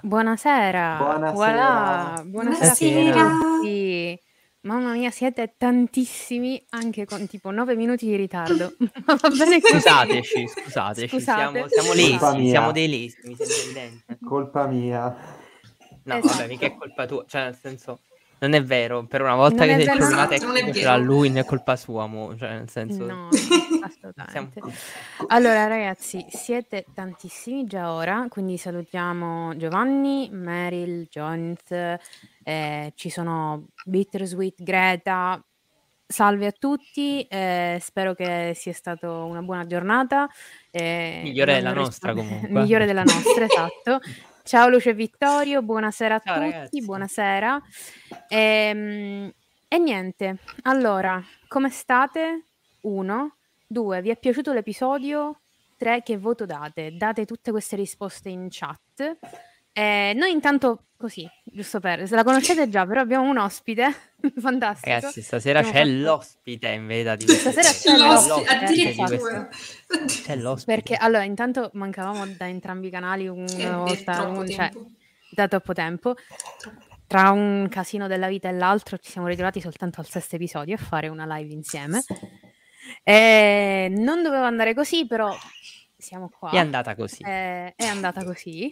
Buonasera, Buonasera. voilà, buonasera a Buonasera. tutti. Mamma mia, siete tantissimi, anche con tipo 9 minuti di ritardo. Ma va bene così. Scusateci, Scusate. siamo Colpa lesi, siamo mia. dei lesi, mi sembra evidente. Colpa mia. No, Esatto. vabbè, mica è colpa tua, cioè nel senso, non è vero, per una volta Non che è il vero, problema no. Esatto, non è tecnico ce l'ha vero. lui, non è colpa sua, cioè nel senso, No, siamo... assolutamente. Allora, ragazzi, siete tantissimi già ora, quindi salutiamo Giovanni, Meryl, Jones, ci sono Bittersweet, Greta. Salve a tutti, spero che sia stato una buona giornata. Migliore della nostra comunque. Migliore della nostra, esatto. Ciao Luce e Vittorio, buonasera a Ciao, tutti, ragazzi. buonasera. E niente, allora, come state? 1, 2, vi è piaciuto l'episodio? 3, che voto date? Date tutte queste risposte in chat. Noi intanto, così, giusto se la conoscete già, però abbiamo un ospite fantastico. Ragazzi, stasera Abbiamo c'è fatto- l'ospite in verità di questa Stasera serie. c'è L'ospite, l'ospite, di addirittura. questa- C'è l'ospite. perché allora intanto mancavamo da entrambi i canali una volta, troppo cioè, tempo. da troppo tempo. Tra un casino della vita e l'altro ci siamo ritrovati soltanto al sesto episodio a fare una live insieme. Non doveva andare così, però siamo qua. È andata così. È andata così.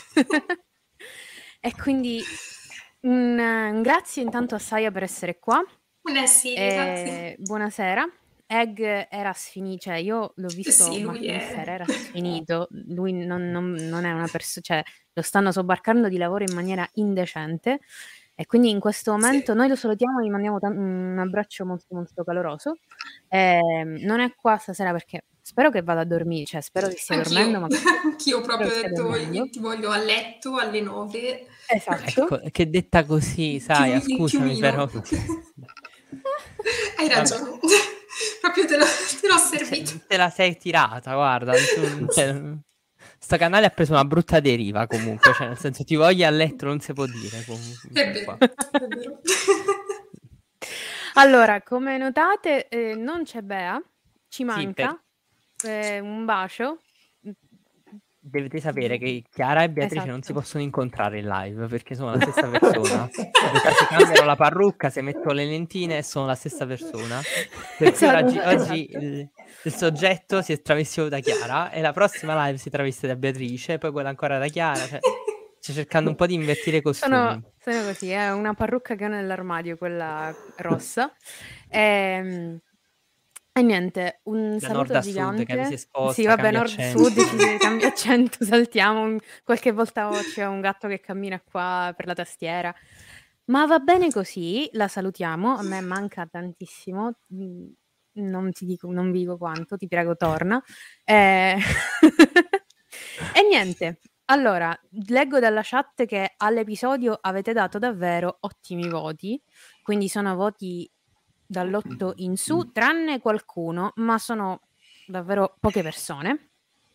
E quindi un grazie intanto a Saya per essere qua. Buonasera, grazie. Buonasera. Egg era sfinito, cioè io l'ho visto Sì, lui martedì è- sera, era sfinito. Lui non è una persona, cioè lo stanno sobbarcando di lavoro in maniera indecente. E quindi in questo momento noi lo salutiamo e gli mandiamo un abbraccio molto molto caloroso. Non è qua stasera perché spero che vada a dormire, cioè spero che stia dormendo. Ma Anch'io proprio ho spero che stia detto, dormendo. io ti voglio a letto alle 9. Esatto. Ecco, che detta così, sai, Il scusami chiumino. però... Hai ragione. Proprio te l'ho servito. Te la sei tirata, guarda. Sto canale ha preso una brutta deriva comunque, cioè nel senso ti voglio a letto non si può dire comunque. È vero, qua. è vero. Allora, come notate, non c'è Bea, ci Sì, manca un bacio. Dovete sapere che Chiara e Beatrice non si Esatto. possono incontrare in live perché sono la stessa persona. Se cambiano la parrucca, se metto le lentine sono la stessa persona. Per cui oggi il soggetto si è travestito da Chiara e la prossima live si traveste da Beatrice, poi quella ancora da Chiara. Cioè, sto cercando un po' di invertire i costumi. Sono così, è una parrucca che ho nell'armadio, quella rossa. E niente, un Da saluto nord a sud, gigante. che si sposta, Sì, vabbè, cambia nord-sud, accento. ci cambia accento, saltiamo. Qualche volta c'è un gatto che cammina qua per la tastiera. Ma va bene così, la salutiamo. A me manca tantissimo. Non vi dico quanto, ti prego, torna. E niente. Allora, leggo dalla chat che all'episodio avete dato davvero ottimi voti, quindi sono voti dall'8 in su, tranne qualcuno, ma sono davvero poche persone.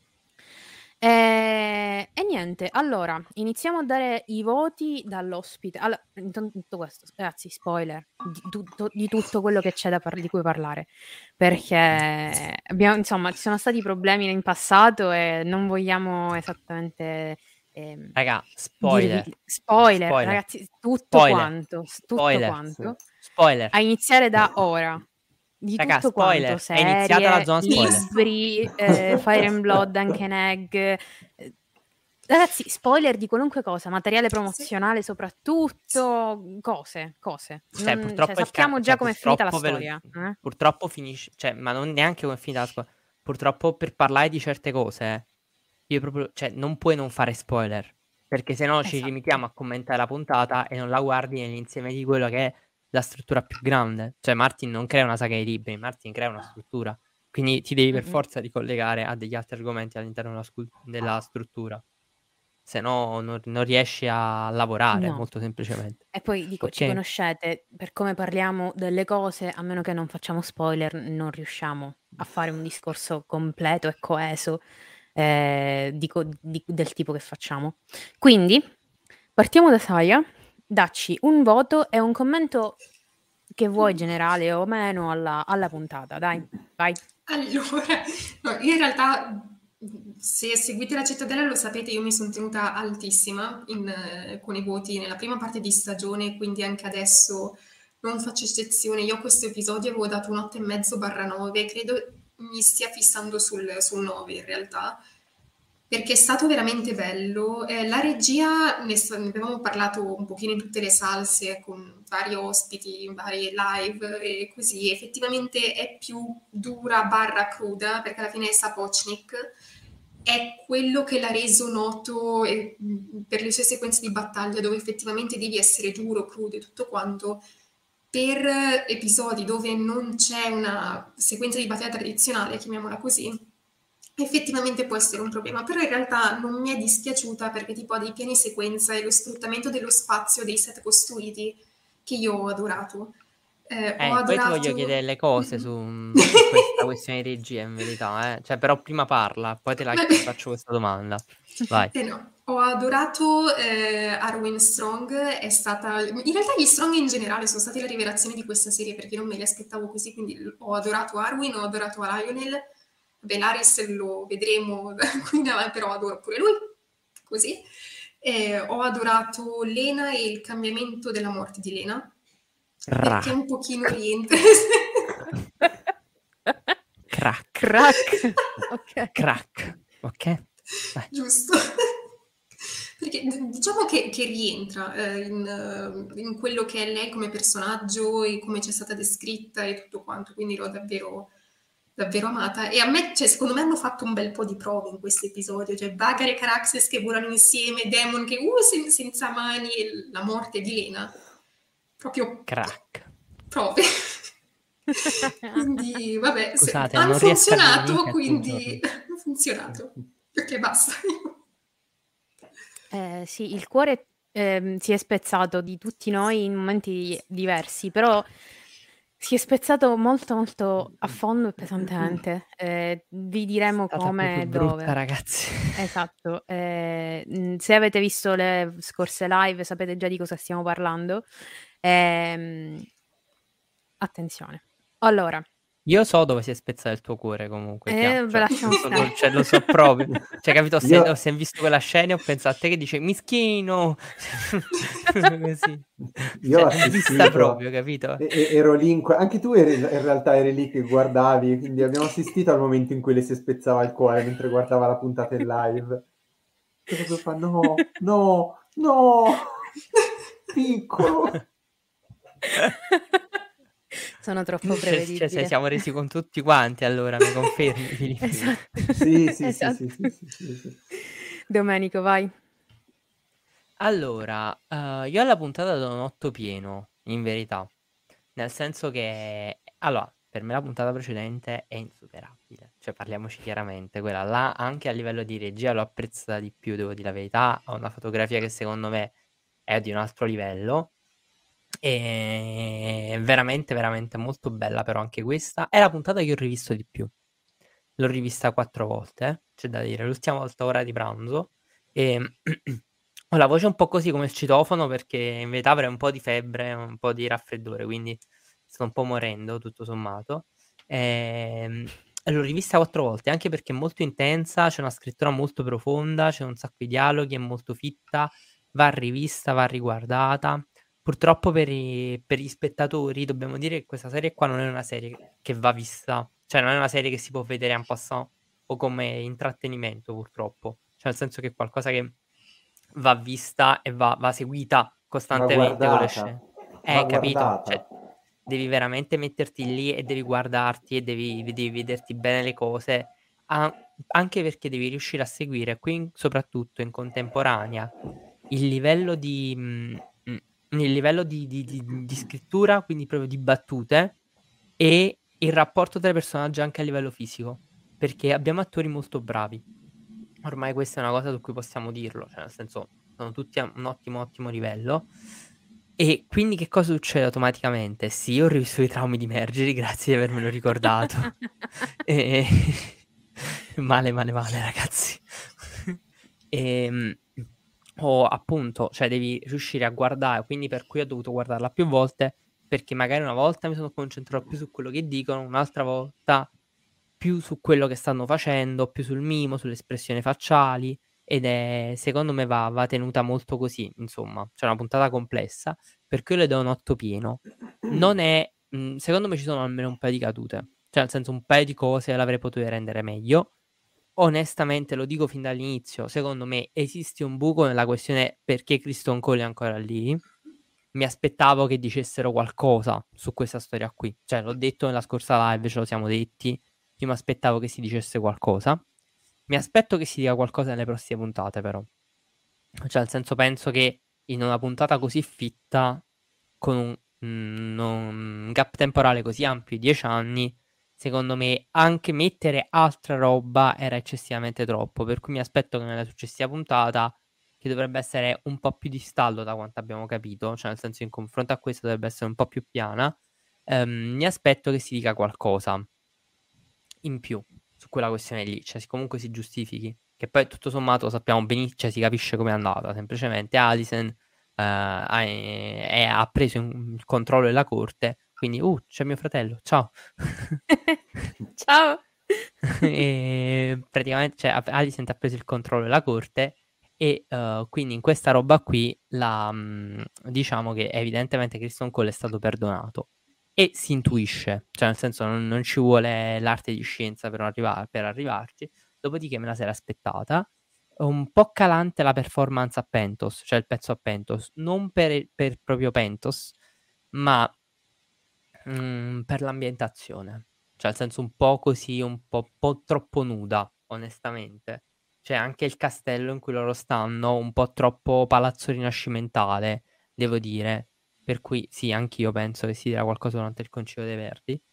E niente, allora, iniziamo a dare i voti dall'ospite. Allora, intanto questo, ragazzi, spoiler di tutto quello che c'è di cui parlare, perché insomma, ci sono stati problemi in passato e non vogliamo esattamente... Raga, spoiler. Spoiler, ragazzi, tutto quanto. Spoiler. A iniziare da ora. Di Raga, tutto spoiler. quanto, È iniziata la serie, zona spoiler. libri, Fire and Blood, anche Egg. Ragazzi, spoiler di qualunque cosa, materiale promozionale soprattutto, cose. Cioè, purtroppo sappiamo già come è finita la storia. Purtroppo finisce, cioè, ma non neanche come è finita la storia. Purtroppo per parlare di certe cose, io proprio, cioè, non puoi non fare spoiler, perché sennò ci limitiamo a commentare la puntata e non la guardi nell'insieme di quello che è la struttura più grande. Cioè, Martin non crea una saga di libri, Martin crea una struttura. Quindi ti devi per forza ricollegare a degli altri argomenti all'interno della struttura. Se no non riesci a lavorare, molto semplicemente. E poi dico, ci conoscete, per come parliamo delle cose, a meno che non facciamo spoiler, non riusciamo a fare un discorso completo e coeso del tipo che facciamo. Quindi, partiamo da Saya, dacci un voto e un commento che vuoi generale o meno alla puntata, dai, vai. Allora, no, io in realtà Se seguite la Cittadella lo sapete, io mi son tenuta altissima con i voti nella prima parte di stagione, quindi anche adesso non faccio eccezione. Io a questo episodio avevo dato un 8,5/9, credo mi stia fissando sul 9 in realtà, perché è stato veramente bello. La regia, ne avevamo parlato un pochino in tutte le salse, con vari ospiti, varie live e così, effettivamente è più dura barra cruda, perché alla fine è Sapochnik, è quello che l'ha reso noto per le sue sequenze di battaglia, dove effettivamente devi essere duro, crudo e tutto quanto. Per episodi dove non c'è una sequenza di battaglia tradizionale, chiamiamola così, effettivamente può essere un problema, però in realtà non mi è dispiaciuta perché tipo ha dei piani sequenza e lo sfruttamento dello spazio, dei set costruiti che io ho adorato. Ho Poi ti voglio adorato... chiedere le cose su questa questione di regia in verità, Cioè, però prima parla, poi ti faccio questa domanda. Vai. No. Ho adorato Arwen Strong, è stata... In realtà gli Strong in generale sono stati la rivelazione di questa serie perché non me li aspettavo così, quindi ho adorato Arwen, ho adorato Lionel, Laris lo vedremo qui in avanti, però adoro pure lui, così. Ho adorato Lena e il cambiamento della morte di Lena, perché un pochino rientra... Crack. Ok. Crack. Ok? Giusto. Perché diciamo che rientra in quello che è lei come personaggio e come c'è stata descritta e tutto quanto, quindi l'ho davvero, davvero amata. E a me, cioè, secondo me hanno fatto un bel po' di prove in questo episodio, cioè Bagar e Caraxes che volano insieme, Demon che senza mani e la morte di Lena. Proprio Crack. prove. Quindi, vabbè, Scusate, hanno non riesco a funzionato, dormire, quindi hanno funzionato. Ok, basta. Sì, il cuore si è spezzato di tutti noi in momenti diversi, però si è spezzato molto molto a fondo e pesantemente. Vi diremo Stata proprio come e brutta, dove. ragazzi. Esatto. Se avete visto le scorse live sapete già di cosa stiamo parlando. Attenzione. Allora, Io so dove si è spezzato il tuo cuore comunque, beh, lasciamo stare. cioè, lo so proprio. Cioè, capito? Io- Se hai visto quella scena ho pensato a te che dice mischino. Così. Io ho Cioè, l'ho vista assistito, proprio, capito? ero lì, anche tu in realtà eri lì che guardavi, quindi abbiamo assistito al momento in cui le si spezzava il cuore mentre guardava la puntata in live. Che proprio fa, no, no, no, piccolo. Sono troppo Cioè, prevedibile. ci siamo resi conto tutti quanti, allora, mi confermi, Filippo? Esatto. Sì, Esatto. sì. Domenico, vai. Allora, io alla puntata do un 8 pieno, in verità. Nel senso che, allora, per me la puntata precedente è insuperabile. Cioè, parliamoci chiaramente, quella là, anche a livello di regia, l'ho apprezzata di più, devo dire la verità. Ha una fotografia che secondo me è di un altro livello. E veramente, veramente molto bella, però anche questa. È la puntata che ho rivisto di più. L'ho rivista 4 volte, c'è da dire. L'ultima volta ora di pranzo. E ho la voce un po' così come il citofono perché in verità avrei un po' di febbre, un po' di raffreddore, quindi sto un po' morendo tutto sommato. L'ho rivista 4 volte, anche perché è molto intensa, c'è una scrittura molto profonda, c'è un sacco di dialoghi, è molto fitta, va rivista, va riguardata. Purtroppo per gli spettatori dobbiamo dire che questa serie qua non è una serie che va vista, cioè non è una serie che si può vedere en passant o come intrattenimento purtroppo, cioè nel senso che è qualcosa che va vista e va seguita costantemente con le scene. Va Capito? guardata. Cioè, devi veramente metterti lì e devi guardarti e devi vederti bene le cose, anche perché devi riuscire a seguire qui soprattutto in contemporanea il livello di scrittura, quindi proprio di battute, e il rapporto tra i personaggi anche a livello fisico, perché abbiamo attori molto bravi. Ormai questa è una cosa su cui possiamo dirlo, cioè nel senso sono tutti a un ottimo livello. E quindi che cosa succede automaticamente? Sì, ho rivisto i traumi di Margery, grazie di avermelo ricordato. E... male, ragazzi. O appunto, cioè devi riuscire a guardare, quindi per cui ho dovuto guardarla più volte, perché magari una volta mi sono concentrato più su quello che dicono, un'altra volta più su quello che stanno facendo, più sul mimo, sulle espressioni facciali, ed è, secondo me va tenuta molto così, insomma, c'è una puntata complessa, per cui io le do un 8 pieno. Non è, secondo me ci sono almeno un paio di cadute, cioè nel senso un paio di cose l'avrei potuto rendere meglio. Onestamente lo dico fin dall'inizio, secondo me esiste un buco nella questione perché Kristen Cole è ancora lì. Mi aspettavo che dicessero qualcosa su questa storia qui, cioè l'ho detto nella scorsa live, ce lo siamo detti, io mi aspettavo che si dicesse qualcosa. Mi aspetto che si dica qualcosa nelle prossime puntate, però. Cioè, nel senso, penso che in una puntata così fitta, con un gap temporale così ampio di 10 anni, secondo me anche mettere altra roba era eccessivamente troppo. Per cui mi aspetto che nella successiva puntata, che dovrebbe essere un po' più di stallo da quanto abbiamo capito, cioè nel senso in confronto a questa dovrebbe essere un po' più piana, mi aspetto che si dica qualcosa in più su quella questione lì, cioè comunque si giustifichi, che poi tutto sommato sappiamo benissimo, cioè si capisce com'è andata, semplicemente Alicent ha preso il controllo della corte, quindi c'è mio fratello, ciao. Ciao. E praticamente cioè, Alicent ha preso il controllo della corte e quindi in questa roba qui diciamo che evidentemente Kristen Cole è stato perdonato e si intuisce, cioè nel senso non ci vuole l'arte di scienza per arrivarci, dopodiché me la sarei aspettata. Un po' calante la performance a Pentos, cioè il pezzo a Pentos, non per proprio Pentos, ma per l'ambientazione, cioè nel senso un po' così, un po' troppo nuda, onestamente. Cioè anche il castello in cui loro stanno, un po' troppo palazzo rinascimentale, devo dire. Per cui sì, anch'io penso che si dirà qualcosa durante il Concilio dei Verdi.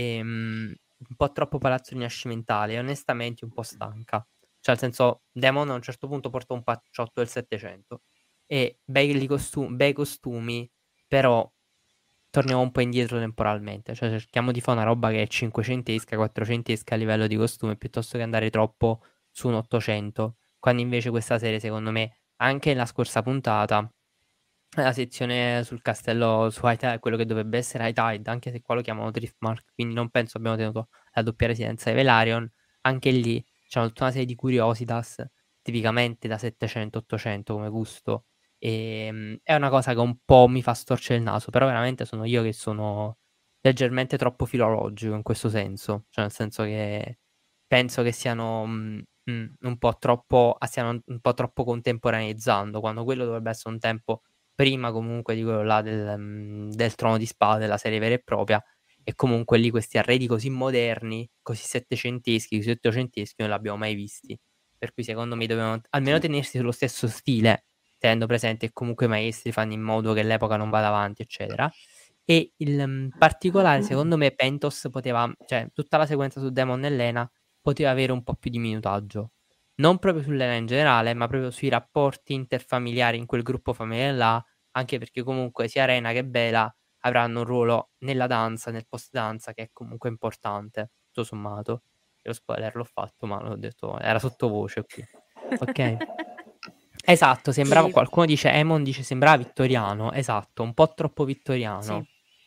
Un po' troppo palazzo rinascimentale e onestamente un po' stanca. Cioè nel senso, Demon a un certo punto porta un pacciotto del 700 e bei costumi, però torniamo un po' indietro temporalmente, cioè cerchiamo di fare una roba che è 500esca, 400esca a livello di costume, piuttosto che andare troppo su un 800, quando invece questa serie, secondo me, anche nella scorsa puntata, la sezione sul castello su High Tide, quello che dovrebbe essere High Tide, anche se qua lo chiamano Driftmark, quindi non penso abbiamo tenuto la doppia residenza di Velaryon, anche lì c'è tutta una serie di curiositas, tipicamente da 700-800 come gusto, e è una cosa che un po' mi fa storcere il naso, però veramente sono io che sono leggermente troppo filologico in questo senso, cioè nel senso che penso che stiano un po' troppo contemporaneizzando, quando quello dovrebbe essere un tempo prima comunque di quello là del Trono di Spade, della serie vera e propria, e comunque lì questi arredi così moderni, così settecenteschi, così ottocenteschi non li abbiamo mai visti, per cui secondo me dovevano almeno tenersi sullo stesso stile, tenendo presente che comunque i maestri fanno in modo che l'epoca non vada avanti, eccetera. E il particolare, secondo me, Pentos poteva, cioè tutta la sequenza su Demon e Lena poteva avere un po' più di minutaggio. Non proprio sull'Elena in generale, ma proprio sui rapporti interfamiliari in quel gruppo familiare là, anche perché comunque sia Rena che Bela avranno un ruolo nella danza, nel post danza, che è comunque importante, tutto sommato. Lo spoiler l'ho fatto, ma l'ho detto, era sottovoce qui. Ok. Esatto, sembrava, Sì. qualcuno dice, Emon dice sembrava vittoriano, esatto, un po' troppo vittoriano.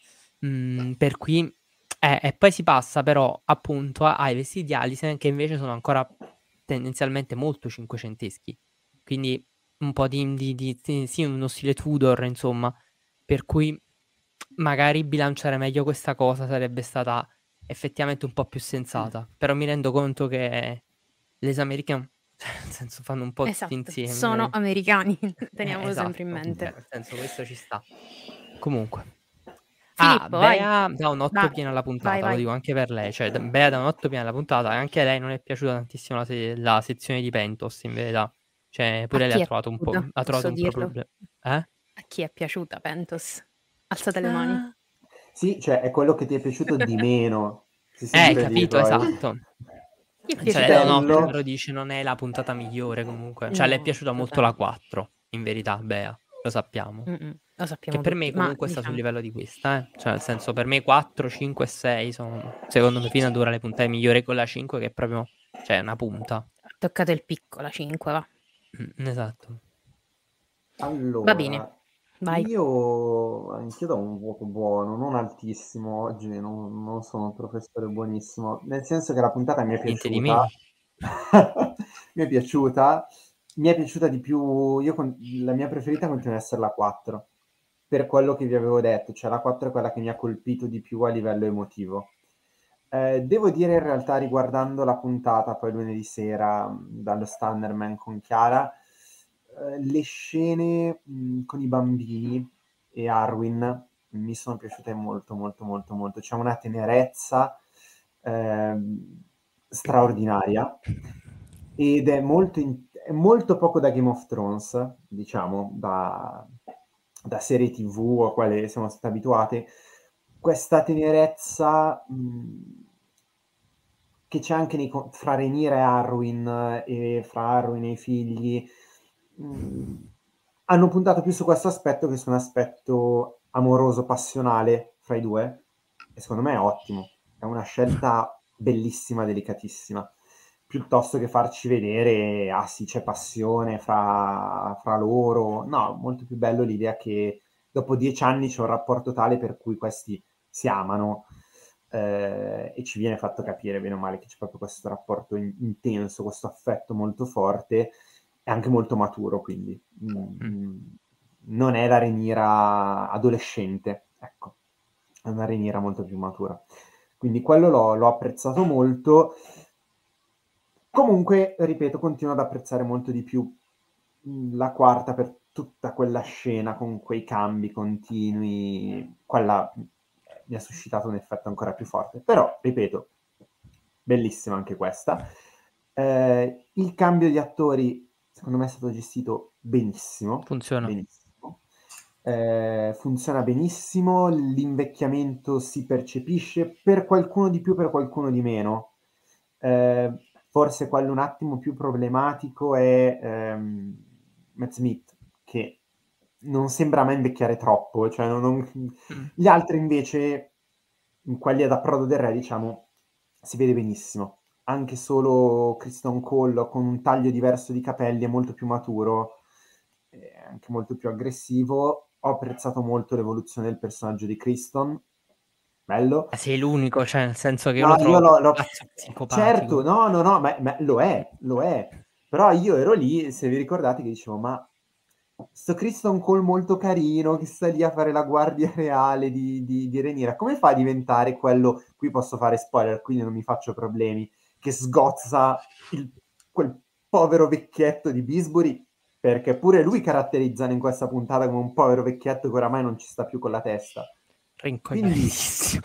Per cui, e poi si passa però appunto ai vestiti di Alicent che invece sono ancora tendenzialmente molto cinquecenteschi, quindi un po' sì, uno stile Tudor, insomma, per cui magari bilanciare meglio questa cosa sarebbe stata effettivamente un po' più sensata, però mi rendo conto che les American, nel senso, fanno un po' tutti Esatto, insieme. sono americani, teniamolo Esatto, sempre in mente. nel senso questo ci sta. Comunque. Filippo, vai. Bea dà un 8 Va- pieno alla puntata, vai. lo dico anche per lei, cioè Bea dà un 8 pieno alla puntata e anche a lei non è piaciuta tantissimo la sezione di Pentos, in verità. Cioè A pure lei chi ha è trovato un po', piaciuta? ha trovato Posso un po' dirlo? problema. A chi è piaciuta Pentos? Alzate le mani. Sì, cioè è quello che ti è piaciuto di meno. Si sente lì Capito, poi. esatto. Chi è Cioè, piaciuta lei da un di 8, Bello. però dice non è la puntata migliore comunque. Cioè, le è No, piaciuta molto la 4, in verità, Bea, lo sappiamo. Lo Che sappiamo per me tutti, ma comunque sta sul diciamo, livello di questa, Cioè, nel senso, per me 4, 5 e 6 sono, secondo me, fino ad ora le puntate migliori, con la 5 che è proprio, cioè, una punta. ha toccato il picco, la 5, va. Esatto. Va bene. Allora, Vai. Anch'io do un voto buono, non altissimo, oggi non sono un professore buonissimo, nel senso che la puntata mi è Niente di piaciuta, meno. mi è piaciuta di più, la mia preferita continua ad essere la 4, per quello che vi avevo detto, cioè la 4 è quella che mi ha colpito di più a livello emotivo. Devo dire in realtà, riguardando la puntata poi lunedì sera dallo Standerman con Chiara, le scene con i bambini e Arwen mi sono piaciute molto molto molto molto. C'è una tenerezza straordinaria ed è è molto poco da Game of Thrones, diciamo, da serie TV a quale siamo stati abituati. Questa tenerezza che c'è anche fra Rhaenyra e Arwen, e fra Arwen e i figli, hanno puntato più su questo aspetto che su un aspetto amoroso, passionale fra i due, e secondo me è ottimo. È una scelta bellissima, delicatissima, piuttosto che farci vedere, ah sì, c'è passione fra loro. No, molto più bello l'idea che dopo 10 anni c'è un rapporto tale per cui questi si amano, e ci viene fatto capire bene o male che c'è proprio questo rapporto intenso, questo affetto molto forte e anche molto maturo, quindi non è la Rhaenyra adolescente, ecco, è una Rhaenyra molto più matura. Quindi quello l'ho apprezzato molto. Comunque, ripeto, continuo ad apprezzare molto di più la quarta per tutta quella scena con quei cambi continui. Quella mi ha suscitato un effetto ancora più forte. Però, ripeto, bellissima anche questa. Il cambio di attori, secondo me, è stato gestito benissimo. Funziona. Benissimo. Funziona benissimo, l'invecchiamento si percepisce, per qualcuno di più, per qualcuno di meno. Forse quello un attimo più problematico è Matt Smith, che non sembra mai invecchiare troppo, cioè gli altri invece, quelli ad approdo del re, diciamo, si vede benissimo. Anche solo Kristen Cole con un taglio diverso di capelli è molto più maturo, è anche molto più aggressivo. Ho apprezzato molto l'evoluzione del personaggio di Kristen, bello. Sei l'unico, cioè nel senso che io No, lo trovo io un pazzo psicopatico. certo, no, ma lo è. Però io ero lì, se vi ricordate, che dicevo, ma sto Kristen Cole molto carino, che sta lì a fare la guardia reale di Rhaenyra, come fa a diventare quello, qui posso fare spoiler, quindi non mi faccio problemi, che sgozza quel povero vecchietto di Beesbury, perché pure lui caratterizzano in questa puntata come un povero vecchietto che oramai non ci sta più con la testa. Rincoglionitissimo.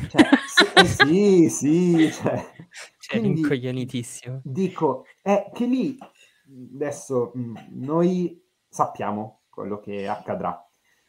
Sì, cioè, quindi rincoglionitissimo. dico, è che lì adesso noi sappiamo quello che accadrà.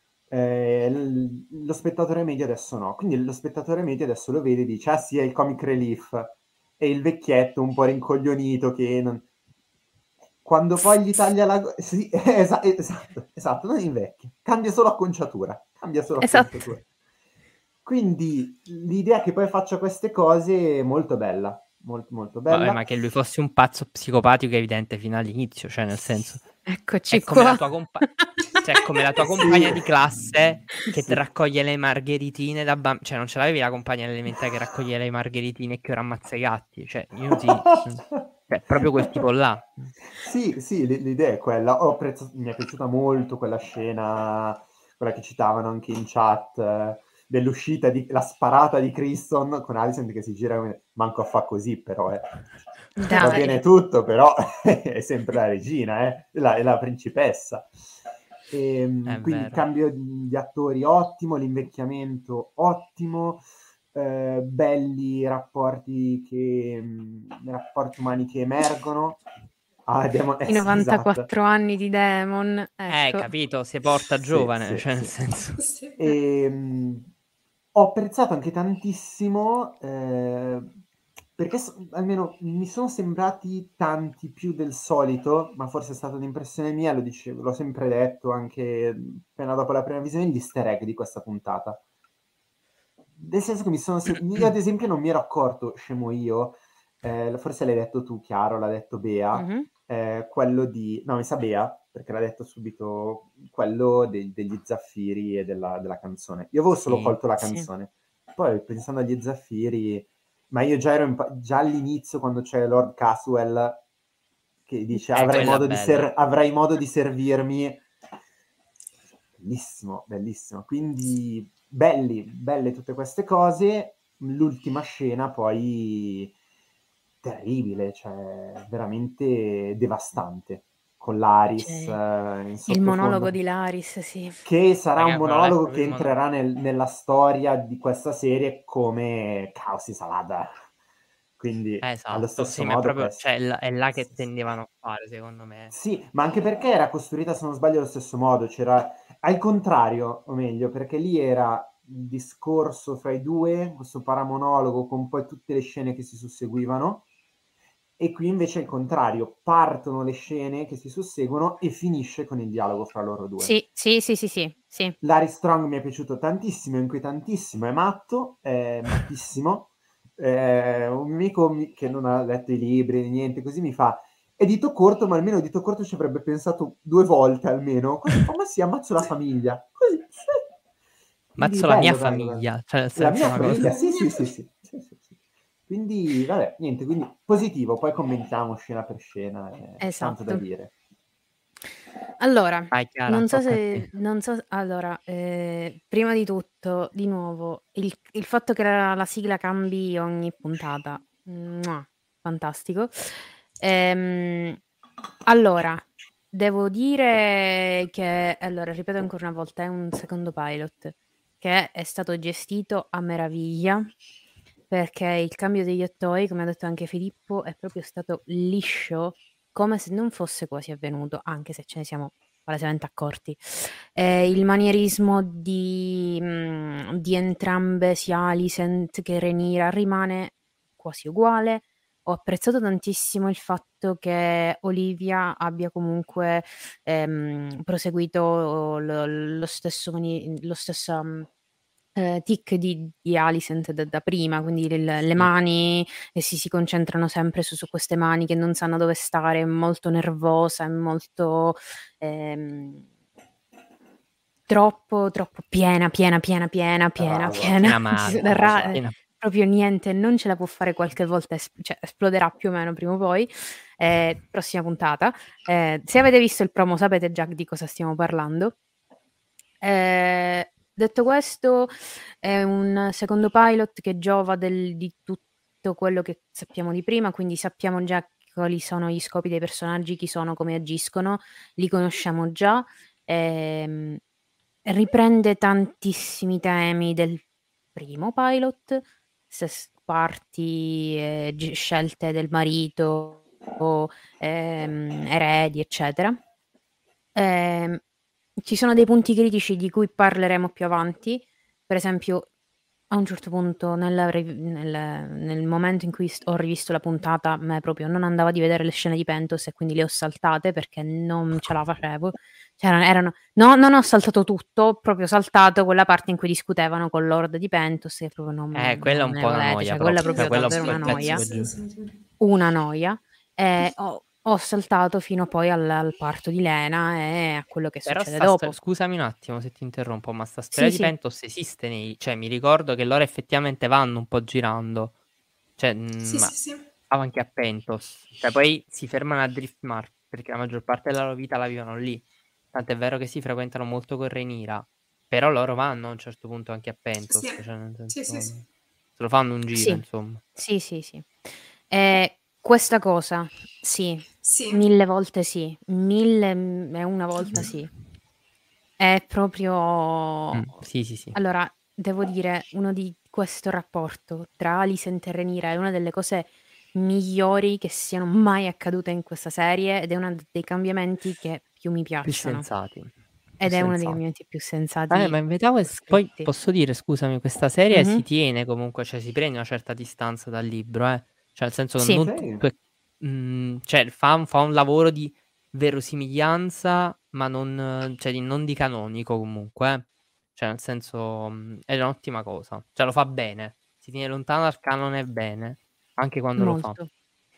Lo spettatore medio adesso no, quindi lo spettatore medio adesso lo vede e dice, ah sì, è il comic relief, è il vecchietto un po' rincoglionito che non... Quando poi gli taglia la... Sì, esatto, non invecchia, cambia solo acconciatura, Esatto. Quindi l'idea che poi faccia queste cose è molto bella, molto molto bella. Vabbè, ma che lui fosse un pazzo psicopatico è evidente fino all'inizio, cioè nel senso... Eccoci è come qua. la tua come la tua compagna di classe che raccoglie le margheritine da bambino. Cioè non ce l'avevi la compagna elementare che raccoglie le margheritine e che ora ammazza i gatti. Cioè io sì. Cioè, proprio quel tipo là. Sì, l'idea è quella. Mi è piaciuta molto quella scena, quella che citavano anche in chat, dell'uscita, la sparata di Kristen con Alicent che si gira e manco a fa così, però va bene tutto, però è sempre la regina, è la principessa. Quindi il cambio di attori ottimo, l'invecchiamento ottimo, belli rapporti umani che emergono. I 94 esatto. anni di Daemon, ecco. Capito, si porta giovane, cioè nel senso. Ho apprezzato anche tantissimo, perché almeno mi sono sembrati tanti più del solito, ma forse è stata un'impressione mia, l'ho sempre detto anche appena dopo la prima visione, gli easter egg di questa puntata. Nel senso che io ad esempio non mi ero accorto, scemo io, forse l'hai detto tu, Chiaro, l'ha detto Bea, quello di... No, mi sa Bea, perché l'ha detto subito quello degli zaffiri e della canzone. Io avevo solo Sì. colto la Sì. canzone, poi pensando agli zaffiri, ma io già ero già all'inizio, quando c'è Lord Caswell che dice avrai quella modo, bella. avrai modo di servirmi. Bellissimo, bellissimo. Quindi belle tutte queste cose. L'ultima scena poi terribile, cioè veramente devastante, con Laris Cioè, in il monologo sottofondo, di Laris, sì. che sarà un Raga, quello là è monologo proprio che il monologo. entrerà nella storia di questa serie come Caos y Salada. Quindi allo Esatto, stesso sì, ma è modo proprio, questo. cioè, è là che Sì, sì. tendevano a fare, secondo me. Sì, ma anche perché era costruita, se non sbaglio, allo stesso modo. C'era al contrario, o meglio, perché lì era il discorso fra i due, questo paramonologo con poi tutte le scene che si susseguivano, e qui invece è il contrario, partono le scene che si susseguono e finisce con il dialogo fra loro due. Sì, sì, sì, sì, sì, sì. Larry Strong mi è piaciuto tantissimo, è inquietantissimo, è matto, è mattissimo. Un mio amico che non ha letto i libri né niente, così mi fa: è dito corto, ma almeno dito corto ci avrebbe pensato 2 volte almeno. Così fa: ma sì, ammazzo la famiglia. Così, sì. Quindi Mazzo la mia bello, bello, bello. famiglia, cioè nel La senso mia una cosa. famiglia, sì, sì, sì, sì, sì, sì, sì. Quindi, vabbè, niente, quindi positivo, poi commentiamo scena per scena, tanto da Esatto. dire. Allora, Vai Chiara, non so tocca a te. allora, prima di tutto, di nuovo, il fatto che la sigla cambi ogni puntata, fantastico. Allora, devo dire che, allora, ripeto ancora una volta, è un secondo pilot che è stato gestito a meraviglia, perché il cambio degli attori, come ha detto anche Filippo, è proprio stato liscio, come se non fosse quasi avvenuto, anche se ce ne siamo palesemente accorti. Il manierismo di entrambe, sia Alicent che Rhaenyra, rimane quasi uguale. Ho apprezzato tantissimo il fatto che Olivia abbia comunque proseguito lo stesso tic di Alicent da prima, quindi le Sì. mani, e si concentrano sempre su queste mani che non sanno dove stare, è molto nervosa, è molto troppo piena, Rasa. Piena madre, piena. proprio niente, non ce la può fare, qualche volta cioè esploderà più o meno prima o poi. Prossima puntata. Se avete visto il promo sapete già di cosa stiamo parlando. Detto questo, è un secondo pilot che giova di tutto quello che sappiamo di prima, quindi sappiamo già quali sono gli scopi dei personaggi, chi sono, come agiscono, li conosciamo già. Riprende tantissimi temi del primo pilot, parti, scelte del marito, eredi, eccetera. Ci sono dei punti critici di cui parleremo più avanti. Per esempio, a un certo punto nel momento in cui ho rivisto la puntata, a me proprio non andava di vedere le scene di Pentos e quindi le ho saltate perché non ce la facevo. Cioè, no, non ho saltato tutto, ho proprio saltato quella parte in cui discutevano con Lord di Pentos e proprio Quella è non un me ne po' una volete, noia cioè quella proprio, cioè proprio quello è un davvero po' una il pezzo noia. peggiore. Una noia. Ho saltato fino poi al parto di Lena e a quello che Però succede dopo. scusami un attimo se ti interrompo, ma sta storia Sì, di sì. Pentos esiste cioè mi ricordo che loro effettivamente vanno un po' girando, cioè Sì, ma sì, sì. anche a Pentos, cioè poi si fermano a Driftmark perché la maggior parte della loro vita la vivono lì, tant'è vero che si frequentano molto con Rhaenyra, però loro vanno a un certo punto anche a Pentos, Sì, cioè nel sì, sì, sì. senso se lo fanno un giro Sì. insomma. Sì, sì, sì. Questa cosa, sì, Sì. 1000 volte sì, 1000 e una volta sì. È proprio Sì, sì, sì. allora, devo dire, questo rapporto tra Alicent e Rhaenyra è una delle cose migliori che siano mai accadute in questa serie ed è uno dei cambiamenti che più mi Più piacciono. sensati. Ed è uno dei Sensati. cambiamenti più sensati Ma in verità poi scritti. posso dire, scusami, questa serie Mh-mh. si tiene comunque, cioè si prende una certa distanza dal libro, eh. Cioè nel senso che Sì, non Sì. tutto è, cioè fa un lavoro di verosimiglianza, ma non, cioè non di canonico comunque, eh. Cioè nel senso, è un'ottima cosa. Cioè lo fa bene. Si tiene lontano dal canone bene, anche quando lo fa. molto.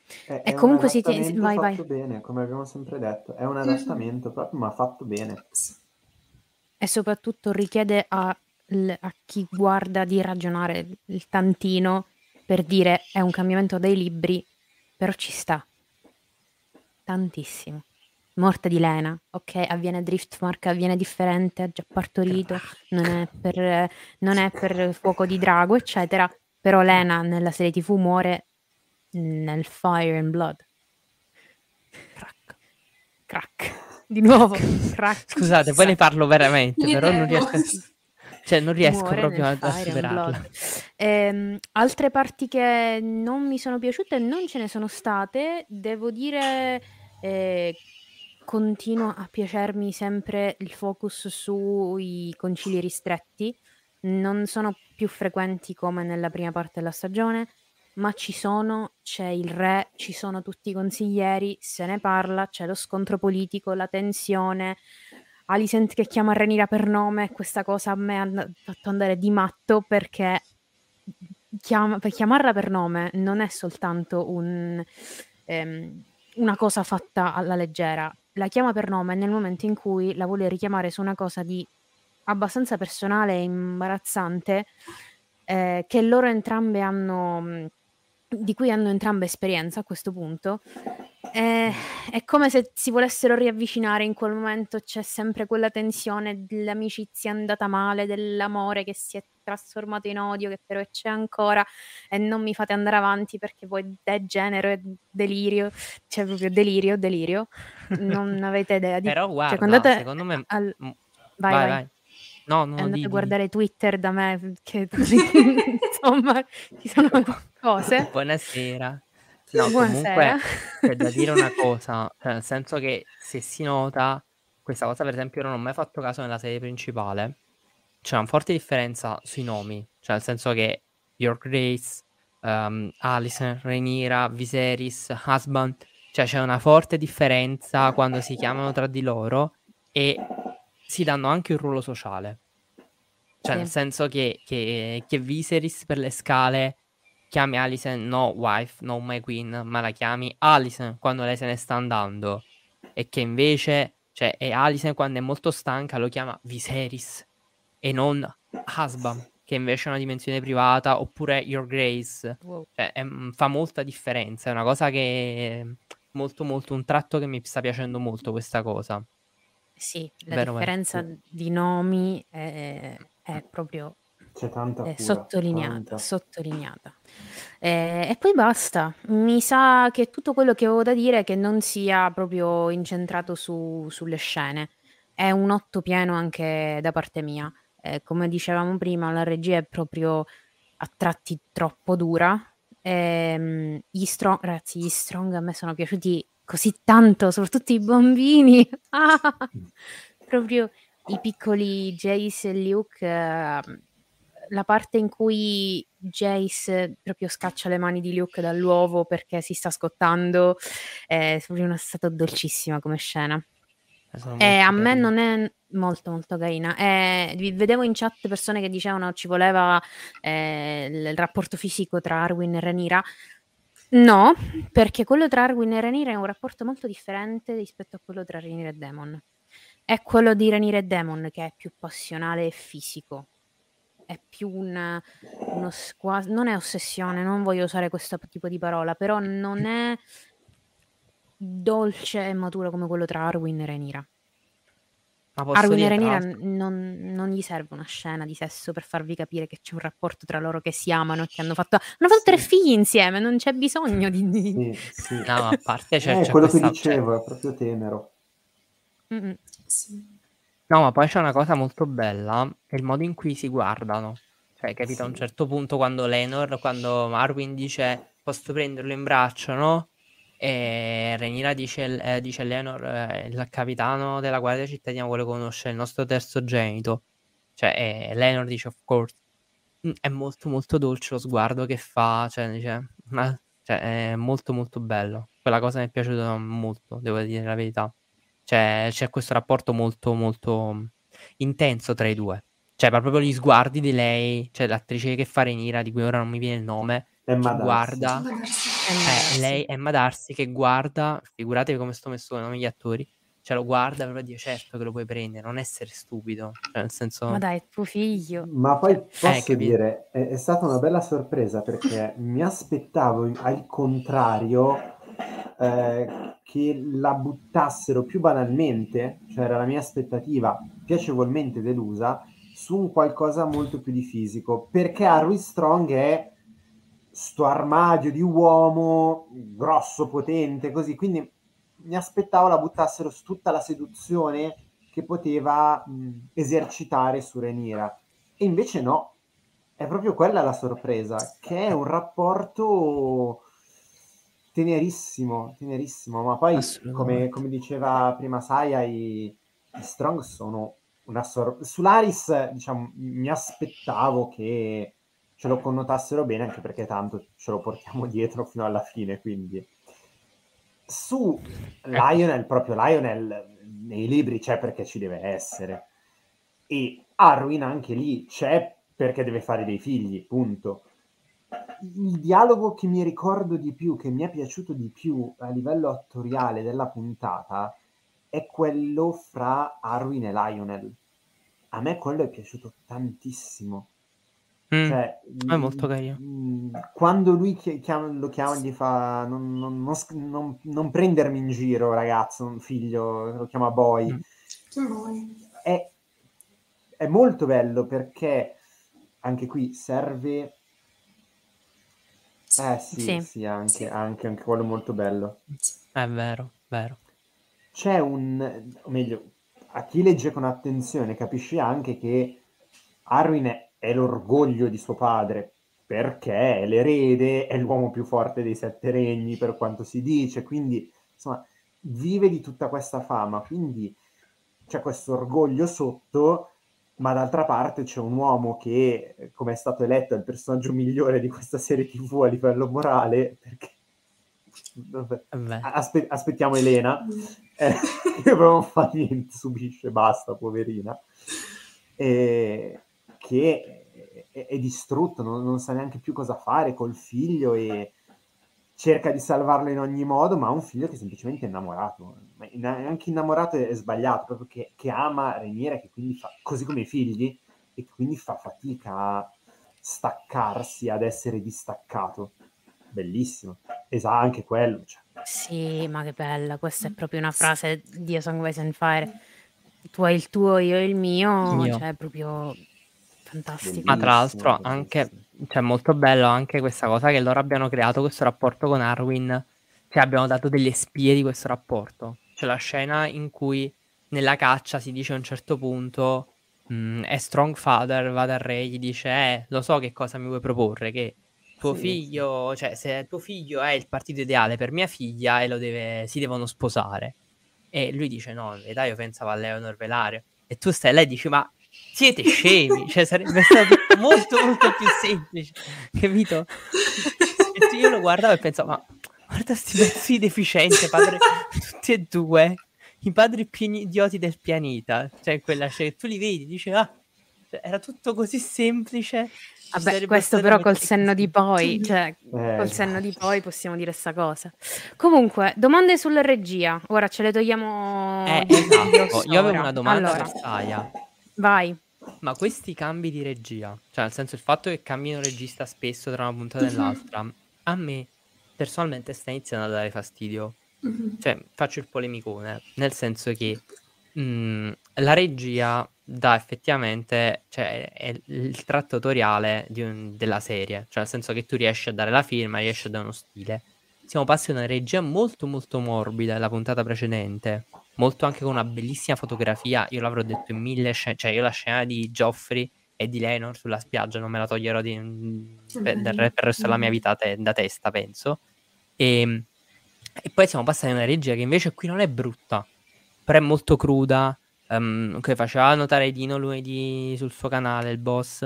È E un comunque adattamento vai, fatto vai. bene, come abbiamo sempre detto. È un Mhm. adattamento proprio, ma fatto bene. Sì. E soprattutto richiede a chi guarda di ragionare il tantino per dire è un cambiamento dei libri, però ci sta. Tantissimo. Morte di Lena, ok, avviene Driftmark, avviene differente, ha già partorito, non è per Fuoco di Drago, eccetera, però Lena nella serie TV muore nel Fire and Blood. Crack. Crack. Di nuovo, crack. Scusate, poi ne parlo veramente, In però non eterno. riesco, cioè non riesco Muore proprio nel a Fire and superarla. Blood. Altre parti che non mi sono piaciute non ce ne sono state, devo dire, continua a piacermi sempre il focus sui concili ristretti, non sono più frequenti come nella prima parte della stagione, ma c'è il re, ci sono tutti i consiglieri, se ne parla, c'è lo scontro politico, la tensione. Alicent che chiama Rhaenyra per nome, questa cosa a me ha fatto andare di matto perché per chiamarla per nome non è soltanto una cosa fatta alla leggera, la chiama per nome nel momento in cui la vuole richiamare su una cosa di abbastanza personale e imbarazzante, che loro entrambe di cui hanno entrambe esperienza a questo punto. È come se si volessero riavvicinare in quel momento, c'è sempre quella tensione dell'amicizia andata male, dell'amore che si è trasformato in odio, che però c'è ancora e non mi fate andare avanti perché poi degenero, delirio, cioè proprio delirio, non avete idea di... Però Cioè, quando guarda, andate secondo me... al... Vai, Vai. vai. No, Andate a di. guardare Twitter da me, che insomma ci sono cose. Buonasera. No, Buonasera. comunque c'è da dire una cosa, cioè nel senso che se si nota, questa cosa per esempio io non ho mai fatto caso nella serie principale, c'è una forte differenza sui nomi, cioè nel senso che Your Grace, Alicent, Rhaenyra, Viserys, Husband, cioè c'è una forte differenza quando si chiamano tra di loro e si danno anche un ruolo sociale. Cioè, nel Sì. senso che Viserys per le scale chiami Alicent no wife, no my queen, ma la chiami Alicent quando lei se ne sta andando. E che invece, cioè, è Alicent quando è molto stanca lo chiama Viserys e non husband, che invece è una dimensione privata, oppure Your Grace. Wow. Cioè, fa molta differenza. È una cosa che è molto, molto un tratto che mi sta piacendo molto questa cosa. Sì, la Vero, differenza di nomi è proprio C'è tanta cura, sottolineata. tanta. E poi basta. Mi sa che tutto quello che avevo da dire è che non sia proprio incentrato sulle scene. È un 8 pieno anche da parte mia. Come dicevamo prima, la regia è proprio a tratti troppo dura. Ragazzi, gli Strong a me sono piaciuti così tanto, soprattutto i bambini. Ah, proprio i piccoli Jace e Luke. La parte in cui Jace proprio scaccia le mani di Luke dall'uovo perché si sta scottando è proprio stata dolcissima come scena. A me non è molto molto carina. Vedevo in chat persone che dicevano ci voleva il rapporto fisico tra Arwen e Rhaenyra. No, perché quello tra Arwen e Rhaenyra è un rapporto molto differente rispetto a quello tra Rhaenyra e Daemon. È quello di Rhaenyra e Daemon che è più passionale e fisico. È più non è ossessione, non voglio usare questo tipo di parola, però non è dolce e maturo come quello tra Arwen e Rhaenyra. Arwen e Rhaenyra non gli serve una scena di sesso per farvi capire che c'è un rapporto tra loro che si amano e che hanno fatto 3 figli insieme, non c'è bisogno di... Sì. No, a parte c'è quello questa... che dicevo, è proprio tenero. Sì. No, ma poi c'è una cosa molto bella, è il modo in cui si guardano. Cioè, capito, a un certo punto quando Arwen dice posso prenderlo in braccio, no? E Rhaenyra dice a Laenor, il capitano della guardia cittadina vuole conoscere il nostro terzogenito. Cioè, e Laenor dice of course. È molto molto dolce lo sguardo che fa, cioè, è molto molto bello. Quella cosa mi è piaciuta molto, devo dire la verità. C'è questo rapporto molto molto intenso tra i due. Cioè, ma proprio gli sguardi di lei, cioè l'attrice che fa Rhaenyra, di cui ora non mi viene il nome, Emma che Darcy. guarda, Ma Darcy. lei, Emma Darcy, che guarda, figuratevi come sto messo con i nomi degli attori, cioè lo guarda e proprio dice, certo che lo puoi prendere, non essere stupido, cioè nel senso, Ma dai, è tuo figlio. Ma poi posso capito? dire, è stata una bella sorpresa perché mi aspettavo al contrario che la buttassero più banalmente, cioè era la mia aspettativa, piacevolmente delusa, su un qualcosa molto più di fisico, perché Harry Strong è sto armadio di uomo grosso, potente, così, quindi mi aspettavo la buttassero su tutta la seduzione che poteva esercitare su Rhaenyra. E invece no, è proprio quella la sorpresa, che è un rapporto tenerissimo, tenerissimo, ma poi come diceva prima Saya, i Strong sono una su Laris, diciamo, mi aspettavo che ce lo connotassero bene, anche perché tanto ce lo portiamo dietro fino alla fine, quindi su Lionel, proprio Lionel nei libri c'è perché ci deve essere, e Arwen anche lì c'è perché deve fare dei figli, punto. Il dialogo che mi ricordo di più, che mi è piaciuto di più a livello attoriale della puntata, è quello fra Arwen e Lionel. A me quello è piaciuto tantissimo. Cioè, È molto carino. quando lui lo chiama e gli fa non prendermi in giro, ragazzo, un figlio, lo chiama Boy. È molto bello perché anche qui serve... sì, anche quello molto bello. È vero, vero. C'è o meglio, a chi legge con attenzione capisce anche che Arwen è l'orgoglio di suo padre, perché è l'erede, è l'uomo più forte dei 7 regni, per quanto si dice, quindi insomma vive di tutta questa fama, quindi c'è questo orgoglio sotto, ma d'altra parte c'è un uomo che, come è stato eletto, è il personaggio migliore di questa serie TV a livello morale, perché aspettiamo Elena, che proprio non fa niente, subisce, basta, poverina, che è distrutto, non sa neanche più cosa fare col figlio e cerca di salvarlo in ogni modo, ma ha un figlio che è semplicemente innamorato. Anche innamorato è sbagliato, proprio che ama Rhaenyra, che quindi fa, così come i figli, e quindi fa fatica a staccarsi, ad essere distaccato. Bellissimo. Esatto, anche quello. Cioè. Sì, ma che bella, questa è proprio una frase di A Song of Ice and Fire. Tu hai il tuo, io ho il mio, cioè è proprio fantastico. Ma tra l'altro anche, cioè molto bello anche questa cosa che loro abbiano creato questo rapporto con Arwen, cioè abbiamo dato delle spie di questo rapporto. C'è la scena in cui nella caccia si dice a un certo punto è Strong Father, va dal re, gli dice lo so che cosa mi vuoi proporre, che tuo figlio, cioè se tuo figlio è il partito ideale per mia figlia e si devono sposare. E lui dice no, in verità io pensavo a Leonor Velario. E tu stai là e dici ma siete scemi, cioè sarebbe stato molto molto più semplice, capito? E io lo guardavo e pensavo ma guarda sti pezzi deficienti, padre, tutti e due i padri più idioti del pianeta, cioè quella scena, tu li vedi, dici cioè, era tutto così semplice. Vabbè, questo però col senno di poi, cioè col senno di poi possiamo dire sta cosa. Comunque, domande sulla regia. Ora ce le togliamo. Esatto. Io avevo una domanda per Saya. Vai. Ma questi cambi di regia, cioè nel senso il fatto che cambino regista spesso tra una puntata e l'altra, a me personalmente sta iniziando a dare fastidio. Cioè, faccio il polemicone, nel senso che la regia dà effettivamente, cioè è il tratto autoriale della serie, cioè nel senso che tu riesci a dare la firma, riesci a dare uno stile. Siamo passati a una regia molto molto morbida nella puntata precedente, molto anche con una bellissima fotografia, io l'avrò detto in 1000 scene, cioè io la scena di Joffrey e di Lenor sulla spiaggia non me la toglierò per il resto della mia vita da testa, penso. E poi siamo passati a una regia che invece qui non è brutta, però è molto cruda, che faceva notare Dino lunedì sul suo canale, il boss,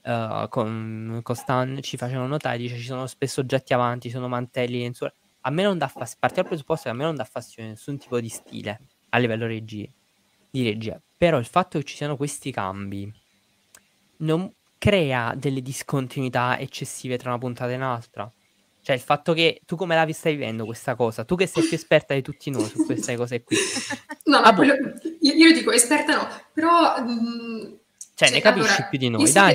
con Stan, ci facevano notare, dice ci sono spesso oggetti avanti, ci sono mantelli, lenzuola. A me non dà fastidio, partiamo dal presupposto che a me non dà fastidio nessun tipo di stile a livello di regia, però il fatto che ci siano questi cambi non crea delle discontinuità eccessive tra una puntata e un'altra. Cioè il fatto che tu come la stai vivendo questa cosa, tu che sei più esperta di tutti noi su queste cose qui. No, Ah, boh. io lo dico, esperta no, però... Cioè, ne capisci allora, più di io noi, dai.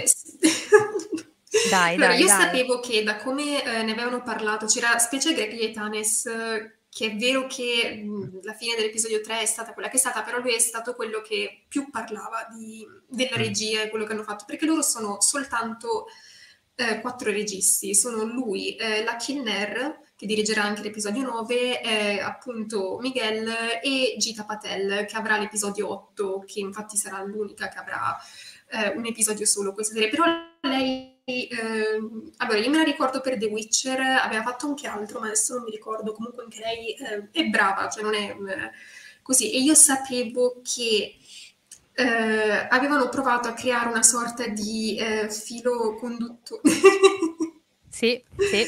Dai, Allora, dai, io dai. sapevo che da come ne avevano parlato, c'era specie Greg Yaitanes, che è vero che la fine dell'episodio 3 è stata quella che è stata, però lui è stato quello che più parlava della regia e quello che hanno fatto, perché loro sono soltanto 4 registi, sono lui, la Kilner, che dirigerà anche l'episodio 9, appunto Miguel e Gita Patel, che avrà l'episodio 8, che infatti sarà l'unica che avrà un episodio solo questa serie, però lei allora io me la ricordo per The Witcher, aveva fatto anche altro ma adesso non mi ricordo, comunque anche lei è brava, cioè non è così, e io sapevo che avevano provato a creare una sorta di filo conduttore. Sì.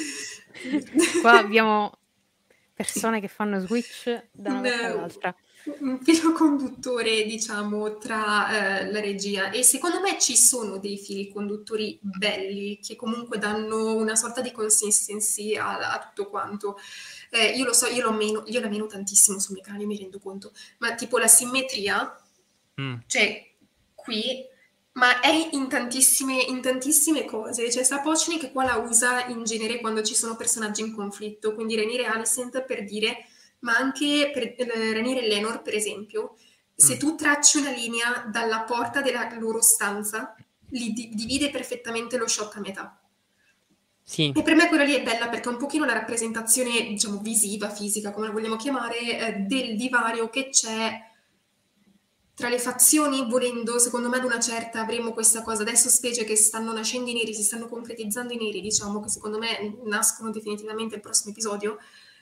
Qua abbiamo persone che fanno switch da una parte all'altra. Un filo conduttore, diciamo, tra la regia, e secondo me ci sono dei fili conduttori belli che comunque danno una sorta di consistency a tutto quanto. Io lo so, io la meno tantissimo sul mio canale, mi rendo conto, ma tipo la simmetria, cioè qui, ma è in tantissime cose, cioè Sapochnik qua la usa in genere quando ci sono personaggi in conflitto, quindi Rhaenyra e Alicent per dire, ma anche per Rhaenyra e Lenor, per esempio, se tu tracci una linea dalla porta della loro stanza, li divide perfettamente lo shot a metà. Sì. E per me quella lì è bella perché è un pochino la rappresentazione, diciamo, visiva, fisica, come la vogliamo chiamare, del divario che c'è tra le fazioni. Volendo, secondo me ad una certa avremo questa cosa, adesso specie che stanno nascendo i neri, si stanno concretizzando i neri, diciamo, che secondo me nascono definitivamente il prossimo episodio,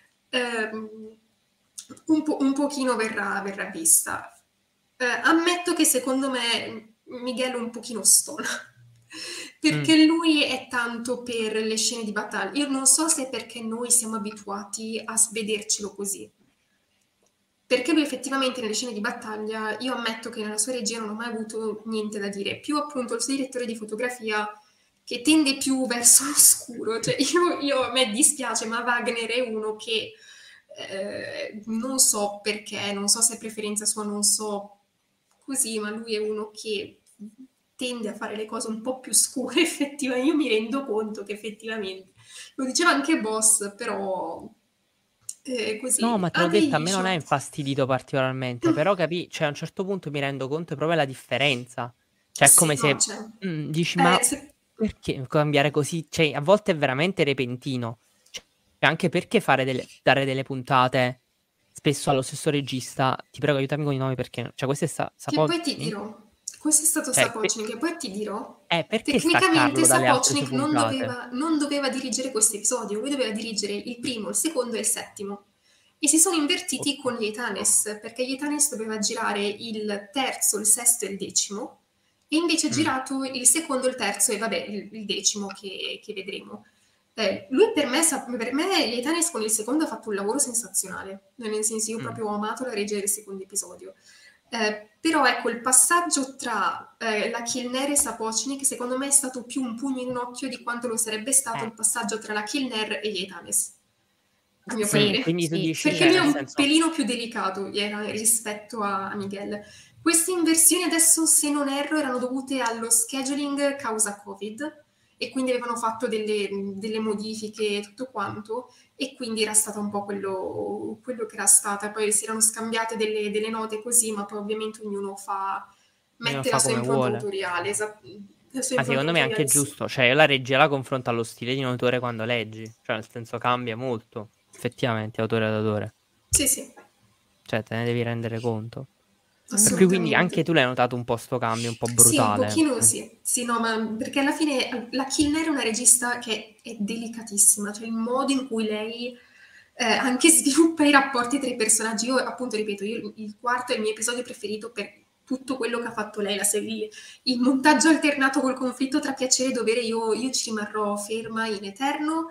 un pochino verrà vista. Ammetto che secondo me Miguel un pochino stona, perché lui è tanto per le scene di battaglia. Io non so se è perché noi siamo abituati a vedercelo così, perché lui effettivamente nelle scene di battaglia, io ammetto che nella sua regia non ho mai avuto niente da dire, più appunto il suo direttore di fotografia che tende più verso l'oscuro, cioè a me dispiace, ma Wagner è uno che non so perché, non so se è preferenza sua, non so così, ma lui è uno che tende a fare le cose un po' più scure, effettivamente. Io mi rendo conto che effettivamente, lo diceva anche Boss, però così. No, ma te l'ho Anche detto, a gli me non è shot. infastidito particolarmente, però cioè a un certo punto mi rendo conto proprio la differenza. Cioè è Sì, come no, se cioè, dici, ma se- perché cambiare così? Cioè, a volte è veramente repentino. Cioè, anche perché dare delle puntate spesso allo stesso regista. Ti prego, aiutami con i nomi perché... Cioè, questo è che poi ti Sapochnik? dirò, questo è stato Cioè, Sapochnik, e poi ti dirò, perché tecnicamente staccarlo dalle altre sue Sapochnik puntate? non doveva dirigere questo episodio, lui doveva dirigere il primo, il secondo e il settimo. E si sono invertiti con Yaitanes, perché Yaitanes doveva girare il terzo, il sesto e il decimo, e invece ha girato il secondo, il terzo e vabbè, il decimo che vedremo. Lui per me Yaitanes con il secondo ha fatto un lavoro sensazionale, nel senso io proprio ho amato la regia del secondo episodio. Però ecco, il passaggio tra la Kilner e Sapochnik secondo me è stato più un pugno in un occhio di quanto lo sarebbe stato il passaggio tra la Kilner e Yaitanes, a mio parere. Quindi tu dici, Perché cioè, lui è nel un senso... pelino più delicato rispetto a Miguel. Queste inversioni adesso, se non erro, erano dovute allo scheduling causa Covid, e quindi avevano fatto delle modifiche e tutto quanto, e quindi era stato un po' quello che era stata. Poi si erano scambiate delle note così, ma poi ovviamente ognuno mette la fa sua come impronta vuole. autoriale. Ma secondo me è anche giusto, cioè io la regia la confronto allo stile di un autore quando leggi, cioè nel senso cambia molto, effettivamente, autore ad autore. Sì, sì. Cioè te ne devi rendere conto. Per cui quindi Assolutamente. anche tu l'hai notato un po' sto cambio, un po' brutale. Sì, un pochino sì. Sì, no, ma perché alla fine la Kilner è una regista che è delicatissima, cioè il modo in cui lei anche sviluppa i rapporti tra i personaggi. Io appunto ripeto, il quarto è il mio episodio preferito per tutto quello che ha fatto lei, il montaggio alternato col conflitto tra piacere e dovere. Io ci rimarrò ferma in eterno.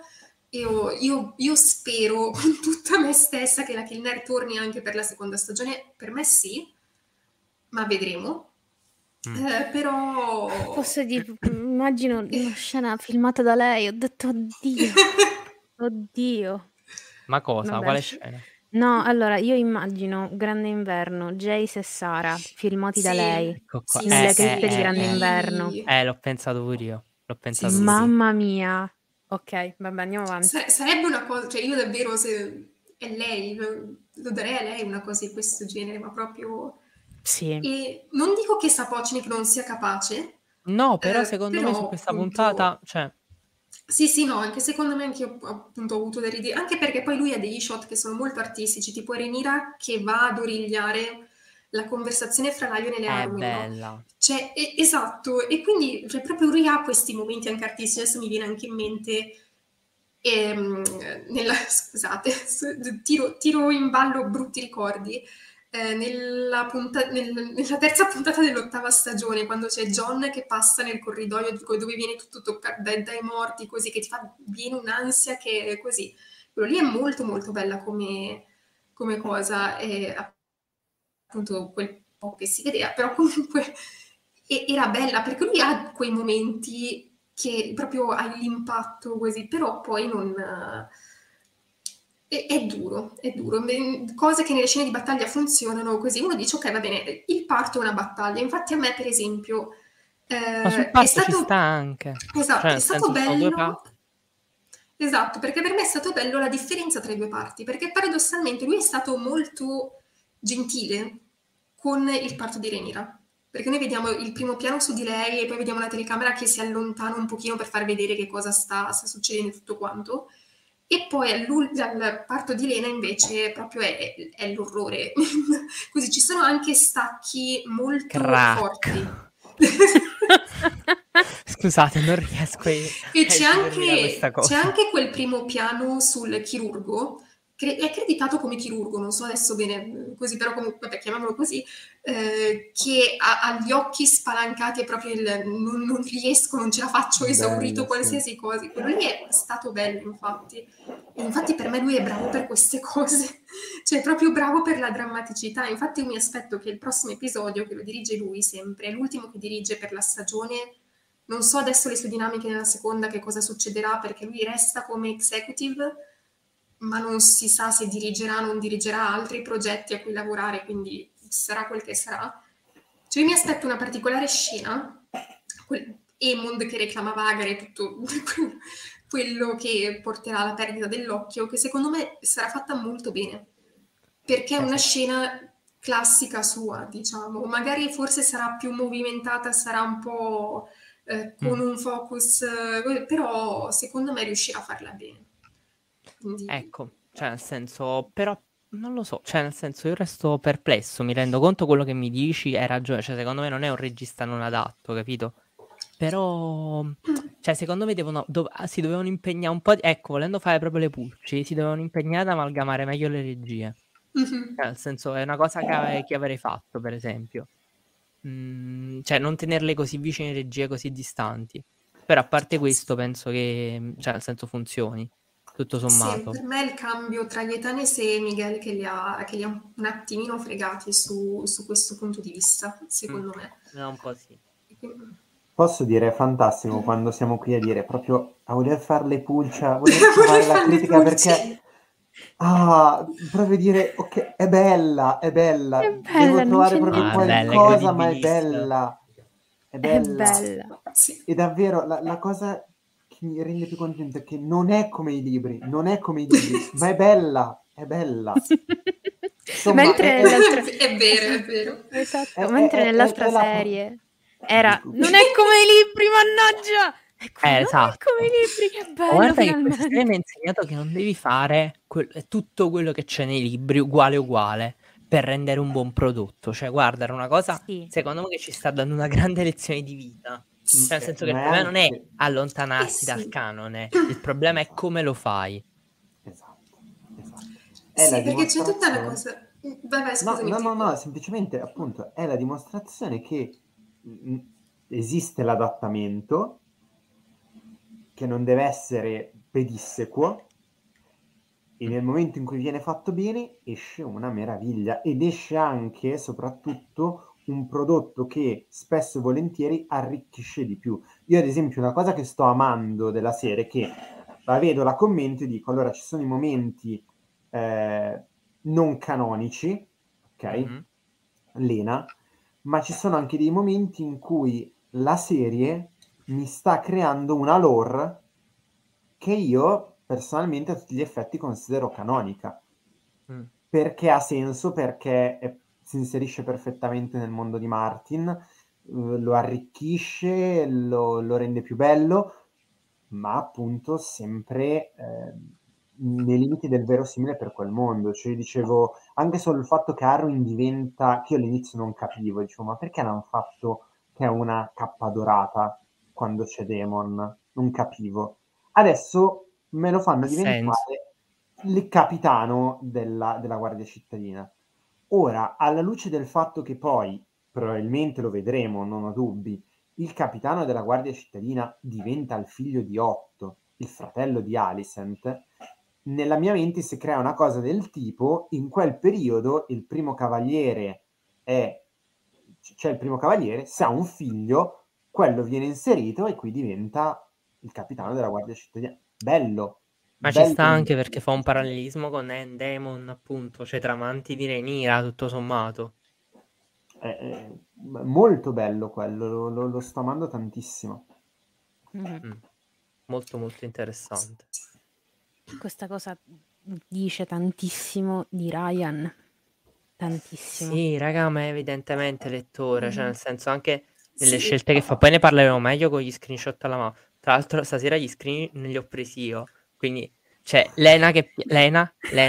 Io spero con tutta me stessa che la Kilner torni anche per la seconda stagione. Per me sì, ma vedremo. Però... Posso dire, immagino una scena filmata da lei, ho detto oddio, oddio. Ma cosa? Vabbè. Quale scena? No, allora io immagino Grande Inverno, Jace e Sara, filmati da Sì, lei, Ecco qua. sì, nelle sì, cripte di sì, Grande Inverno. L'ho pensato pure io. L'ho sì, pensato sì, pure io. sì. Mamma mia. Ok, vabbè, andiamo avanti. Sarebbe una cosa, cioè io davvero se è lei, lo darei a lei una cosa di questo genere, ma proprio... Sì. E non dico che Sapochnik non sia capace, No, però secondo me su questa appunto... puntata, cioè, Sì, sì, no, anche secondo me anche io appunto ho avuto delle idee, anche perché poi lui ha degli shot che sono molto artistici, tipo Rhaenyra che va ad origliare la conversazione fra Lion e le è Arwen, no? bella. Cioè, esatto, e quindi cioè, proprio lui ha questi momenti anche artistici, adesso mi viene anche in mente, scusate, tiro in ballo brutti ricordi, nella terza puntata dell'8ª stagione, quando c'è Jon che passa nel corridoio dove viene tutto toccato dai morti, così che viene un'ansia che è così. Quello lì è molto molto bella come cosa, e appunto quel po' che si vedeva, però comunque era bella perché lui ha quei momenti che proprio hai l'impatto così, però poi non... È duro, è duro. Cose che nelle scene di battaglia funzionano così. Uno dice, ok, va bene, il parto è una battaglia. Infatti a me, per esempio, Ma sul è parto ci sta stato... anche. Esatto, Cioè, è nel stato senso, sono due bello... parti. Esatto, perché per me è stato bello la differenza tra i due parti, perché paradossalmente lui è stato molto gentile con il parto di Rhaenyra, perché noi vediamo il primo piano su di lei e poi vediamo la telecamera che si allontana un pochino per far vedere che cosa sta succedendo e tutto quanto, e poi al parto di Lena invece proprio è l'orrore. Così ci sono anche stacchi molto Crack. forti. Scusate, non riesco a E esimermi da questa cosa. c'è anche quel primo piano sul chirurgo, che è accreditato come chirurgo, non so adesso bene così, però comunque, vabbè, chiamiamolo così, che ha gli occhi spalancati e proprio non riesco, non ce la faccio, ho esaurito Bello, qualsiasi sì. cosa. Quello lì è stato bello, infatti. E infatti per me lui è bravo per queste cose, cioè è proprio bravo per la drammaticità. Infatti io mi aspetto che il prossimo episodio, che lo dirige lui sempre, è l'ultimo che dirige per la stagione. Non so adesso le sue dinamiche nella seconda, che cosa succederà, perché lui resta come executive, ma non si sa se dirigerà o non dirigerà altri progetti a cui lavorare, quindi sarà quel che sarà. Cioè io mi aspetto una particolare scena, Aemond che reclama Vagare e tutto quello che porterà alla perdita dell'occhio, che secondo me sarà fatta molto bene, perché è una scena classica sua, diciamo. Magari forse sarà più movimentata, sarà un po' con un focus, però secondo me riuscirà a farla bene. Quindi... Ecco, cioè nel senso, però non lo so, cioè nel senso io resto perplesso, mi rendo conto quello che mi dici, hai ragione, cioè secondo me non è un regista non adatto, capito? Però, cioè secondo me si dovevano impegnare un po', ecco, volendo fare proprio le pulci, si dovevano impegnare ad amalgamare meglio le regie. Mhm. Cioè, nel senso, è una cosa che avrei fatto, per esempio. Cioè, non tenerle così vicine, regie così distanti. Però a parte questo, penso che, cioè, nel senso, funzioni, tutto Sì, sommato. per me il cambio tra Gaetanes e Miguel che li ha un attimino fregati su questo punto di vista, secondo me. No, un po' sì. Posso dire, è fantastico quando siamo qui a dire proprio a voler fare le pulce, a voler trovare la critica perché... proprio dire, ok, è bella, È devo bella, non trovare c'è proprio Ah, niente da bella, è dire. qualcosa, ma è credibilissima. bella, è È bella. bella. Sì. E davvero, la cosa che mi rende più contento è che non è come i libri, non è come i libri, ma è bella, è bella. Insomma, Mentre nell'altra... È vero, è vero. Esatto, mentre nell'altra è la... serie era non è come i libri, mannaggia! E qui non è Esatto. come i libri, che Ma bello guarda che questa serie mi ha finalmente. insegnato che non devi fare tutto quello che c'è nei libri uguale per rendere un buon prodotto. Cioè, guarda, era una cosa, Sì, secondo me, che ci sta dando una grande lezione di vita. Cioè, nel senso che il ma è problema non è anche... allontanarsi dal Sì. canone, il problema è come lo fai. Esatto, esatto. È la Sì, perché c'è tutta una dimostrazione... cosa... Vai, scusami. No, semplicemente appunto è la dimostrazione che esiste l'adattamento, che non deve essere pedissequo, e nel momento in cui viene fatto bene esce una meraviglia ed esce anche, soprattutto, un prodotto che spesso e volentieri arricchisce di più. Io ad esempio una cosa che sto amando della serie, che la vedo, la commento e dico, allora ci sono i momenti non canonici, ok? Lena, ma ci sono anche dei momenti in cui la serie mi sta creando una lore che io personalmente a tutti gli effetti considero canonica. Perché ha senso, perché si inserisce perfettamente nel mondo di Martin, lo arricchisce, lo rende più bello, ma appunto sempre nei limiti del verosimile per quel mondo. Cioè dicevo, anche solo il fatto che Arwen diventa, che io all'inizio non capivo, dicevo, ma perché l'hanno fatto che è una cappa dorata quando c'è Daemon? Non capivo. Adesso me lo fanno diventare il capitano della Guardia Cittadina. Ora, alla luce del fatto che poi, probabilmente lo vedremo, non ho dubbi, il capitano della Guardia Cittadina diventa il figlio di Otto, il fratello di Alicent, nella mia mente si crea una cosa del tipo, in quel periodo il primo cavaliere c'è il primo cavaliere, se ha un figlio, quello viene inserito e qui diventa il capitano della Guardia Cittadina. Bello. Ma ci sta anche perché fa un parallelismo con Daemon, appunto, cioè tramanti di Rhaenyra, tutto sommato. Molto bello quello, lo sto amando tantissimo. Molto molto interessante. Questa cosa dice tantissimo di Ryan, tantissimo. Sì, raga, ma è evidentemente lettore, cioè nel senso anche nelle scelte che fa, poi ne parleremo meglio con gli screenshot alla mano. Tra l'altro stasera gli screen ne li ho presi io, quindi c'è Lena che Lena,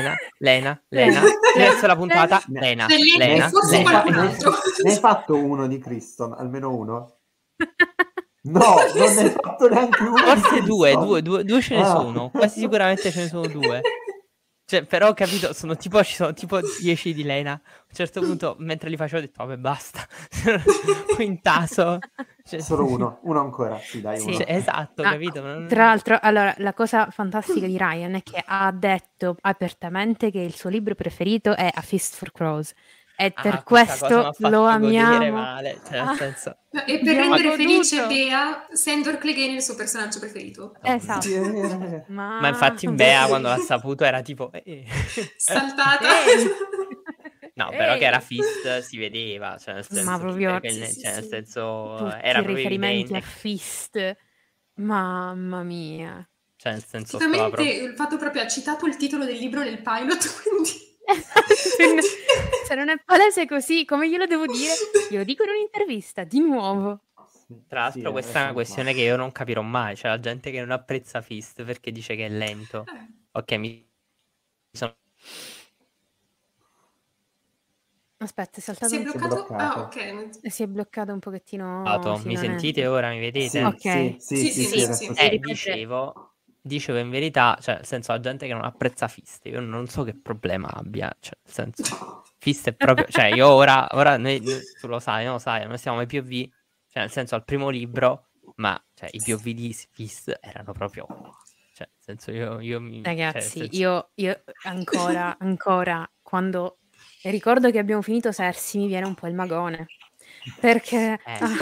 verso la puntata, Lena. Ne hai fatto uno di Criston, almeno uno? No, non ne hai fatto neanche uno. Forse due ce ne sono, quasi sicuramente ce ne sono due. Cioè, però ho capito, ci sono tipo 10 di Lena. A un certo punto, mentre li facevo, ho detto, vabbè, basta. Quintaso. Cioè, solo uno ancora, sì, dai, uno. Cioè, esatto, capito? Tra l'altro, allora, la cosa fantastica di Ryan è che ha detto apertamente che il suo libro preferito è A Feast for Crows. E per questo lo amiamo. Male, cioè, nel senso... E per rendere felice Bea, Sandor Clegane è il suo personaggio preferito. Esatto. Sì, ma infatti Bea quando l'ha saputo era tipo... Saltata. No, però che era Fist si vedeva, cioè nel senso, ma proprio, nel senso tutti era i proprio riferimenti evidente. a Fist, mamma mia. Cioè nel senso sicuramente il fatto proprio ha citato il titolo del libro nel pilot, quindi... Se non è palese così, come glielo devo dire? Glielo dico in un'intervista, di nuovo. Tra l'altro questa è una questione che io non capirò mai, cioè la gente che non apprezza Fist perché dice che è lento. Ok, mi sono... Aspetta, è saltato si è bloccato? Ah, ok. Si è bloccato un pochettino. Mi sentite ora? Mi vedete? Ok. Sì. Dicevo in verità, cioè nel senso la gente che non apprezza Fist, io non so che problema abbia, cioè nel senso Fist è proprio, cioè io ora noi, tu lo sai, non lo sai, noi siamo ai POV, cioè nel senso al primo libro, ma cioè i POV di Fist erano proprio, cioè nel senso io ragazzi, io ancora quando ricordo che abbiamo finito Cersei mi viene un po' il magone. Perché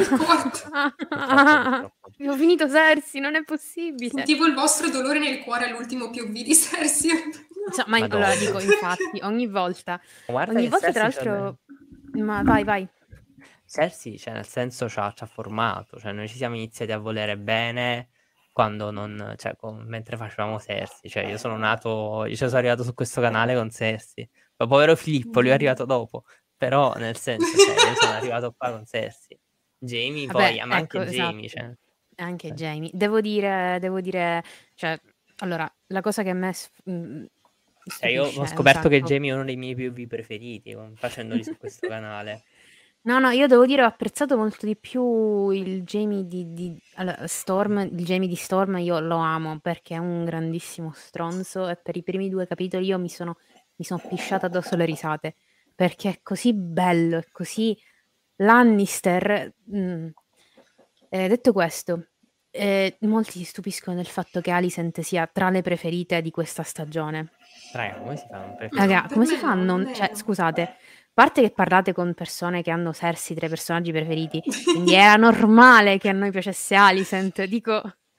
ho finito Cersei, non è possibile. Sentivo il vostro dolore nel cuore all'ultimo POV di Cersei. Cioè, ma allora dico, infatti, ogni volta tra l'altro, ma vai. Cersei, cioè nel senso ci ha formato, cioè noi ci siamo iniziati a volere bene quando non, cioè mentre facevamo Cersei, cioè io sono arrivato su questo canale con Cersei, ma povero Filippo, lui è arrivato dopo. Però nel senso, cioè, io sono arrivato qua con Cersei. Jamie poi, ma ecco, anche Jamie, esatto. cioè. Anche Jamie. Devo dire, cioè, allora, la cosa che a me io ho scoperto che Jamie è uno dei miei POV preferiti, facendoli su questo canale. No, io devo dire ho apprezzato molto di più il Jamie Storm, il Jamie di Storm io lo amo perché è un grandissimo stronzo e per i primi 2 capitoli io mi sono pisciata addosso le risate perché è così bello, è così Lannister. Detto questo, molti si stupiscono del fatto che Alicent sia tra le preferite di questa stagione. Raga, come si fa? Raga, come si fa a non... Cioè, scusate, parte che parlate con persone che hanno Cersei tra i personaggi preferiti, quindi era normale che a noi piacesse Alicent, dico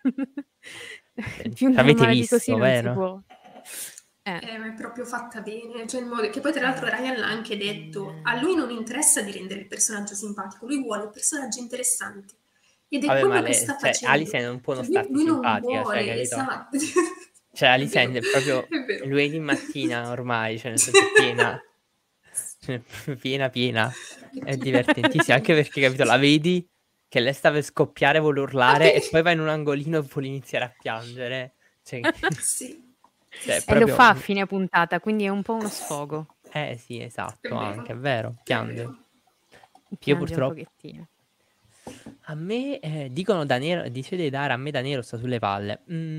più L'avete normale di così visto, non si vero? può. Ma è proprio fatta bene, cioè il modo che poi tra l'altro Ryan l'ha anche detto, a lui non interessa di rendere il personaggio simpatico, lui vuole personaggi interessanti ed è Vabbè, ma quello che sta facendo. Alicent non può non Cioè, starti lui non simpatica, cioè, vuole, capito? esatto. Cioè, È Alicent vero, è proprio è vero. lunedì mattina ormai, cioè nel senso è piena, cioè, piena, è divertentissima, anche perché, capito, la vedi che lei sta per scoppiare, vuole urlare e poi va in un angolino e vuole iniziare a piangere, cioè, Sì, cioè, E lo proprio... fa a fine puntata, quindi è un po' uno sfogo. sì, è esatto, vero, anche, è vero, è piange. vero. Io Piange un purtroppo... pochettino. A me, dicono dice dei dare, a me Danilo sta sulle palle.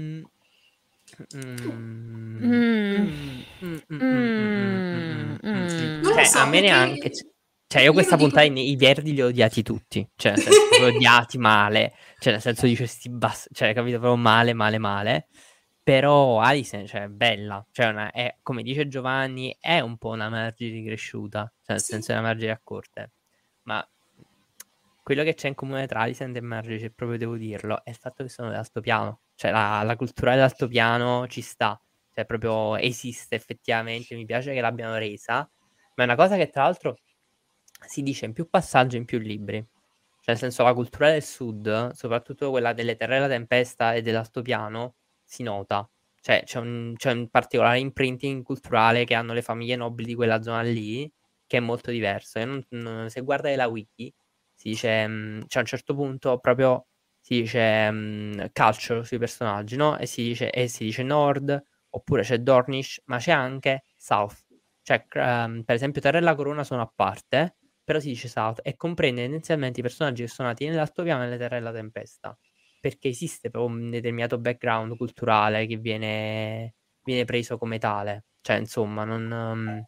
Non lo Cioè, so, a me neanche. perché Cioè, io io questa lo dico... puntata i verdi li ho odiati tutti. Cioè, nel senso, proprio odiati male. Cioè, nel senso, dice cioè, capito? Proprio male. Però Alicent, cioè, è bella. Cioè, è, come dice Giovanni, è un po' una Margine cresciuta. Cioè, nel senso, è una Margine a corte. Ma quello che c'è in comune tra Alicent e Margine, cioè, proprio devo dirlo, è il fatto che sono dell'altopiano. Cioè, la cultura dell'altopiano ci sta. Cioè, proprio esiste effettivamente. Mi piace che l'abbiano resa. Ma è una cosa che, tra l'altro, si dice in più passaggi, in più libri. Cioè, nel senso, la cultura del sud, soprattutto quella delle terre della tempesta e dell'altopiano, si nota. Cioè, c'è un particolare imprinting culturale che hanno le famiglie nobili di quella zona lì, che è molto diverso. Se guardate la wiki, si dice, cioè a un certo punto proprio si dice culture sui personaggi, no? E si dice Nord, oppure c'è Dornish, ma c'è anche South. Cioè, per esempio, Terra e la Corona sono a parte, però si dice South e comprende tendenzialmente i personaggi che sono nati nell'altopiano e nelle Terre della Tempesta, perché esiste proprio un determinato background culturale che viene preso come tale. Cioè, insomma, non...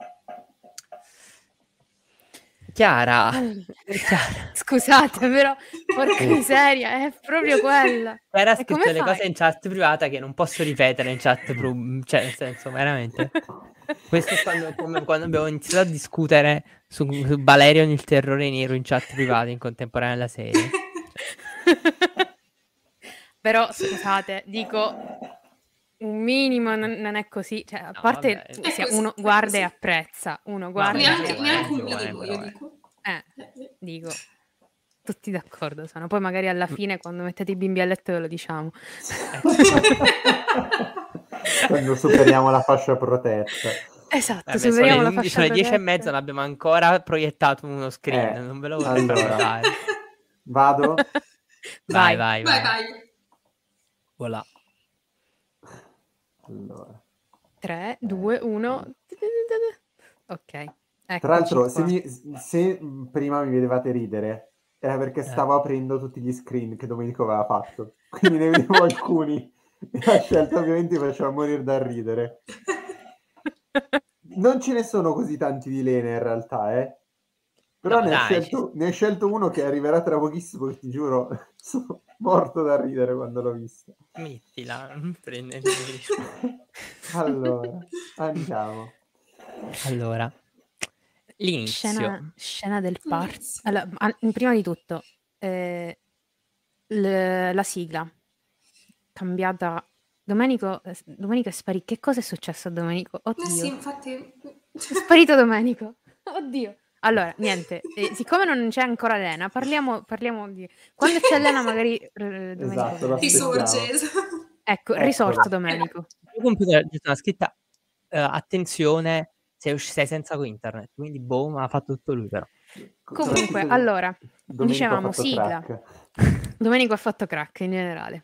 Chiara, Chiara. Scusate, però, porca miseria, è proprio quella. Chiara ha E scritto come delle fai? cose in chat privata che non posso ripetere in chat, cioè, nel senso, veramente. Questo è come quando abbiamo iniziato a discutere su Valerion il terrore nero in chat privata in contemporanea alla serie. Però, scusate, dico, un minimo non è così. Cioè, a No, parte vabbè. È così, uno è guarda e così. apprezza, uno Ma guarda e hai Neanche un ragione, minimo, io però, dico. dico, tutti d'accordo sono. Poi magari alla fine, quando mettete i bimbi a letto, ve lo diciamo. Quando superiamo la fascia protetta. Esatto, Vabbè, sono superiamo la le fascia 10:30, protetta. non abbiamo ancora proiettato uno screen, non ve lo vorrei far allora, notare. vado? Vai. Vai, vai. Voilà. Allora. 3, 2, 1. Ok, Tra eccoci l'altro, qua. se prima mi vedevate ridere, era perché stavo aprendo tutti gli screen che Domenico aveva fatto. Quindi ne vedevo alcuni. E la scelta ovviamente mi faceva morire da ridere. Non ce ne sono così tanti di Lena in realtà, Però No, dai, ne hai scelto uno che arriverà tra pochissimo, che ti giuro, sono morto da ridere quando l'ho visto. mettila, non prendere in giro. Allora, andiamo. Allora, l'inizio. Scena del party. Inizio. Allora, prima di tutto, la sigla cambiata. Domenico è sparito. Che cosa è successo a Domenico? Sì, Oddio, infatti... è sparito Domenico. Oddio. Allora, niente, siccome non c'è ancora Lena, parliamo di... Quando c'è Lena magari Domenico Esatto, lo viene. aspettiamo. Risorge. Ecco, Eccolo. risorto Domenico. Il computer c'è una scritta, attenzione, sei senza internet, quindi boh, ma ha fatto tutto lui però. Comunque, allora, Domenico ha dicevamo fatto sigla. crack. Domenico ha fatto crack in generale.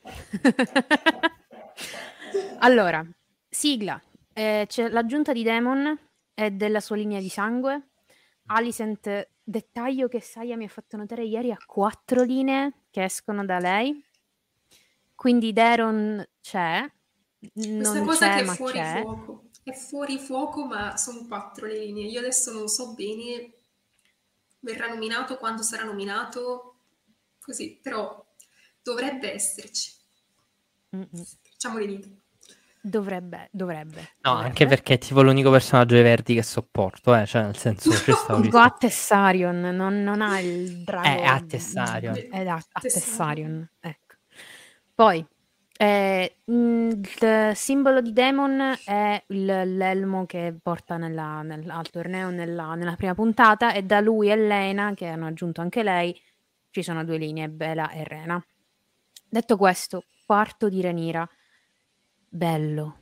Allora, sigla. C'è l'aggiunta di Demon e della sua linea di sangue. Alicent, dettaglio che Saya mi ha fatto notare ieri, ha 4 linee che escono da lei. Quindi Daeron c'è, Questa non cosa c'è che è ma fuori c'è. fuoco. È fuori fuoco, ma sono 4 le linee. Io adesso non so bene, verrà nominato, quando sarà nominato, così, però dovrebbe esserci. Mm-mm. Facciamo le dita. Dovrebbe. No, anche perché è tipo l'unico personaggio dei Verdi che sopporto, cioè nel senso ci stavo Tipo a Tessarion, non ha il drago. a Tessarion. È a Tessarion, ecco. Poi, il simbolo di Daemon è l'elmo che porta al torneo nella prima puntata, e da lui e Lena, che hanno aggiunto anche lei, ci sono 2 linee, Bela e Rena. Detto questo, parto di Rhaenyra. Bello.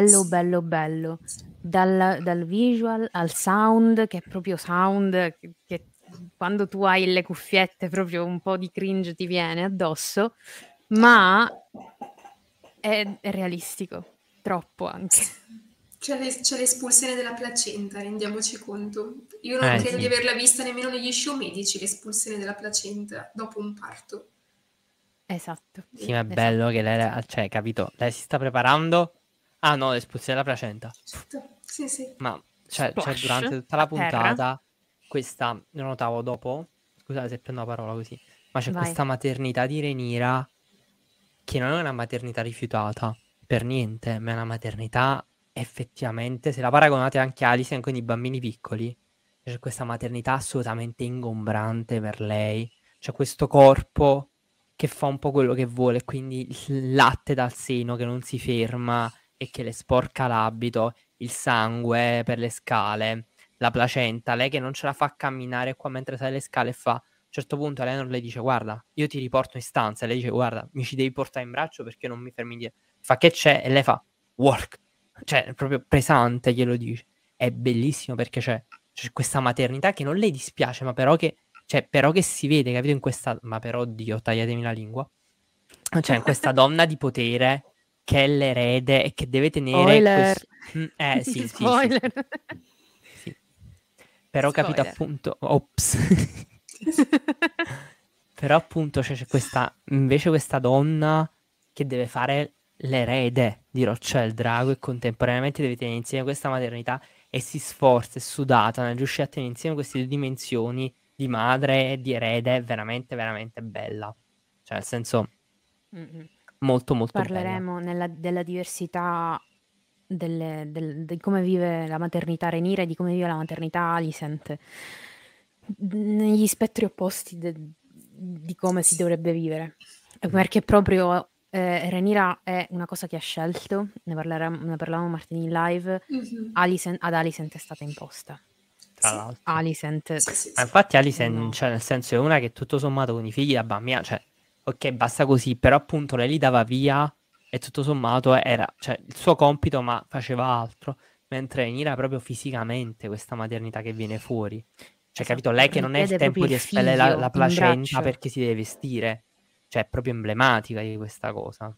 Dal visual al sound, che è proprio sound che quando tu hai le cuffiette proprio un po' di cringe ti viene addosso, ma è realistico, troppo anche. C'è l'espulsione della placenta, rendiamoci conto. Io non credo sì. di averla vista nemmeno negli show medici, l'espulsione della placenta dopo un parto. Esatto. Sì, ma è bello che lei, cioè, capito? Lei si sta preparando. Ah no, l'espulsione della placenta. Sì. Ma cioè Splash durante tutta la a terra. puntata, questa, lo notavo dopo, scusate se prendo la parola così, ma c'è Vai. questa maternità di Rhaenyra che non è una maternità rifiutata, per niente, ma è una maternità effettivamente, se la paragonate anche a Alicent con i bambini piccoli, c'è questa maternità assolutamente ingombrante per lei, c'è questo corpo che fa un po' quello che vuole, quindi il latte dal seno che non si ferma e che le sporca l'abito, il sangue per le scale, la placenta, lei che non ce la fa camminare qua mentre sale le scale e fa, a un certo punto Eleanor le dice guarda, io ti riporto in stanza, e lei dice guarda, mi ci devi portare in braccio perché non mi fermi dietro, fa che c'è, e lei fa work, cioè è proprio pesante, glielo dice, è bellissimo perché c'è questa maternità che non le dispiace, ma però che si vede, capito, in questa, ma però Dio, tagliatemi la lingua, cioè in questa donna di potere che è l'erede e che deve tenere sì. Spoiler. Sì. Però capito Spoiler. appunto, ops. Però appunto c'è questa, invece questa donna che deve fare l'erede di Roccia il drago e contemporaneamente deve tenere insieme questa maternità e si sforza, è sudata nel riuscire a tenere insieme queste 2 dimensioni di madre e di erede, è veramente veramente bella, cioè nel senso molto molto Parleremo della diversità di come vive la maternità Rhaenyra e di come vive la maternità Alicent, negli spettri opposti di come si dovrebbe vivere, perché proprio Rhaenyra è una cosa che ha scelto, ne parlavamo martedì in live. Ad Alicent è stata imposta, tra l'altro. Alicent. Ma infatti Alicent, cioè nel senso, è una che tutto sommato con i figli da bambina, cioè ok, basta così, però appunto lei li dava via e tutto sommato era, cioè, il suo compito, ma faceva altro, mentre Rhaenyra proprio fisicamente questa maternità che viene fuori, cioè capito, lei che non è il tempo di espellere la placenta perché si deve vestire, cioè è proprio emblematica di questa cosa.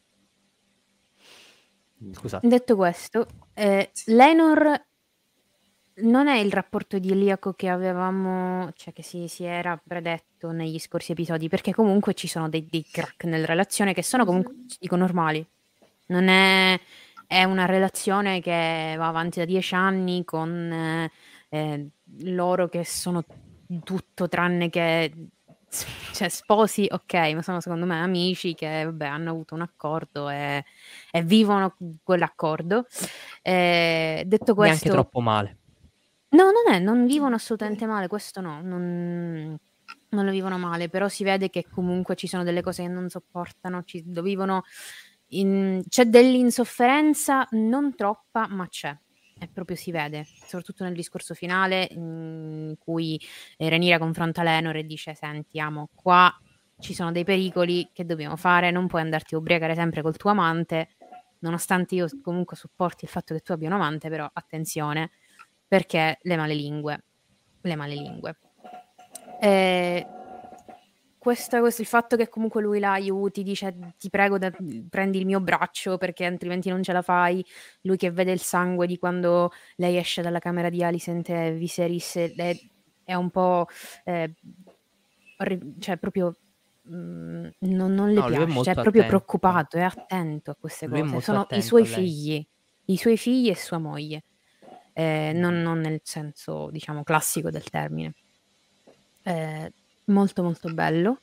Scusate. Detto questo, Lenor non è il rapporto idilliaco che avevamo, cioè che si era predetto negli scorsi episodi, perché comunque ci sono dei crack nella relazione che sono comunque, dico, normali. Non è una relazione che va avanti da 10 anni con loro che sono tutto tranne che, cioè, sposi, ok, ma sono secondo me amici che vabbè, hanno avuto un accordo e vivono quell'accordo. Detto questo, neanche troppo male. No, non vivono assolutamente male, questo no, non lo vivono male, però si vede che comunque ci sono delle cose che non sopportano, lo vivono c'è dell'insofferenza, non troppa, ma c'è, e proprio si vede, soprattutto nel discorso finale in cui Rhaenyra confronta Lenor e dice: senti, amo, qua ci sono dei pericoli, che dobbiamo fare? Non puoi andarti a ubriacare sempre col tuo amante, nonostante io comunque supporti il fatto che tu abbia un amante, però attenzione, perché le male lingue. Il fatto che comunque lui la aiuti, dice: ti prego, prendi il mio braccio perché altrimenti non ce la fai. Lui che vede il sangue di quando lei esce dalla camera di Alicent e Viserys è un po' cioè proprio non le piace, cioè è proprio preoccupato, è attento a queste cose. Sono i suoi figli e sua moglie. Non nel senso, diciamo, classico del termine. Molto molto bello.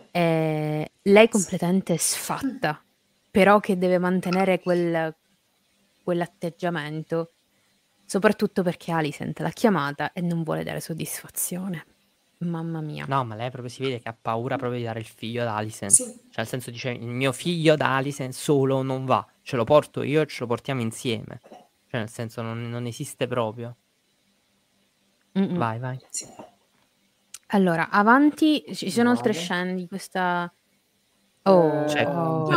Lei completamente sfatta, però che deve mantenere quell'atteggiamento, soprattutto perché Alicent l'ha chiamata e non vuole dare soddisfazione. Mamma mia. No, ma lei proprio si vede che ha paura proprio di dare il figlio ad Alicent. Sì. Cioè, nel senso, dice, il mio figlio da Alicent solo non va. Ce lo porto io e ce lo portiamo insieme. Cioè, nel senso, non esiste proprio. Mm-mm. Vai. Sì. Allora, avanti, ci sono altre Vado. scene di questa... Cioè, Oh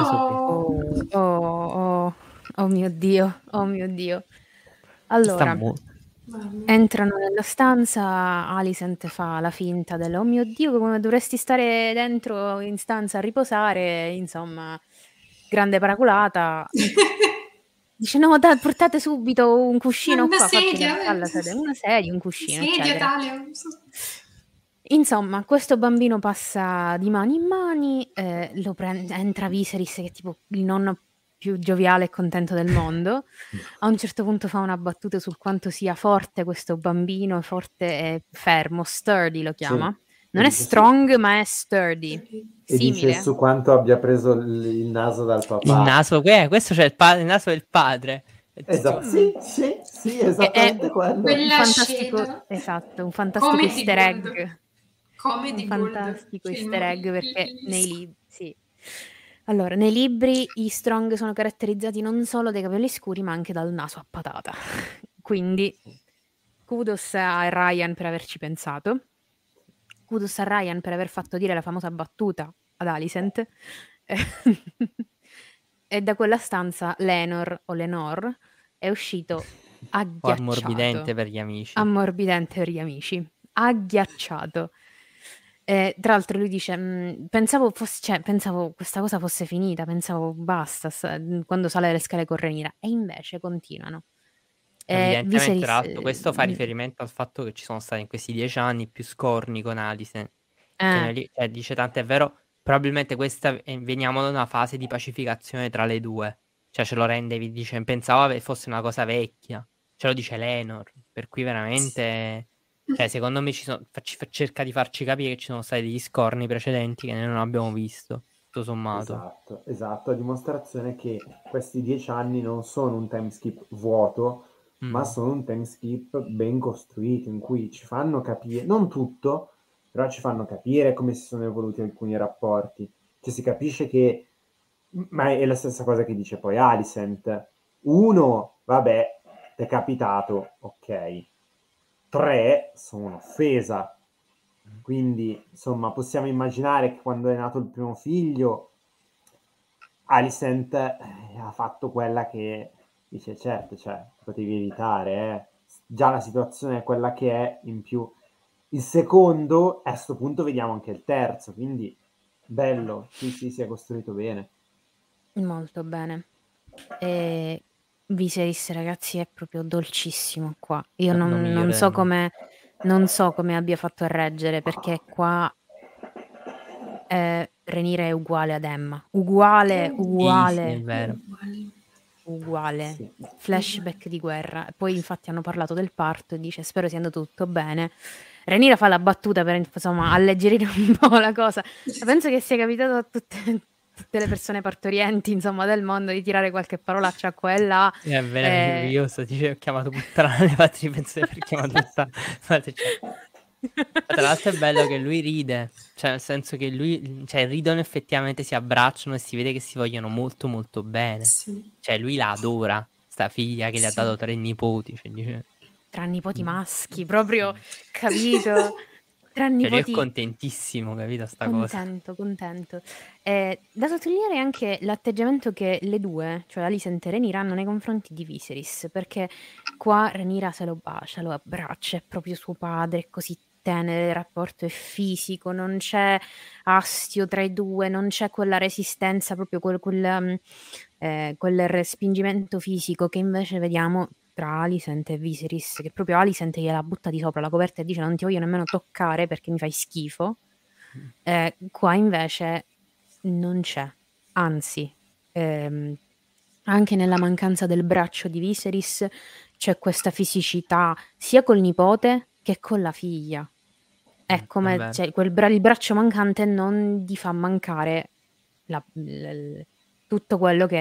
mio Dio, oh mio Dio. sta Allora, molto. Mamma mia. entrano nella stanza, Alicent fa la finta del oh mio Dio, come dovresti stare dentro in stanza a riposare, insomma, grande paraculata. Dice no, dai, portate subito un cuscino Una qua, fatti sedia, alla sedia, una sedia, un cuscino, sedia eccetera. tale. Insomma, questo bambino passa di mani in mani, entra Viserys che è tipo il nonno più gioviale e contento del mondo. A un certo punto fa una battuta sul quanto sia forte questo bambino, forte e fermo, sturdy lo chiama. Non è dice strong, ma è sturdy. E dice Simile. su quanto abbia preso il naso dal papà. Il naso, questo c'è il naso del padre. Esatto, sì, esattamente quello. Quella Un fantastico, scena. esatto, un fantastico Comedy easter egg. gold. Comedy Un gold. fantastico Film easter egg perché nei bellissimo. libri, sì. Allora, nei libri i Strong sono caratterizzati non solo dai capelli scuri, ma anche dal naso a patata. Quindi, kudos a Ryan per averci pensato. Kudos a Ryan per aver fatto dire la famosa battuta ad Alicent. E da quella stanza Lenor o Lenor è uscito O agghiacciato. ammorbidente per gli amici. Ammorbidente per gli amici. Agghiacciato. Tra l'altro lui dice, pensavo questa cosa fosse finita, pensavo basta, quando sale le scale con Rhaenyra, e invece continuano. Evidentemente, tra l'altro, questo fa riferimento al fatto che ci sono stati in questi 10 anni più scorni con Alicent. Cioè, dice tanto è vero, probabilmente questa veniamo da una fase di pacificazione tra le due. Cioè ce lo rende, dice, pensavo fosse una cosa vecchia. Ce lo dice Lenor, per cui veramente... Cioè, secondo me cerca di farci capire che ci sono stati degli scorni precedenti che noi non abbiamo visto, tutto sommato. Esatto, a dimostrazione che questi 10 anni non sono un timeskip vuoto, ma sono un timeskip ben costruito, in cui ci fanno capire, non tutto, però ci fanno capire come si sono evoluti alcuni rapporti. Cioè si capisce che, ma è la stessa cosa che dice poi Alicent, 1, vabbè, ti è capitato, ok, 3, sono un'offesa. Quindi, insomma, possiamo immaginare che quando è nato il primo figlio, Alicent ha fatto quella che dice, certo, cioè, potevi evitare, già la situazione è quella che è, in più. Il secondo, a questo punto vediamo anche il terzo, quindi bello, sì, si è costruito bene. Molto bene. E Viserys, ragazzi, è proprio dolcissimo qua. Io non so come abbia fatto a reggere, perché qua Rhaenyra è uguale ad Emma. Uguale. Sì, è vero. Uguale. Sì. Flashback di guerra. Poi infatti hanno parlato del parto e dice spero sia andato tutto bene. Rhaenyra fa la battuta per insomma alleggerire un po' la cosa. Penso che sia capitato a tutte le persone partorienti insomma del mondo di tirare qualche parolaccia qua e là. È meraviglioso, dice ho chiamato puttana alle patrie, penso di aver chiamato puttana. Tra l'altro è bello che lui ride, cioè nel senso che lui, cioè ridono effettivamente, si abbracciano e si vede che si vogliono molto molto bene. Sì. Cioè lui la adora, sta figlia che le ha dato 3 nipoti, cioè dice... 3 nipoti maschi, proprio, capito? 3 nipoti... Cioè, io è contentissimo, capito, sta cosa. Contento. Da sottolineare anche l'atteggiamento che le due, cioè Alicent e Rhaenyra, hanno nei confronti di Viserys, perché qua Rhaenyra se lo bacia, lo abbraccia, è proprio suo padre, è così tenero, il rapporto è fisico, non c'è astio tra i due, non c'è quella resistenza, proprio quel respingimento fisico che invece vediamo tra Alicent e Viserys, che proprio Alicent gliela butta di sopra la coperta e dice non ti voglio nemmeno toccare perché mi fai schifo. Qua invece non c'è, anzi anche nella mancanza del braccio di Viserys c'è questa fisicità sia col nipote che con la figlia. È come cioè, il braccio mancante non gli fa mancare tutto quello che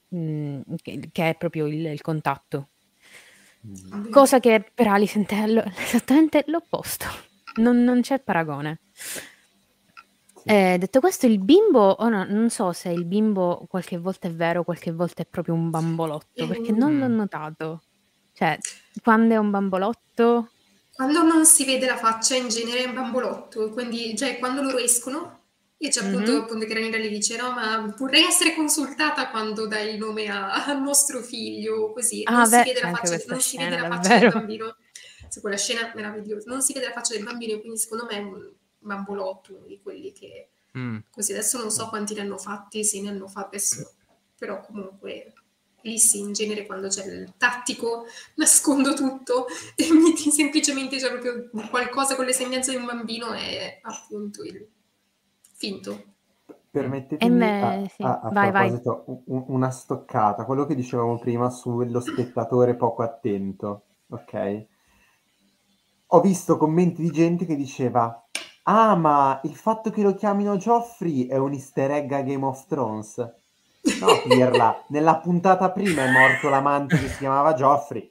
che è proprio il contatto. Mm. Cosa che per Alicent è esattamente l'opposto. Non c'è paragone. Sì. Detto questo, il bimbo, non so se il bimbo qualche volta è vero, qualche volta è proprio un bambolotto, perché non l'ho notato. Cioè, quando è un bambolotto, Quando non si vede la faccia in genere è un bambolotto, quindi cioè quando loro escono e c'è appunto che Rhaenyra gli dice no ma vorrei essere consultata quando dai il nome al nostro figlio, così non si vede c'è la anche faccia, questa non si vede scena, la faccia del davvero. bambino. Sì, quella scena meravigliosa, non si vede la faccia del bambino e quindi secondo me è un bambolotto, uno di quelli che così adesso non so quanti ne hanno fatti, se ne hanno fatti adesso, però comunque lì sì, in genere quando c'è il tattico nascondo tutto e metti semplicemente c'è proprio qualcosa con le sembianze di un bambino è appunto il finto. Permettetemi Sì. a Vai. proposito una stoccata, quello che dicevamo prima sullo spettatore poco attento, ok? Ho visto commenti di gente che diceva ah ma il fatto che lo chiamino Joffrey è un easter egg a Game of Thrones. No, Pirla, nella puntata prima è morto l'amante che si chiamava Joffrey.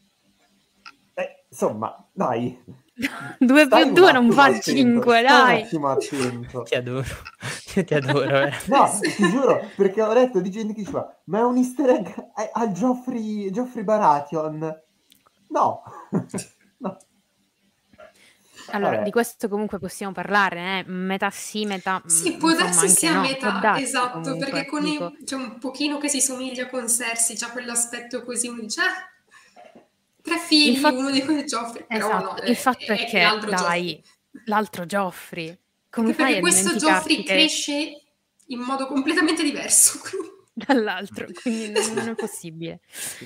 Insomma, dai. 2 Stai più un 2 non attimo fa attento, 5, stai un dai. attimo attento. Ti adoro, io ti adoro. veramente. No, ti giuro, perché ho letto di gente che diceva ma è un easter egg a Joffrey Baratheon. No. No. Allora, di Vabbè. questo comunque possiamo parlare, metà sì, metà Sì, può insomma darsi anche sia a no, può metà, darsi esatto, perché comunque, con dico. c'è un pochino che si somiglia con Cersei, c'ha quell'aspetto così, uno dice, ah, 3 Il figli, fatto uno di quei Joffrey, però no, esatto, il fatto è è che, l'altro Joffrey. dai, l'altro Joffrey, come Anche fai perché a questo Joffrey dimenticarti che cresce in modo completamente diverso. dall'altro, quindi non è possibile.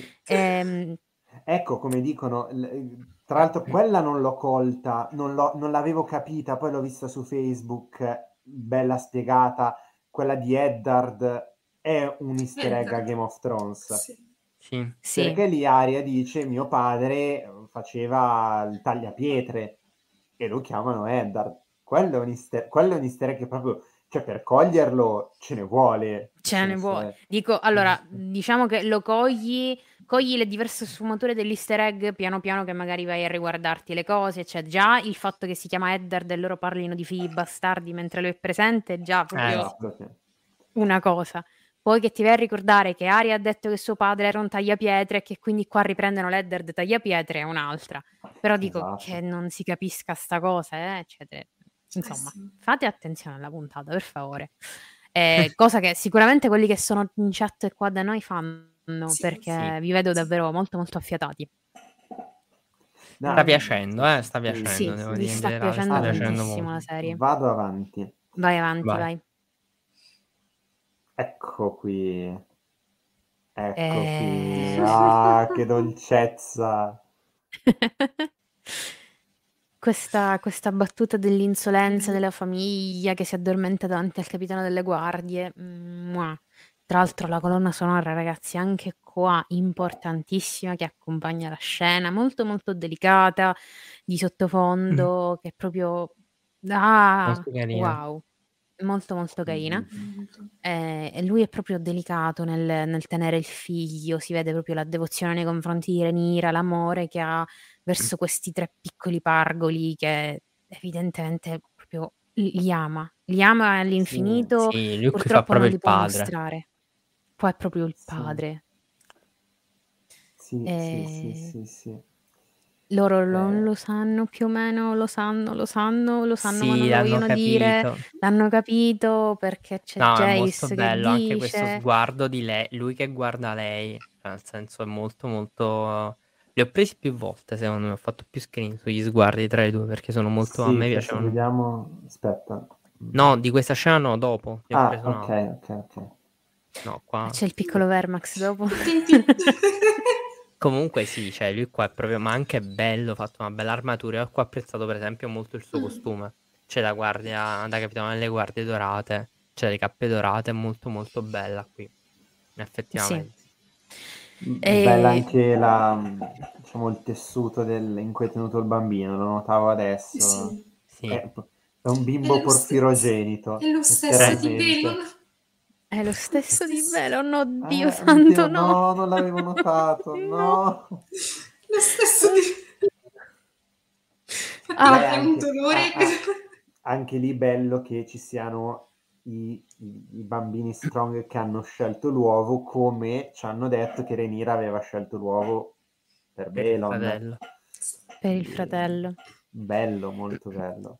Ecco come dicono, tra l'altro quella non l'ho colta, non l'avevo capita, poi l'ho vista su Facebook, bella spiegata, quella di Eddard è un easter egg a Game of Thrones. Sì. Sì. Perché lì Arya dice mio padre faceva il tagliapietre e lo chiamano Eddard. Quello è un easter egg che proprio, cioè per coglierlo ce ne vuole. Ce ne vuole. Dico, allora, diciamo che lo cogli le diverse sfumature dell'easter egg piano piano che magari vai a riguardarti le cose, cioè già il fatto che si chiama Eddard e loro parlino di figli bastardi mentre lui è presente è già proprio Esatto, sì. una cosa. Poi che ti vai a ricordare che Arya ha detto che suo padre era un tagliapietre e che quindi qua riprendono l'Eddard tagliapietre è un'altra. Però dico Esatto. che non si capisca sta cosa, eccetera. Insomma, fate attenzione alla puntata, per favore. Cosa che sicuramente quelli che sono in chat qua da noi fanno, perché vi vedo davvero molto molto affiatati. Sta piacendo, sta piacendo, Sì, devo mi dire in sta generale, piacendo sta piacendo tantissimo la molto. serie. Vado avanti. Vai avanti, Vai. vai. Ecco qui. Ecco qui. Ah, che dolcezza. Questa battuta dell'insolenza della famiglia che si addormenta davanti al capitano delle guardie. Tra l'altro la colonna sonora, ragazzi, anche qua importantissima, che accompagna la scena, molto molto delicata, di sottofondo, che è proprio Molto carina. wow, molto molto carina. E lui è proprio delicato nel tenere il figlio, si vede proprio la devozione nei confronti di Rhaenyra, l'amore che ha verso questi 3 piccoli pargoli che evidentemente proprio li ama all'infinito, Sì, lui qui fa purtroppo non proprio li il può padre. mostrare. Poi è proprio il Sì. padre. Sì, sì. Loro non lo sanno più o meno, lo sanno, ma Sì, non lo l'hanno vogliono dire, capito. l'hanno capito perché c'è No, è molto Jace che bello anche questo dice sguardo di lei, lui che guarda lei, cioè nel senso è molto molto li ho presi più volte secondo me, ho fatto più screen sugli sguardi tra i due perché sono molto a Sì, me cioè se piacevano. vediamo... Aspetta. No, di questa scena no, dopo, ne ho Ah, preso un altro. ok. No, qua c'è il piccolo Vermax dopo. comunque sì, cioè lui qua è proprio ma anche bello, ha fatto una bella armatura. Io qua ho apprezzato per esempio molto il suo costume. C'è da guardia, da capitano delle guardie dorate, c'è le cappe dorate, è molto molto bella qui. Effettivamente. Bella anche diciamo, il tessuto in cui è tenuto il bambino, lo notavo adesso. Sì. È un bimbo porfirogenito. È lo stesso di letteralmente. Balon. È lo stesso di Belon, oddio Oddio, santo, no. no, non l'avevo notato, no. Lo stesso di... Infatti Ah. mi Beh, ha venuto onore. anche lì bello che ci siano i bambini strong che hanno scelto l'uovo, come ci hanno detto che Rhaenyra aveva scelto l'uovo per Per il Balon. fratello. Per il fratello. Bello, molto bello.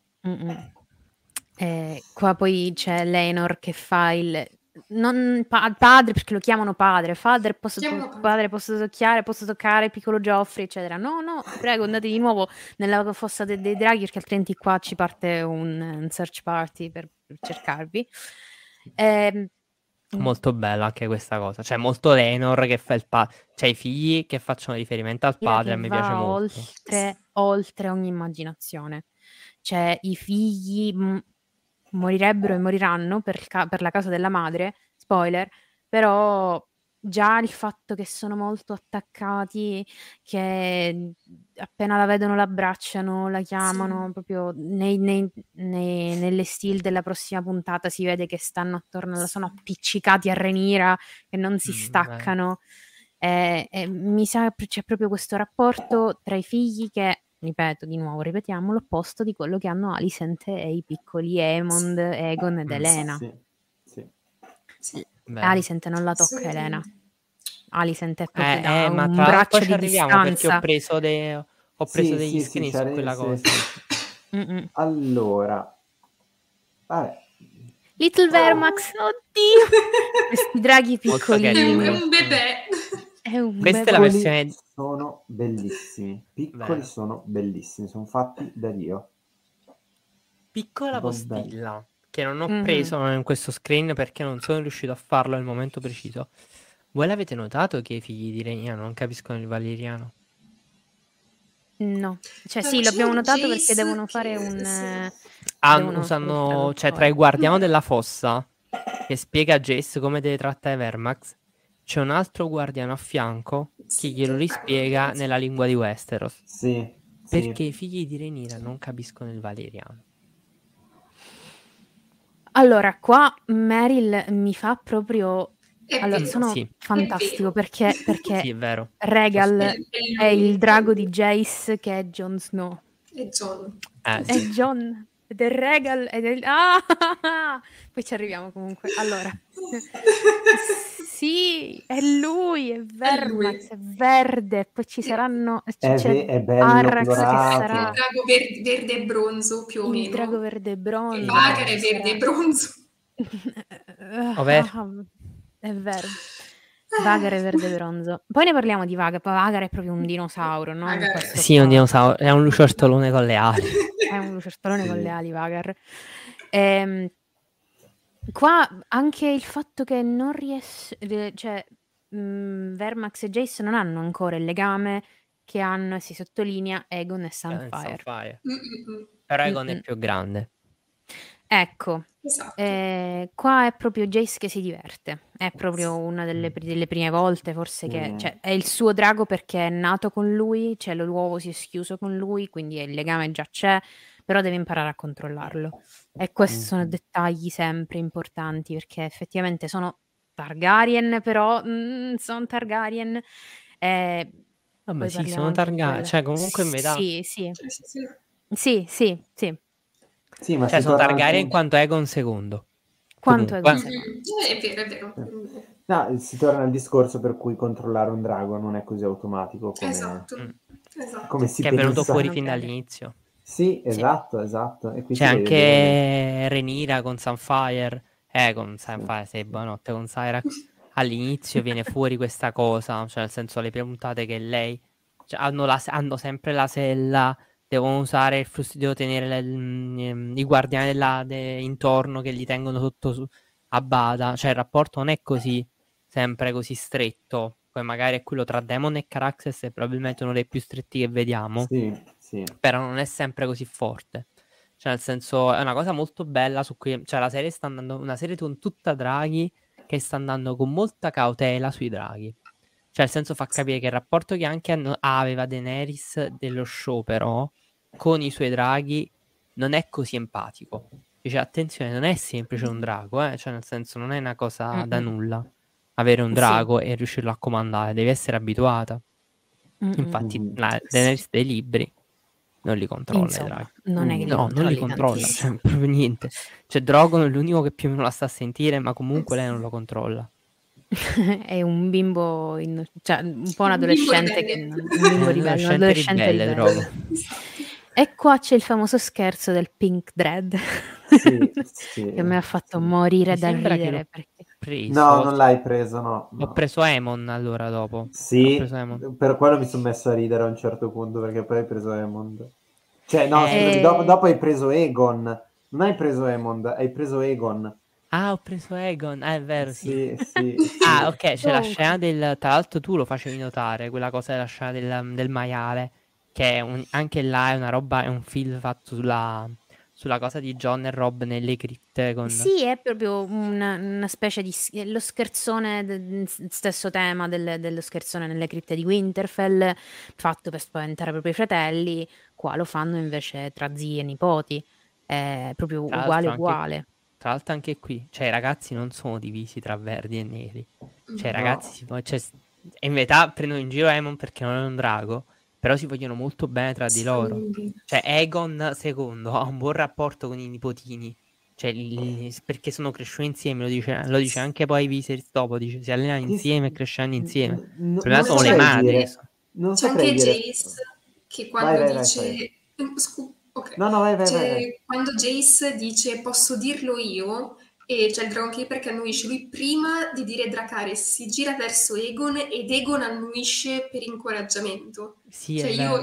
Qua poi c'è Laenor che fa il non padre, perché lo chiamano padre. Padre, posso toccare piccolo Joffrey, eccetera. No, prego, andate di nuovo nella fossa dei draghi, perché altrimenti qua ci parte un search party per cercarvi. Molto bella anche questa cosa. Cioè, molto Lenor che fa il padre. Cioè, i figli che facciano riferimento al padre a me piace va molto. oltre ogni immaginazione. Cioè, i figli morirebbero e moriranno per la causa della madre, spoiler, però già il fatto che sono molto attaccati, che appena la vedono l'abbracciano, la chiamano, proprio nelle still della prossima puntata si vede che stanno attorno, sono appiccicati a Rhaenyra, che non si staccano. Mi sa che c'è proprio questo rapporto tra i figli che, ripeto di nuovo, ripetiamo, l'opposto di quello che hanno Alicent e i piccoli Aemond, Aegon ed Elena. Sì. Alicent non la tocca Elena. Alicent è proprio ma un tra l'altro braccio poi ci di arriviamo perché distanza. ho preso degli screen su quella cosa. Allora, vabbè. Little Vermax, oddio! Questi draghi piccolini. È un bebè. Questa è la versione... Sono bellissimi. Piccoli sono bellissimi. Sono fatti da Dio. Piccola postilla che non ho preso in questo screen perché non sono riuscito a farlo al momento preciso. Voi l'avete notato che i figli di Rhaenyra non capiscono il valeriano? No, cioè sì, l'abbiamo notato perché devono fare usano, cioè tra i guardiani della fossa che spiega a Jace come deve trattare Vermax, c'è un altro guardiano a fianco che glielo rispiega nella lingua di Westeros. Sì. Perché i figli di Rhaenyra non capiscono il valeriano. Allora, qua Meryl mi fa proprio... sono fantastico perché sì, è vero. Regal è il drago di Jace che è Jon Snow. È Jon. È Jon. Ed è Regal ed è... Poi ci arriviamo comunque. Allora. Sì, è lui, è Vermax, è verde. Poi ci saranno... È bello Arrax colorato. che sarà... Il drago verde e bronzo, più o meno. Il drago verde e bronzo. Vhagar è verde e bronzo. È vero. Vhagar è verde e bronzo. Poi ne parliamo di Vhagar. Poi Vhagar è proprio un dinosauro, no? Sì, un dinosauro. È un lucertolone con le ali. È un lucertolone con le ali, Vhagar. Qua anche il fatto che non riesce... Cioè, Vermax e Jace non hanno ancora il legame che hanno, e si sottolinea, Aegon e Sunfire. Però Aegon è più grande. Ecco, esatto. Qua è proprio Jace che si diverte, è proprio una delle prime volte forse che, cioè, è il suo drago perché è nato con lui, cioè l'uovo si è schiuso con lui, quindi il legame già c'è, però deve imparare a controllarlo. E questi sono dettagli sempre importanti perché effettivamente sono Targaryen, però sono Targaryen. Vabbè, sì, sono Targaryen, cioè comunque in metà. Sì. Sì, ma cioè sono Targaryen in quanto Aegon secondo. Quanto Aegon secondo. È vero. No, si torna al discorso per cui controllare un drago non è così automatico come, come si che pensa. è venuto fuori fin dall'inizio. Sì, esatto. E qui c'è anche Rhaenyra con Sunfire, con Sunfire, sei buonanotte con Syrax. All'inizio viene fuori questa cosa, cioè nel senso le prime puntate che lei, cioè, hanno sempre la sella, devono usare il flusso, devono tenere i guardiani intorno che li tengono sotto a bada, cioè il rapporto non è così sempre così stretto, poi magari è quello tra Daemon e Caraxes, è probabilmente uno dei più stretti che vediamo, però non è sempre così forte, cioè nel senso è una cosa molto bella su cui, cioè la serie sta andando, una serie con tutta draghi che sta andando con molta cautela sui draghi, cioè nel senso fa capire che il rapporto che anche aveva Daenerys dello show però con i suoi draghi non è così empatico, Dice, attenzione, non è semplice un drago, cioè nel senso non è una cosa da Mm-mm. nulla avere un Sì. drago e riuscirlo a comandare, devi essere abituata. Mm-mm. Infatti Mhm. la Daenerys dei libri non li controlla i Insomma, draghi. non è che li No, non li controlli controlla, tantissimo. cioè, proprio niente. Cioè Drogon è l'unico che più o meno la sta a sentire, ma comunque lei non lo controlla. È un bimbo, cioè un po' un Un bimbo adolescente che ribelle. un bimbo ribelle, un adolescente ribelle, ribelle. Drogon. E qua c'è il famoso scherzo del Pink Dread Sì, sì. che mi ha fatto morire Mi da sembra che ridere l'ho perché preso. No, non l'hai preso, no. Ho preso Aemon allora dopo. Ho Sì, preso Aemon. per quello mi sono messo a ridere a un certo punto, perché poi hai preso Aemond. Cioè, no, Eh, scusami, dopo hai preso Aegon. Non hai preso Aemond, hai preso Aegon. Ah, ho preso Aegon. Ah, è vero, sì. Sì. Ah, ok, c'è la Comunque. scena del... Tra l'altro tu lo facevi notare, quella cosa della scena del maiale, che è anche là è una roba, è un film fatto sulla cosa di Jon e Robb nelle cripte con... Sì, è proprio una specie di lo scherzone, stesso tema dello scherzone nelle cripte di Winterfell, fatto per spaventare proprio i fratelli. Qua lo fanno invece tra zii e nipoti, è proprio Tra uguale l'altro uguale. Tra l'altro anche qui, cioè i ragazzi non sono divisi tra verdi e neri. Cioè i No. ragazzi e in verità prendono in giro Aemon perché non è un drago, però si vogliono molto bene tra di loro. Cioè Aegon II ha un buon rapporto con i nipotini. Cioè, perché sono cresciuti insieme, lo dice anche poi Viserys dopo, dice si allenano insieme e cresceranno insieme. Il problema Non sono le saprei madri. dire. Non C'è saprei anche dire. Jace che quando Vai, dice... ok. No, vai. Quando Jace dice posso dirlo io, e c'è il Dragon Keeper che annuisce, lui prima di dire Dracarys si gira verso Aegon ed Aegon annuisce per incoraggiamento. Sì, Cioè è vero.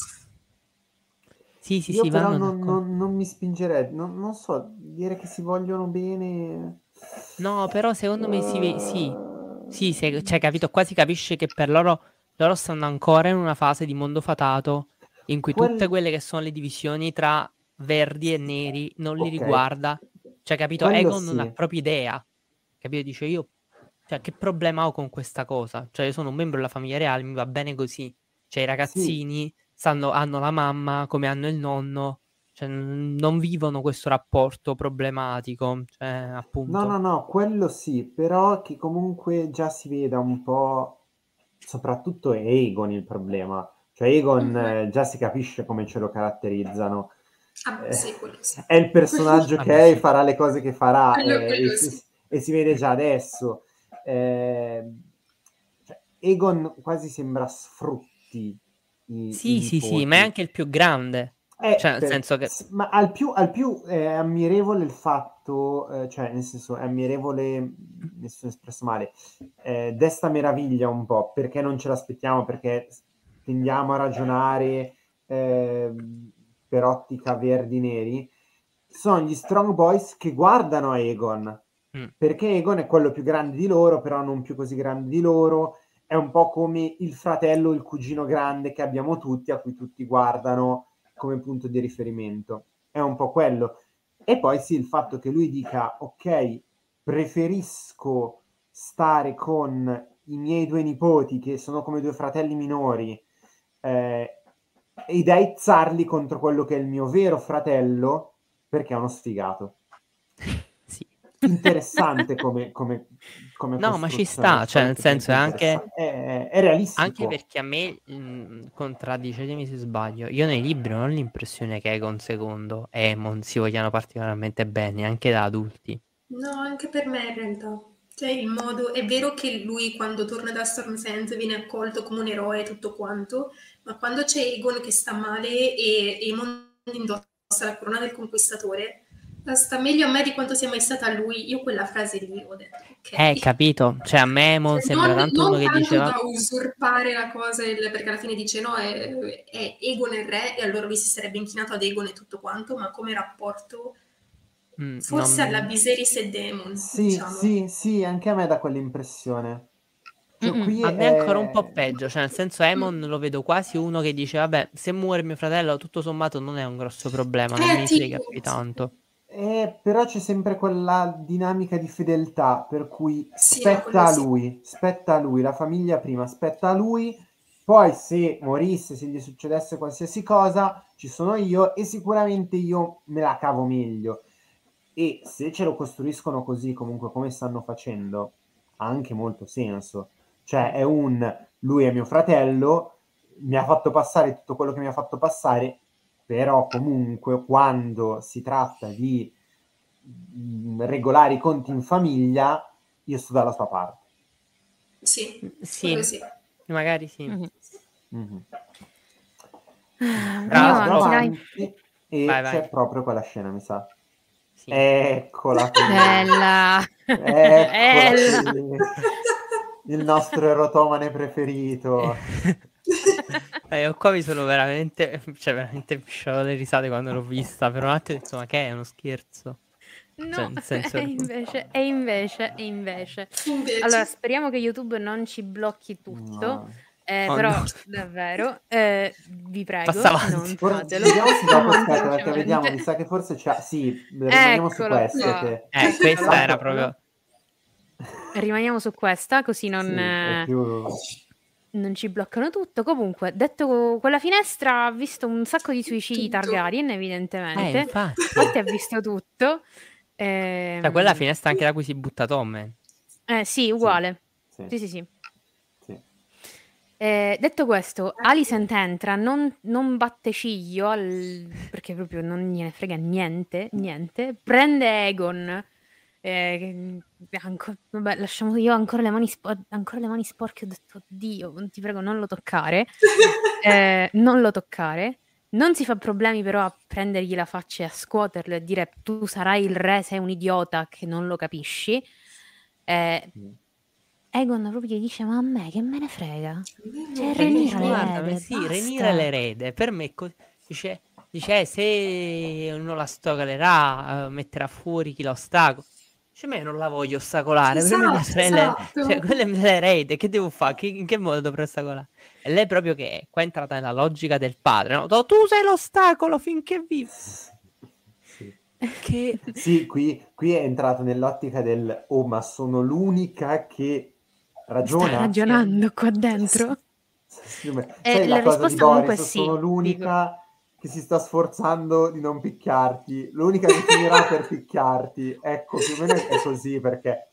Sì, Io però vanno d'accordo. non mi spingerei, non so, dire che si vogliono bene. No, però secondo me sì, cioè, capito, qua si capisce che per loro stanno ancora in una fase di mondo fatato in cui tutte quelle che sono le divisioni tra verdi e neri non li Ok. riguarda. Cioè, capito, Quello Egon non ha sì. proprio idea. Capito? Dice io, cioè, che problema ho con questa cosa? Cioè, io sono un membro della famiglia reale, mi va bene così. Cioè, i ragazzini hanno la mamma come hanno il nonno. Cioè, non vivono questo rapporto problematico, cioè, appunto. No, quello sì, però che comunque già si veda un po', soprattutto è Aegon il problema. Cioè Aegon già si capisce come ce lo caratterizzano. Sì, quello sì. È il personaggio che Vabbè, è sì. e farà le cose che farà Quello sì. e si vede già adesso. Cioè, Aegon quasi sembra sfrutti i Sì, nipoti. ma è anche il più grande. Cioè, nel senso che... Ma al più è ammirevole il fatto, cioè nel senso è ammirevole, mi sono espresso male, desta meraviglia un po', perché non ce l'aspettiamo, perché tendiamo a ragionare per ottica verdi-neri, sono gli Strong Boys che guardano Aegon, perché Aegon è quello più grande di loro, però non più così grande di loro, è un po' come il fratello o il cugino grande che abbiamo tutti, a cui tutti guardano come punto di riferimento. È un po' quello. E poi sì, il fatto che lui dica, ok, preferisco stare con i miei due nipoti, che sono come due fratelli minori, ed aizzarli contro quello che è il mio vero fratello, perché è uno sfigato. Sì. Interessante come no, ma ci sta, cioè nel senso è anche... È realistico. Anche perché a me, contraddicetemi se sbaglio, io nei libri non ho l'impressione che Aegon II e Aemon si vogliano particolarmente bene, anche da adulti. No, anche per me in realtà. Cioè il modo, è vero che lui quando torna da Storm Sands viene accolto come un eroe e tutto quanto, ma quando c'è Aegon che sta male e Aemon indossa la corona del conquistatore, sta meglio a me di quanto sia mai stata a lui. Io quella frase lì ho detto, ok. Capito? Cioè a me Aemon sembra tanto uno che diceva... da usurpare la cosa, perché alla fine dice no, è Aegon il re e allora lui si sarebbe inchinato ad Aegon e tutto quanto, ma come rapporto... Forse alla Viserys e Daemon, diciamo. Sì, anche a me dà quell'impressione. Cioè, qui a me è ancora un po' peggio, cioè nel senso Aemon lo vedo quasi uno che dice vabbè, se muore mio fratello tutto sommato non è un grosso problema, non mi frega più tanto. Però c'è sempre quella dinamica di fedeltà per cui spetta a lui, la famiglia prima, spetta a lui, poi se morisse, se gli succedesse qualsiasi cosa, ci sono io e sicuramente io me la cavo meglio. E se ce lo costruiscono così, comunque come stanno facendo, ha anche molto senso. Cioè è lui è mio fratello, mi ha fatto passare tutto quello che mi ha fatto passare, però comunque quando si tratta di regolare i conti in famiglia, io sto dalla sua parte. Sì, Sì, sì. magari sì. Mhm. Bravo, Avanti, e vai. c'è proprio quella scena, mi sa. Sì. Eccola qui. Bella. Eccola qui. Il nostro erotomane preferito. Io qua mi sono veramente pisciato le risate quando l'ho vista. Per un attimo ho detto, ma che è uno scherzo? No, Cioè, nel senso... e invece. Allora, speriamo che YouTube non ci blocchi tutto. No. Però, no. davvero, vi prego, Passa avanti. non Ora, fatelo. vediamo se dopo, No, aspetta, perché semplicemente. vediamo, mi sa che forse c'è... Sì, rimaniamo su Eccolo questo. qua. Che... Questa era Tanto- proprio... Rimaniamo su questa, così non, Sì, è più... non ci bloccano tutto. Comunque, detto quella finestra, ha visto un sacco di suicidi Tutto. Targaryen, evidentemente. infatti. Ha visto tutto. Cioè, quella finestra anche da cui si butta Tommen. Sì, uguale. Sì. Sì. Sì. Detto questo, Alicent entra, non batte ciglio, perché proprio non gliene frega niente, prende Aegon, vabbè, lasciamo, io ho ancora le mani sporche, ho detto, oddio, ti prego, non lo toccare, non lo toccare, non si fa problemi però a prendergli la faccia e a scuoterlo e dire, tu sarai il re, sei un idiota che non lo capisci, Aegon proprio gli dice, ma a me che me ne frega? Cioè, Rhaenyra l'erede, Sì, basta. Rhaenyra l'erede. Per me dice se non la ostacolerà, metterà fuori chi la ostacola. Dice, me non la voglio ostacolare. Per me mia sorella, cioè, quella è l'erede. Che devo fare? In che modo dovrò ostacolare? E lei proprio che qua è entrata nella logica del padre, no? Tu sei l'ostacolo finché vivi. Sì. Che... Sì, qui è entrato nell'ottica del oh, ma sono l'unica che ragiona. Sta ragionando qua dentro. Sai la la cosa di risposta comunque Boris? è sì, Sono l'unica che si sta sforzando di non picchiarti, l'unica che finirà per picchiarti. Ecco, più o meno è così, perché...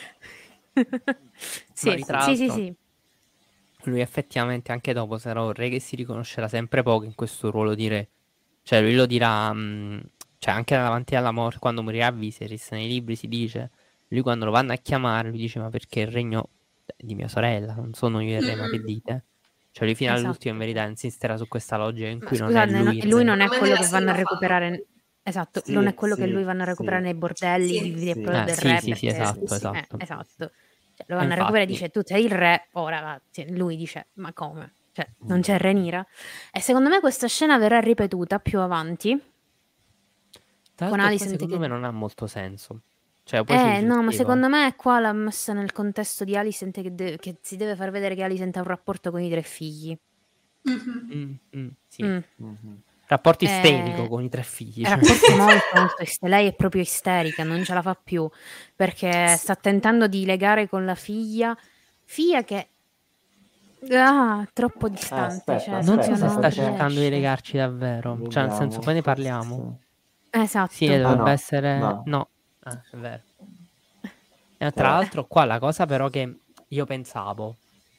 sì. Lui effettivamente anche dopo sarà un re che si riconoscerà sempre poco in questo ruolo di re. Cioè lui lo dirà, cioè anche davanti alla morte, quando morirà Viserys, nei libri si dice, lui quando lo vanno a chiamare, lui dice ma perché il regno di mia sorella, non sono io il re, ma che dite? Cioè lui fino all'ultimo in verità insisterà su questa logica in cui non è lui il re. Lui non è quello che vanno a recuperare... Esatto, Sì, non è quello che sì, lui vanno a recuperare sì. nei bordelli Sì. di vivere Sì. proprio del Sì, re. sì, sì, perché- esatto. esatto. Cioè, lo vanno a recuperare e dice tu sei il re, ora lui dice ma come? Cioè, non c'è Rhaenyra? E secondo me questa scena verrà ripetuta più avanti. Tra Con l'altro qua Alicent secondo che... me non ha molto senso. Cioè poi ci no, ma riflettevo. secondo me qua l'ha messa nel contesto di Alicent che si deve far vedere che Alicent ha un rapporto con i 3 figli. Sì. Mhm. Rapporto isterico con i 3 figli. Cioè. Rapporto molto lei è proprio isterica, non ce la fa più perché sta tentando di legare con la figlia che troppo distante, Aspetta, Non so se non sta perché... cercando di riesce. legarci davvero. Cioè, nel senso, Vediamo, poi ne forse... parliamo. Esatto. Sì, dovrebbe no, essere... no. è vero. E tra l'altro qua la cosa però che io pensavo...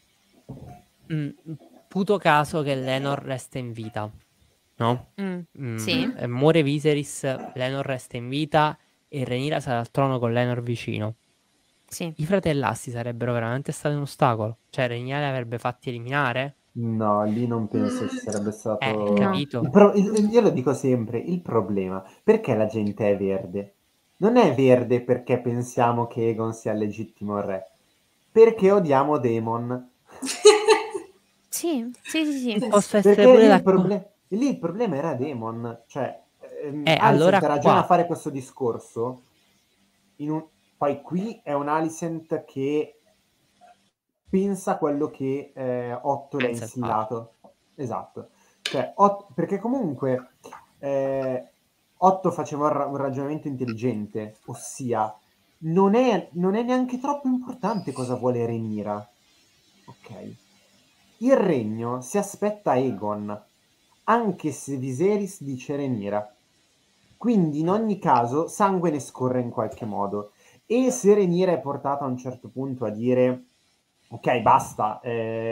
puto caso che Lenor resta in vita, no? Sì. Muore Viserys, Lenor resta in vita e Rhaenyra sarà al trono con Lenor vicino. Sì. I fratellastri sarebbero veramente stati un ostacolo? Cioè Rhaenyra li avrebbe fatti eliminare? No, lì non penso ci sarebbe stato... Capito? Io lo dico sempre, il problema, perché la gente è verde? Non è verde perché pensiamo che Aegon sia il legittimo re, perché odiamo Daemon. Sì. Posso essere Perché pure lì d'accordo. lì il problema era Daemon, cioè Allora Alicent ragiona qua... a fare questo discorso, poi qui è un Alicent che pensa quello che Otto le ha Pensa il padre. instillato. Esatto. Cioè, perché comunque Otto faceva un ragionamento intelligente, ossia non è neanche troppo importante cosa vuole Rhaenyra. Ok. Il regno si aspetta Aegon, anche se Viserys dice Rhaenyra. Quindi in ogni caso sangue ne scorre in qualche modo. E se Rhaenyra è portata a un certo punto a dire ok, basta,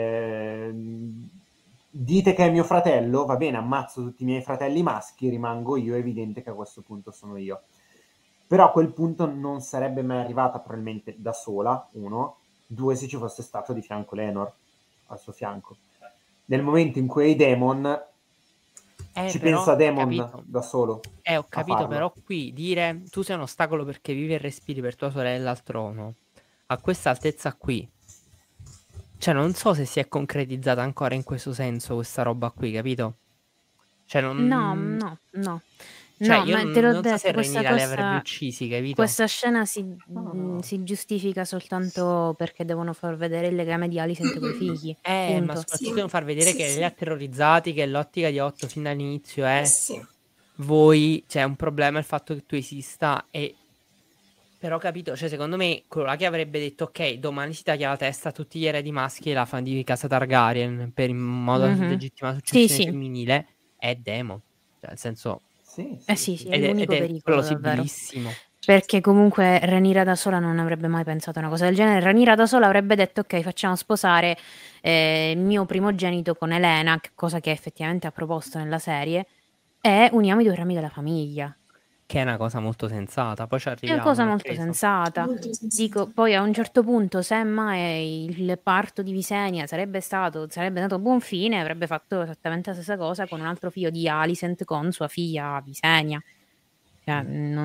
dite che è mio fratello, va bene, ammazzo tutti i miei fratelli maschi, rimango io, è evidente che a questo punto sono io. Però a quel punto non sarebbe mai arrivata probabilmente da sola, uno, due, se ci fosse stato di fianco Lenor, al suo fianco. Nel momento in cui hai Daemon, ci però, pensa Daemon capito. da solo. Ho capito, farlo. però qui dire tu sei un ostacolo perché vivi e respiri per tua sorella al trono, a questa altezza qui, cioè non so se si è concretizzata ancora in questo senso questa roba qui, capito? Cioè No, non... no, no. Cioè No, io ma te l'ho non so se detto, questa Rhaenyra le avrebbe cosa, uccisi, capito? questa scena si, No. si giustifica soltanto perché devono far vedere il legame di Alicent con i figli. Ma Punto. soprattutto Sì, devono far vedere sì, che sì. li ha terrorizzati, che l'ottica di Otto fin dall'inizio è Sì. voi, c'è un problema il fatto che tu esista e... Però capito, cioè secondo me quello là che avrebbe detto ok, domani si taglia la testa a tutti gli eredi maschi e la fan di casa Targaryen per in modo Mhm. legittima Sì, successione sì. femminile è Daemon. Cioè nel senso... Sì, Sì, sì, è Ed l'unico è pericolo, davvero. plausibilissimo. Perché comunque Rhaenyra da sola non avrebbe mai pensato a una cosa del genere. Rhaenyra da sola avrebbe detto ok, facciamo sposare il mio primogenito con Elena, cosa che effettivamente ha proposto nella serie, e uniamo i due rami della famiglia. Che è una cosa molto sensata. Poi ci È una arriviamo, cosa non ho molto preso. sensata. Molto sensato. Dico, poi a un certo punto, semmai il parto di Visenya sarebbe andato a buon fine, avrebbe fatto esattamente la stessa cosa con un altro figlio di Alicent con sua figlia Visenya. Cioè,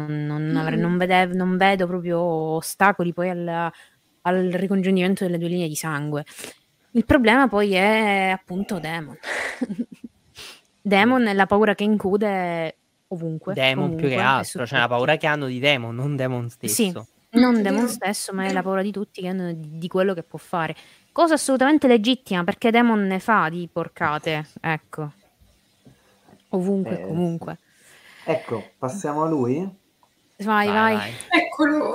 non vedo proprio ostacoli poi al ricongiungimento delle due linee di sangue. Il problema poi è appunto Daemon. Daemon è la paura che incute ovunque, Daemon più che comunque e su altro. Cioè la tutti. paura che hanno di Daemon, non Daemon Sì, stesso. non È Daemon vero, stesso, ma è la vero. paura di tutti che hanno di quello che può fare. Cosa assolutamente legittima, perché Daemon ne fa di porcate, ecco, ovunque e Sì. comunque. Ecco, passiamo a lui. Vai, Vai, vai. vai. Eccolo.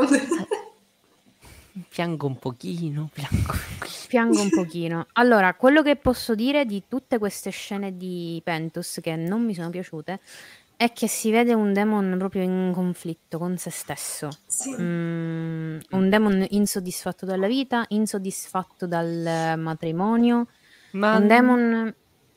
Piango un pochino, piango un pochino. Piango un pochino. Allora, quello che posso dire di tutte queste scene di Pentos che non mi sono piaciute è che si vede un Demon proprio in conflitto con se stesso. Sì. Un Demon insoddisfatto dalla vita, insoddisfatto dal matrimonio, Ma un Demon...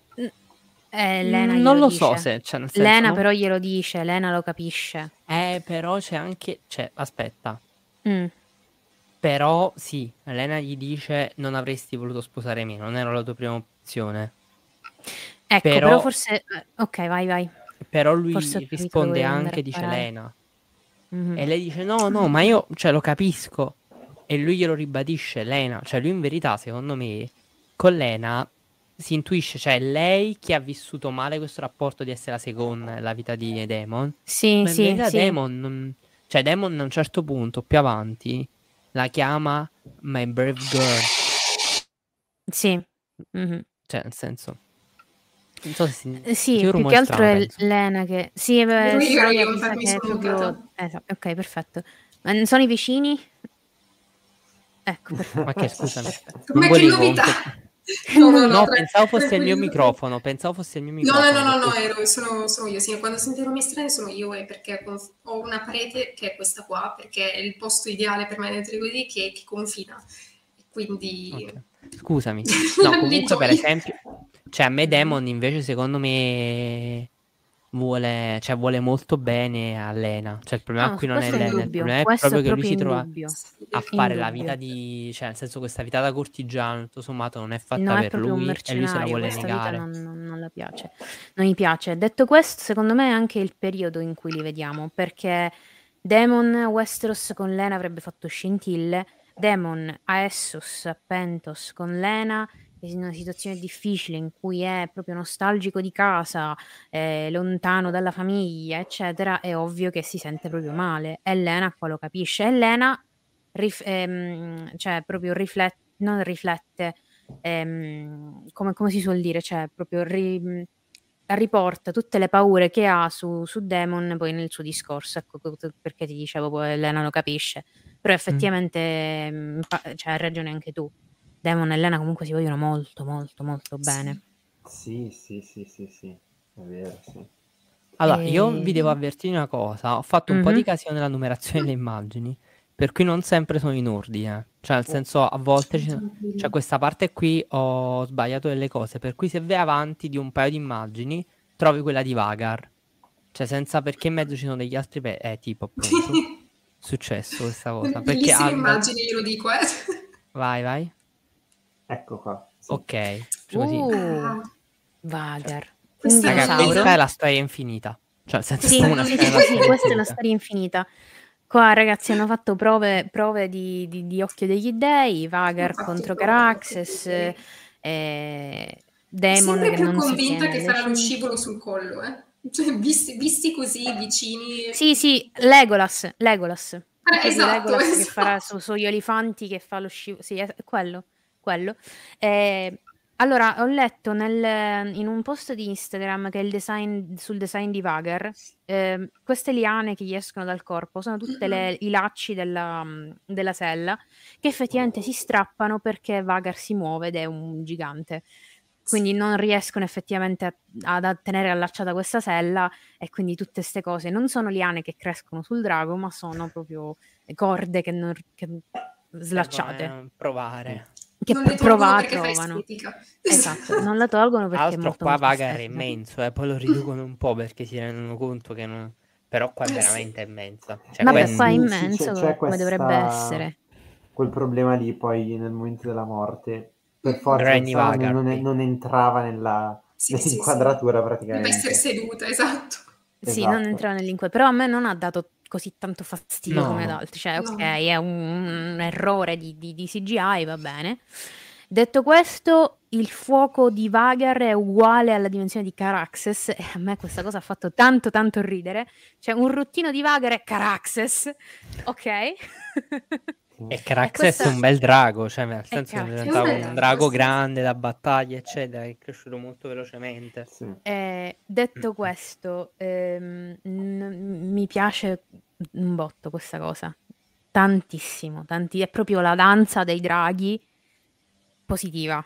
Lena non glielo lo dice. so se, cioè nel senso, Lena no? però glielo dice, Lena lo capisce. Però c'è anche, cioè, aspetta. Mm. Però sì, Elena gli dice non avresti voluto sposare me, non era la tua prima opzione. Ecco, però forse... ok, vai, vai. Però lui Forse ho capito risponde dove vuoi andare anche, a dice parare. Elena. Mhm. E lei dice no, ma io, cioè, lo capisco. E lui glielo ribadisce, Lena. Cioè, lui in verità, secondo me, con Lena si intuisce, cioè, lei che ha vissuto male questo rapporto di essere la seconda nella vita di Daemon. Sì, Ma in sì, verità sì. Daemon, cioè, Daemon a un certo punto, più avanti, la chiama My Brave Girl. Sì. Mhm. Cioè, nel senso... Non so se senti Sì, un più rumore che altro strano, è penso. Lena che... Sì, Ero Saya io, mi sa infatti mi che è sono proprio... mutata. Esatto, ok, perfetto. Ma non sono i vicini? Ecco, perfetto. Ma che, scusami, Perfetto. non Ma che volevo... novità! Non No, No, mi- pensavo fosse il mio tranquillo. microfono, pensavo fosse il mio No, microfono. per questo. sono io, sì. Quando sento i nomi strani sono io, perché ho una parete che è questa qua, perché è il posto ideale per me dentro così che confina. E quindi Ok. Scusami. No, lì comunque, per giochi. esempio, cioè, a me Demon invece, secondo me, vuole molto bene a Lena. Cioè, il problema No, qui su non è questo è Lena, il indubbio. problema è Questo è proprio che lui proprio si trova indubbio. a fare la vita Indubbio. di... Cioè, nel senso, questa vita da cortigiano, tutto sommato, non è fatta No, è per proprio un lui e lui se la mercenario, vuole questa vita negare. non la piace, non gli piace. Detto questo, secondo me è anche il periodo in cui li vediamo, perché Daemon a Westeros con Lena avrebbe fatto scintille, Daemon a Essos, a Pentos con Lena, in una situazione difficile in cui è proprio nostalgico di casa, lontano dalla famiglia, eccetera, è ovvio che si sente proprio male. E Lena qua lo capisce. E Lena cioè proprio non riflette, come si suol dire, cioè proprio riporta tutte le paure che ha su Daemon poi nel suo discorso, ecco perché ti dicevo poi Elena lo capisce, però effettivamente cioè, hai ragione anche tu, Daemon e Elena comunque si vogliono molto molto molto bene. Sì, è vero, sì. Allora, io vi devo avvertire una cosa, ho fatto un po' di casino nella numerazione delle immagini, per cui non sempre sono in ordine, cioè nel senso a volte c'è questa parte qui ho sbagliato delle cose, per cui se vai avanti di un paio di immagini trovi quella di Vagar, cioè senza perché in mezzo ci sono degli altri tipo appunto, è successo questa cosa, perché Bellissime immagini, glielo dico, Vai. Ecco qua. Sì. Ok, così. Vagar. Raga, questa è la storia infinita. Cioè, senza Sì, una scena sì, questa è la storia infinita. Qua, ragazzi, hanno fatto prove di Occhio degli Dei, Vagar contro Caraxes, Demon sempre che più non si convinta tiene che le farà lo cinghie. scivolo sul collo, Cioè, visti così vicini. Sì, Legolas. Proprio Esatto, Legolas che farà sugli olifanti, che fa lo scivolo. Sì, è quello. Allora, ho letto in un post di Instagram che è sul design di Vagar, queste liane che gli escono dal corpo sono tutte i lacci della sella che effettivamente si strappano perché Vagar si muove ed è un gigante. Quindi non riescono effettivamente a tenere allacciata questa sella, e quindi tutte queste cose non sono liane che crescono sul drago, ma sono proprio corde che slacciate. Provare. Che non per le tolgono provare perché fa trovano. estetica. Esatto, non la tolgono perché è Altro molto qua molto Vagar è estetica. immenso, poi lo riducono un po' perché si rendono conto che non... Però qua è veramente immenso. Cioè, Vabbè, qua è sì, immenso c'è come dovrebbe essere. quel problema lì poi nel momento della morte. Per Però forza, è Vagar, non entrava nell'inquadratura praticamente. Deve essere seduta, esatto. Sì, Esatto. non entrava nell'inquadratura, però a me non ha dato così tanto fastidio come ad altri. Cioè, No. ok, è un errore di CGI, va bene. Detto questo, il fuoco di Vagar è uguale alla dimensione di Caraxes, e a me questa cosa ha fatto tanto ridere. Cioè, un ruttino di Vagar è Caraxes, ok? E Caraxes è un bel drago, cioè nel senso che Caraxes diventava è un un bel drago drago, sì. grande da battaglia, eccetera, è cresciuto molto velocemente. Sì. Detto questo, mi piace un botto questa cosa. Tantissimo, è proprio la danza dei draghi positiva.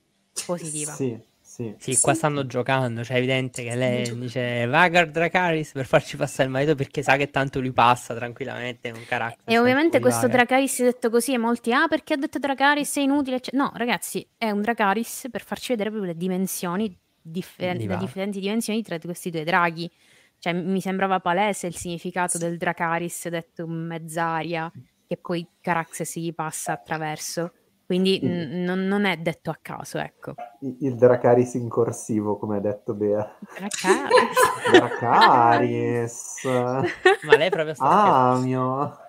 Sì, qua stanno giocando, cioè è evidente che lei dice Vagar Dracarys per farci passare il marito perché sa che tanto lui passa tranquillamente con Caraxes. E ovviamente questo Vagar. Dracarys detto così e molti perché ha detto Dracarys è inutile, no ragazzi, è un Dracarys per farci vedere proprio le dimensioni le differenti dimensioni tra questi due draghi. Cioè mi sembrava palese il significato del Dracarys detto in mezz'aria che poi Caraxes gli passa attraverso. Quindi non è detto a caso, ecco. Il Dracarys in corsivo, come ha detto Bea. Dracarys. Ma lei proprio sta mio.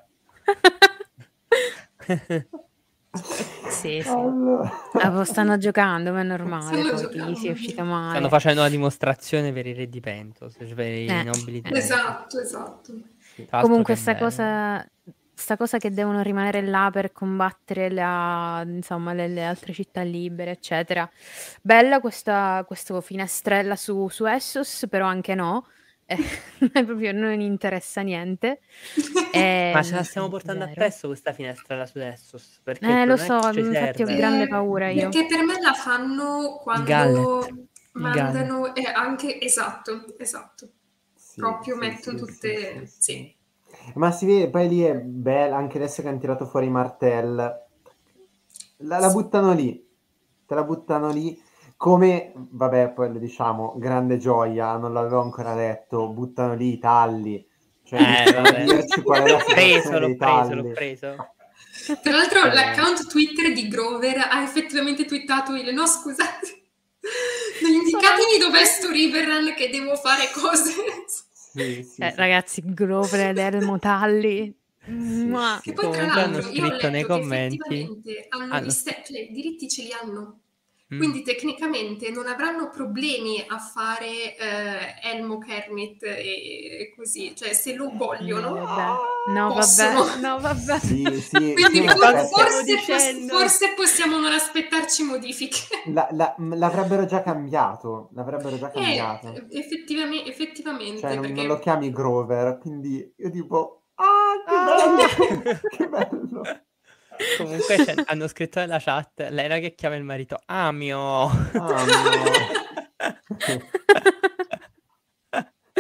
Sì. Allora. Stanno giocando, ma è normale poi che gli sia uscita male. Stanno facendo una dimostrazione per i re di Pentos, cioè per i nobili di Esatto. Comunque sta cosa che devono rimanere là per combattere insomma, le altre città libere, eccetera. Bella questo finestrella su Essos, però anche no. Proprio non interessa niente. Ma ce la stiamo portando appresso questa finestrella su Essos? Perché lo so, ci infatti ho serve. grande paura io. Perché per me la fanno quando mandano anche esatto. Sì, proprio sì, mettono sì, tutte sì. Ma si vede, poi lì è bella, anche adesso che hanno tirato fuori Martell, la buttano lì, te la buttano lì, come, vabbè, poi lo diciamo, grande gioia, non l'avevo ancora detto, buttano lì i talli, cioè iniziano a dirci qual è la situazione dei talli. L'ho preso. Tra l'altro l'account Twitter di Grover ha effettivamente twittato no scusate, indicatemi dov'è sto Riverrun che devo fare cose. Sì. Ragazzi, Grover ed Elmo Talli. Che poi tra l'altro io ho letto che effettivamente hanno i diritti ce li hanno. Quindi tecnicamente non avranno problemi a fare Elmo Kermit e così, cioè se lo vogliono possono. Vabbè. Sì. Quindi Sì, forse possiamo non aspettarci modifiche. L'avrebbero già cambiato. Effettivamente. Cioè perché... non lo chiami Grover, quindi io tipo che bello! Che bello! Comunque hanno scritto nella chat Lena che chiama il marito Amio.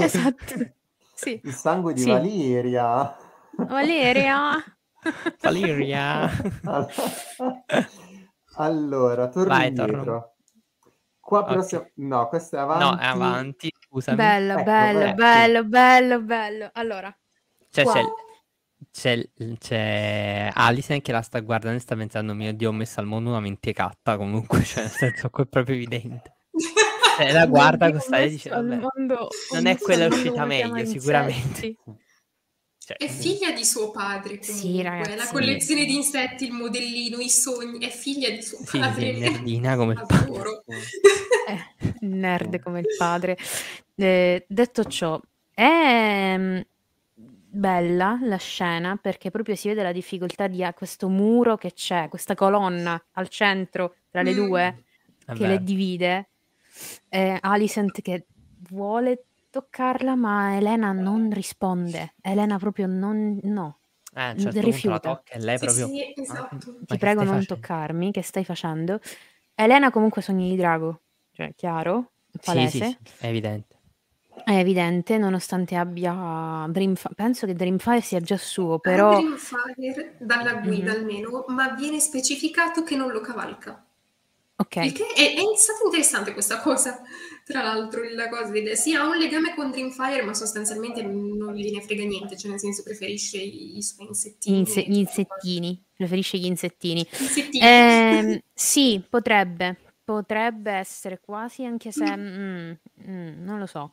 Esatto. Sì. Il sangue di Sì. Valeria. Valeria. Valeria. Allora, torno Vai, indietro. Qua però Ok. no, questo è No, avanti. è avanti, scusami. Bello, Ecco, bello, sì. bello, bello, bello. Allora, Cioè, qua. c'è Alison che la sta guardando e sta pensando, mio Dio, ho messo al mondo una mentecatta, comunque, cioè, nel senso, qua è proprio evidente. Cioè, la Mio guarda Dio, con ho sta e messo dice, al vabbè, mondo, ho non è messo quella al mondo uscita come chiama meglio, sicuramente. insetti. Cioè, È figlia di suo padre Sì, comunque, la ragazzi. collezione di insetti, il modellino, i sogni, è figlia di suo sì, padre. nerdina come il padre. Adoro. Nerd come il padre. Detto ciò, è bella la scena perché proprio si vede la difficoltà di questo muro che c'è, questa colonna al centro tra le due È che le vero. divide. Alicent che vuole toccarla, ma Elena non risponde. Elena proprio no, A un certo punto la rifiuta. tocca e lei Sì, proprio... sì, "Ma esatto. Ti che prego stai non facendo?" toccarmi, che stai facendo? Elena comunque sogni di drago, cioè chiaro, Sì, palese. è evidente. È evidente, nonostante abbia penso che Dreamfire sia già suo, Ha però Dreamfire dalla guida almeno, ma viene specificato che non lo cavalca. ok, Il che è stata interessante questa cosa, tra l'altro, la cosa di sì, ha un legame con Dreamfire, ma sostanzialmente non gliene frega niente, cioè nel senso preferisce i suoi insettini. gli insettini, preferisce gli insettini. Insettini. Sì, potrebbe essere quasi, anche se non lo so.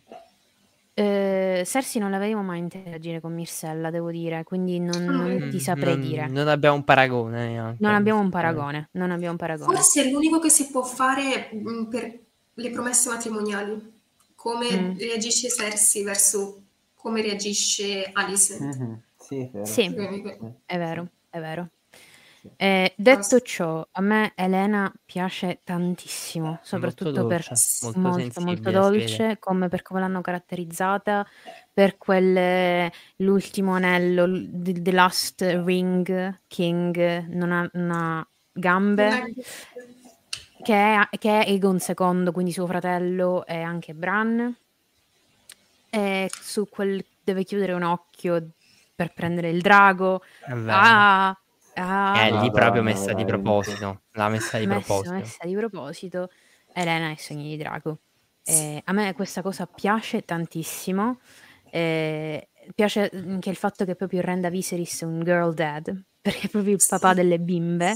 Cersei non la vedevamo mai interagire con Myrcella, devo dire, quindi non ti saprei dire. Non abbiamo un paragone neanche. Non abbiamo un paragone, non abbiamo un paragone. Forse è l'unico che si può fare per le promesse matrimoniali. Come reagisce Cersei verso come reagisce Alicent. Sì, è vero. Sì, Sì. è vero, è vero. Sì. Detto ciò, a me Elena piace tantissimo, soprattutto molto per dolce, molto molto sensibile, dolce, come per come l'hanno caratterizzata, per l'ultimo anello, The Last Ring King, non ha gambe, che è Aegon II, quindi suo fratello e anche Bran, e su quel deve chiudere un occhio per prendere il drago. È vero. Lì proprio Madonna, messa di veramente. proposito. L'ha messa di proposito. Messa di proposito. Elena e Sogni di Drago. A me questa cosa piace tantissimo. Piace anche il fatto che proprio renda Viserys un girl dad, perché è proprio il papà delle bimbe.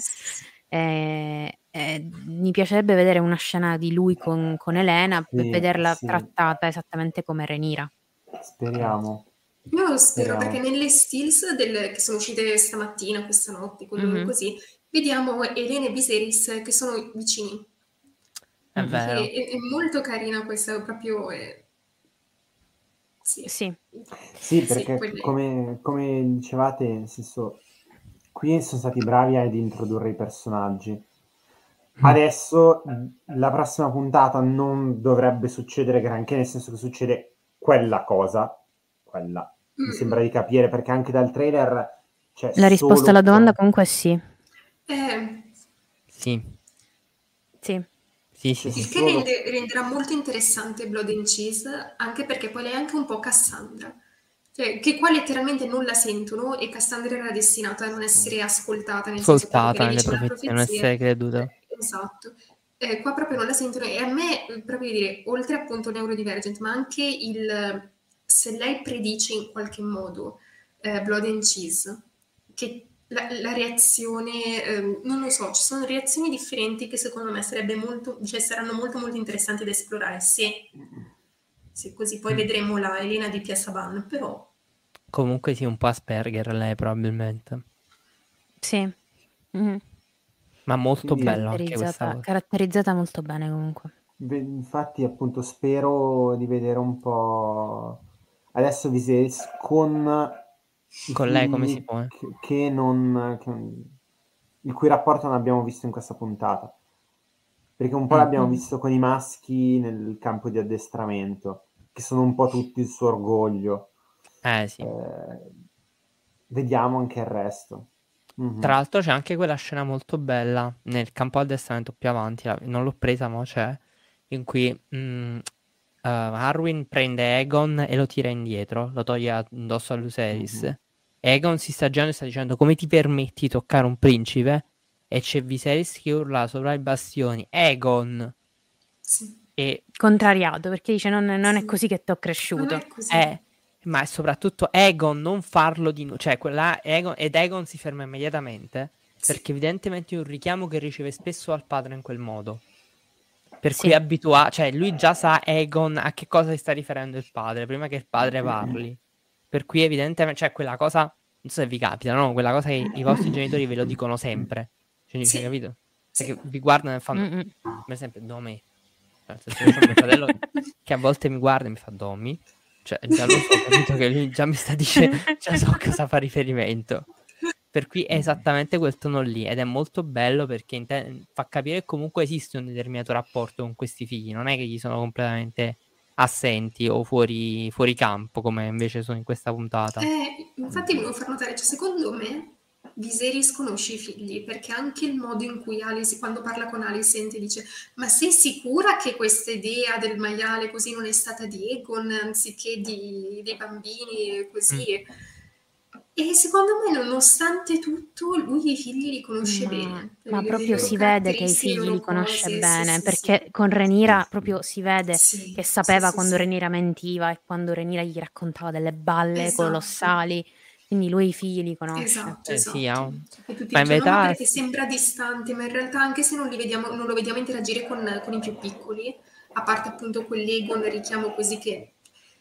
Mi piacerebbe vedere una scena di lui con Elena, per vederla trattata esattamente come Rhaenyra. Speriamo. Io lo spero perché nelle stills che sono uscite stamattina, questa notte, così, vediamo Elena e Viserys che sono vicini. È vero. È molto carina questa, proprio... Sì, perché come dicevate, nel senso, qui sono stati bravi ad introdurre i personaggi. Adesso la prossima puntata non dovrebbe succedere granché, nel senso che succede quella cosa, mi sembra di capire, perché anche dal trailer c'è la risposta alla domanda comunque è sì. Sì. Il che renderà molto interessante Blood and Cheese, anche perché poi lei è anche un po' Cassandra. Cioè, che qua letteralmente non la sentono e Cassandra era destinata a non essere ascoltata, nel senso che lei dice la profezia, non essere creduta. Esatto. Qua proprio non la sentono e a me, proprio dire, oltre appunto Neurodivergent, ma anche se lei predice in qualche modo Blood and Cheese, che la reazione, non lo so, ci sono reazioni differenti che secondo me saranno molto molto interessanti da esplorare se così poi vedremo la Elena di Pia Saban, però comunque sì, un po' Asperger lei probabilmente. Sì. Ma molto bella anche questa cosa. Caratterizzata molto bene comunque. Infatti appunto spero di vedere un po' adesso Viserys con lei come si pone? il cui rapporto non abbiamo visto in questa puntata, perché un po' l'abbiamo visto con i maschi nel campo di addestramento, che sono un po' tutti il suo orgoglio. Sì. Vediamo anche il resto. Tra l'altro c'è anche quella scena molto bella nel campo addestramento più avanti, non l'ho presa, ma c'è, in cui Arwen prende Aegon e lo tira indietro, lo toglie indosso a Lucerys. Mhm. Aegon si sta girando e sta dicendo: come ti permetti di toccare un principe? E c'è Viserys che urla sopra i bastioni: Aegon! Sì. E Contrariato, perché dice non è Sì. così che t'ho Non cresciuto. è così. ma soprattutto Aegon non farlo di nuovo, cioè Aegon si ferma immediatamente, Sì. perché evidentemente è un richiamo che riceve spesso dal padre in quel modo. Per Sì. cui è abituato, cioè lui già sa Aegon a che cosa si sta riferendo il padre, prima che il padre parli. Per cui evidentemente, cioè quella cosa, non so se vi capita, no? Quella cosa che i vostri genitori ve lo dicono sempre. Cioè, Sì. capito? Cioè, Sì. che vi guardano e fanno, Mm-mm. per esempio, Domi. Cioè, nel senso, io ho mio fratello che a volte mi guarda e mi fa Domi. Cioè, già lo so, capito che lui già mi sta dicendo, già so a cosa fa riferimento. Per cui è esattamente quel tono lì, ed è molto bello perché fa capire che comunque esiste un determinato rapporto con questi figli, non è che gli sono completamente assenti o fuori campo come invece sono in questa puntata. Infatti volevo far notare, cioè, secondo me Viserys conosce i figli, perché anche il modo in cui Alice, quando parla con Alicent, dice: ma sei sicura che questa idea del maiale così non è stata di Aegon anziché dei bambini così? E secondo me, nonostante tutto, lui i figli li conosce bene, Ma le proprio loro si vede che i caratteristiche, le figli loro li conosce cose. bene, Sì, perché sì, con Rhaenyra proprio si vede sì. che Sì, sapeva sì, quando sì. Rhaenyra mentiva e quando Rhaenyra gli raccontava delle balle Esatto. colossali, quindi lui i figli li conosce. Esatto, Sì, esatto. E tutti ma in dicono: no, ma verità perché sembra distante, ma in realtà anche se non lo vediamo interagire con i più piccoli, a parte appunto quell'Aegon richiamo così che...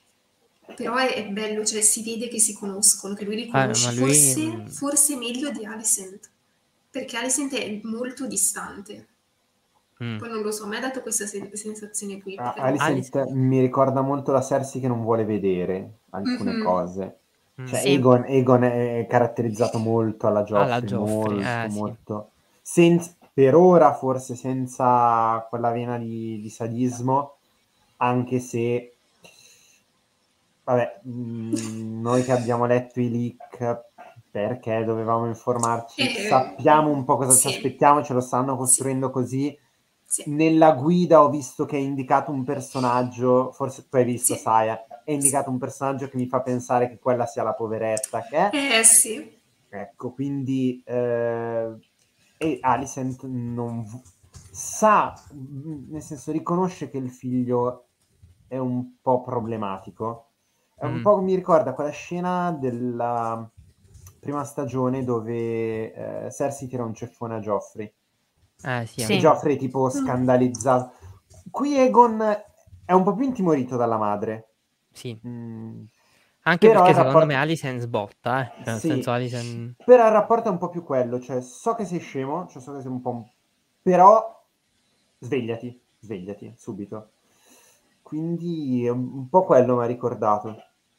Però è bello, cioè si vede che si conoscono, che lui li conosce, ma lui forse meglio di Alicent, perché Alicent è molto distante. Poi non lo so, a me ha dato questa sensazione qui, però... Alicent mi ricorda molto la Cersei che non vuole vedere alcune cose. Cioè, Sì. Aegon è caratterizzato molto alla Joffrey, molto, sì. molto. Per ora forse senza quella vena di sadismo, anche se, vabbè, noi che abbiamo letto i leak perché dovevamo informarci, sappiamo un po' cosa ci sì. aspettiamo, ce lo stanno costruendo così. Nella guida ho visto che è indicato un personaggio, forse tu hai visto, Sì. Saya, è indicato un personaggio che mi fa pensare che quella sia la poveretta che è. Sì. Ecco, quindi e Alicent non sa, nel senso riconosce che il figlio è un po' problematico. È un po' mi ricorda quella scena della prima stagione dove Cersei tira un ceffone a Joffrey. Sì, E Joffrey tipo scandalizzato. Qui Aegon è un po' più intimorito dalla madre. Sì. Mm. Anche Però perché il secondo rapporto... me Alicent sbotta, cioè, nel Sì, senso Alicent... però il rapporto è un po' più quello, cioè so che sei scemo, cioè so che sei un po'... però svegliati subito. Quindi un po' quello mi ha ricordato.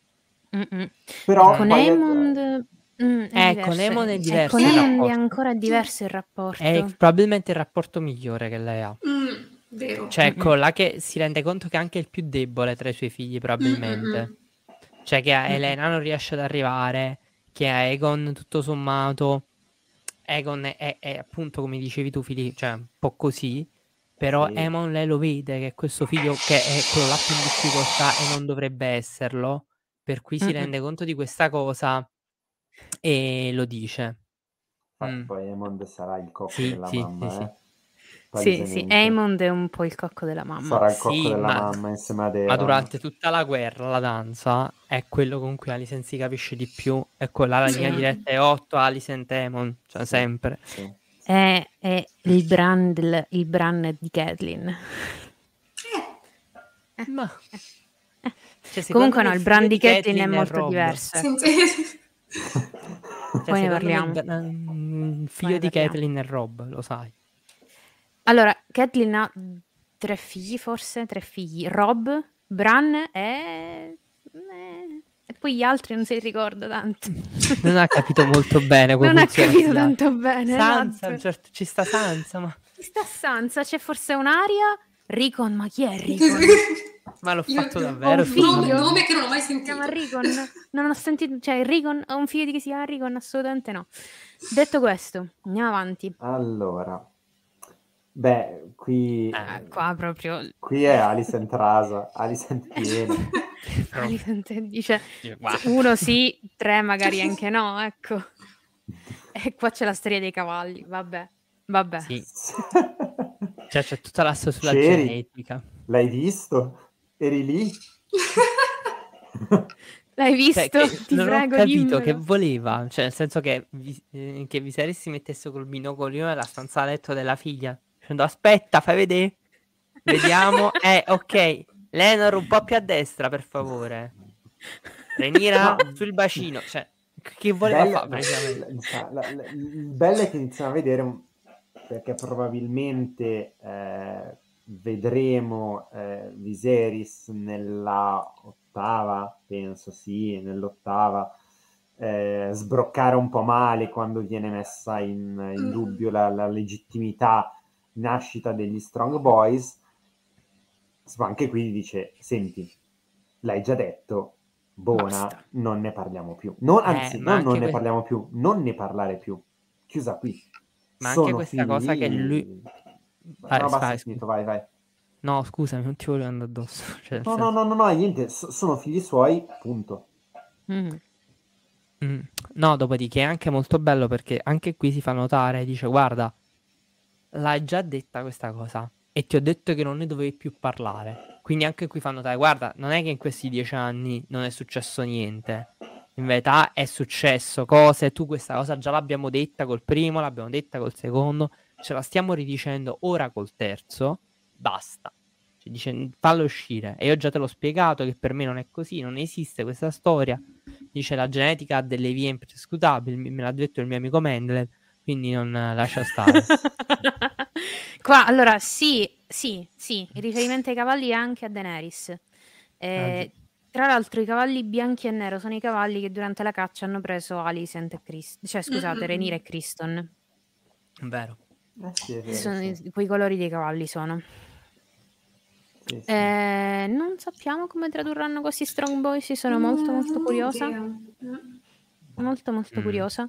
Però Con poi... Aemond è con diverso. Aemond è E diverso con il Aemond è rapporto. ancora diverso il rapporto. È probabilmente il rapporto migliore che lei ha. Vero. Cioè, ecco, là che si rende conto che è anche il più debole tra i suoi figli, probabilmente. Cioè, che a Elena non riesce ad arrivare, che a Aegon, tutto sommato, Aegon è appunto, come dicevi tu, Filippo, cioè, un po' così, però Sì. Aemon lei lo vede che è questo figlio che è quello là più in difficoltà e non dovrebbe esserlo, per cui si rende conto di questa cosa e lo dice. Infatti poi Aemond sarà il cocco Sì, della sì, mamma, sì, sì. Sì, Aemond è un po' il cocco della mamma. Sarà il cocco Sì, della mamma insieme ad ma Euron. durante tutta la guerra, la danza, è quello con cui Alicent si capisce di più. È quella la linea diretta è 8, Alicent Aemon, cioè sempre. Sì. È il Bran di Catelyn. Ma... Cioè, Comunque me no, il figlio Bran di Catelyn è Catelyn molto Robb. diverso. Cioè, Poi ne secondo me parliamo. il figlio di Catelyn è Robb, lo sai. Allora, Catelyn ha 3 figli, forse 3 figli. Robb, Bran e poi gli altri non si ricorda tanto. Non ha capito molto bene come Non ha funziona. capito tanto bene. Sansa, Esatto. certo, ci sta Sansa, ma... Ci sta Sansa, c'è forse un'aria? Rickon, ma chi è Rickon? Ma l'ho fatto Ho davvero, un figlio. Un nome che non ho mai Si sentito. chiama Rickon? Non ho sentito, cioè Rickon, ho un figlio di chi si chiama Rickon? Assolutamente no. Detto questo, andiamo avanti. Allora, Beh, qui Qua proprio qui è Alicent rasa, Alicent piena. Alicent dice Guarda. 1 sì, 3 magari anche no, ecco. E qua c'è la storia dei cavalli, vabbè. Sì. Cioè c'è tutta la sulla C'eri? genetica. L'hai visto? Eri lì? L'hai Cioè, visto? che Ti non ho prego, capito che dimmelo. voleva, cioè nel senso che Viserys si mettesse col binocolino nella stanza a letto della figlia, dicendo aspetta, fai vedere, vediamo, ok, Lenor un po' più a destra per favore, Rhaenyra No. sul bacino, cioè che voleva fare No, praticamente? il bello è che iniziamo a vedere, perché probabilmente vedremo Viserys nella ottava, penso sì, nell'ottava, sbroccare un po' male quando viene messa in dubbio la legittimità nascita degli Strong Boys. Ma anche qui dice, senti, l'hai già detto, buona, Basta. non ne parliamo più. Anzi, ma non anche ne parliamo più, non ne parlare più. Chiusa qui. Ma anche Sono questa cosa che figli... lui... No, basta, Vai, finito, vai. No, scusami, non ti volevo andare addosso. Cioè, nel senso- No, niente, sono figli suoi, punto. No, dopodiché è anche molto bello perché anche qui si fa notare, dice guarda, l'hai già detta questa cosa e ti ho detto che non ne dovevi più parlare. Quindi anche qui fa notare, guarda, non è che in questi 10 anni non è successo niente. In verità è successo cose, tu questa cosa già l'abbiamo detta col primo, l'abbiamo detta col secondo, ce la stiamo ridicendo ora col terzo, basta. Cioè, dice, fallo uscire. E io già te l'ho spiegato che per me non è così, non esiste questa storia. Dice, la genetica ha delle vie imprescrutabili, me l'ha detto il mio amico Mendel, quindi non lascia stare. Qua, allora, sì, il riferimento ai cavalli è anche a Daenerys. Tra l'altro i cavalli bianchi e nero sono i cavalli che durante la caccia hanno preso Alicent e Criston, cioè scusate, Rhaenyra e Criston. Vero. Sì, è vero, sì. Quei colori dei cavalli sono. Sì. Non sappiamo come tradurranno questi Strong Boys, sono molto curiosa. Molto curiosa.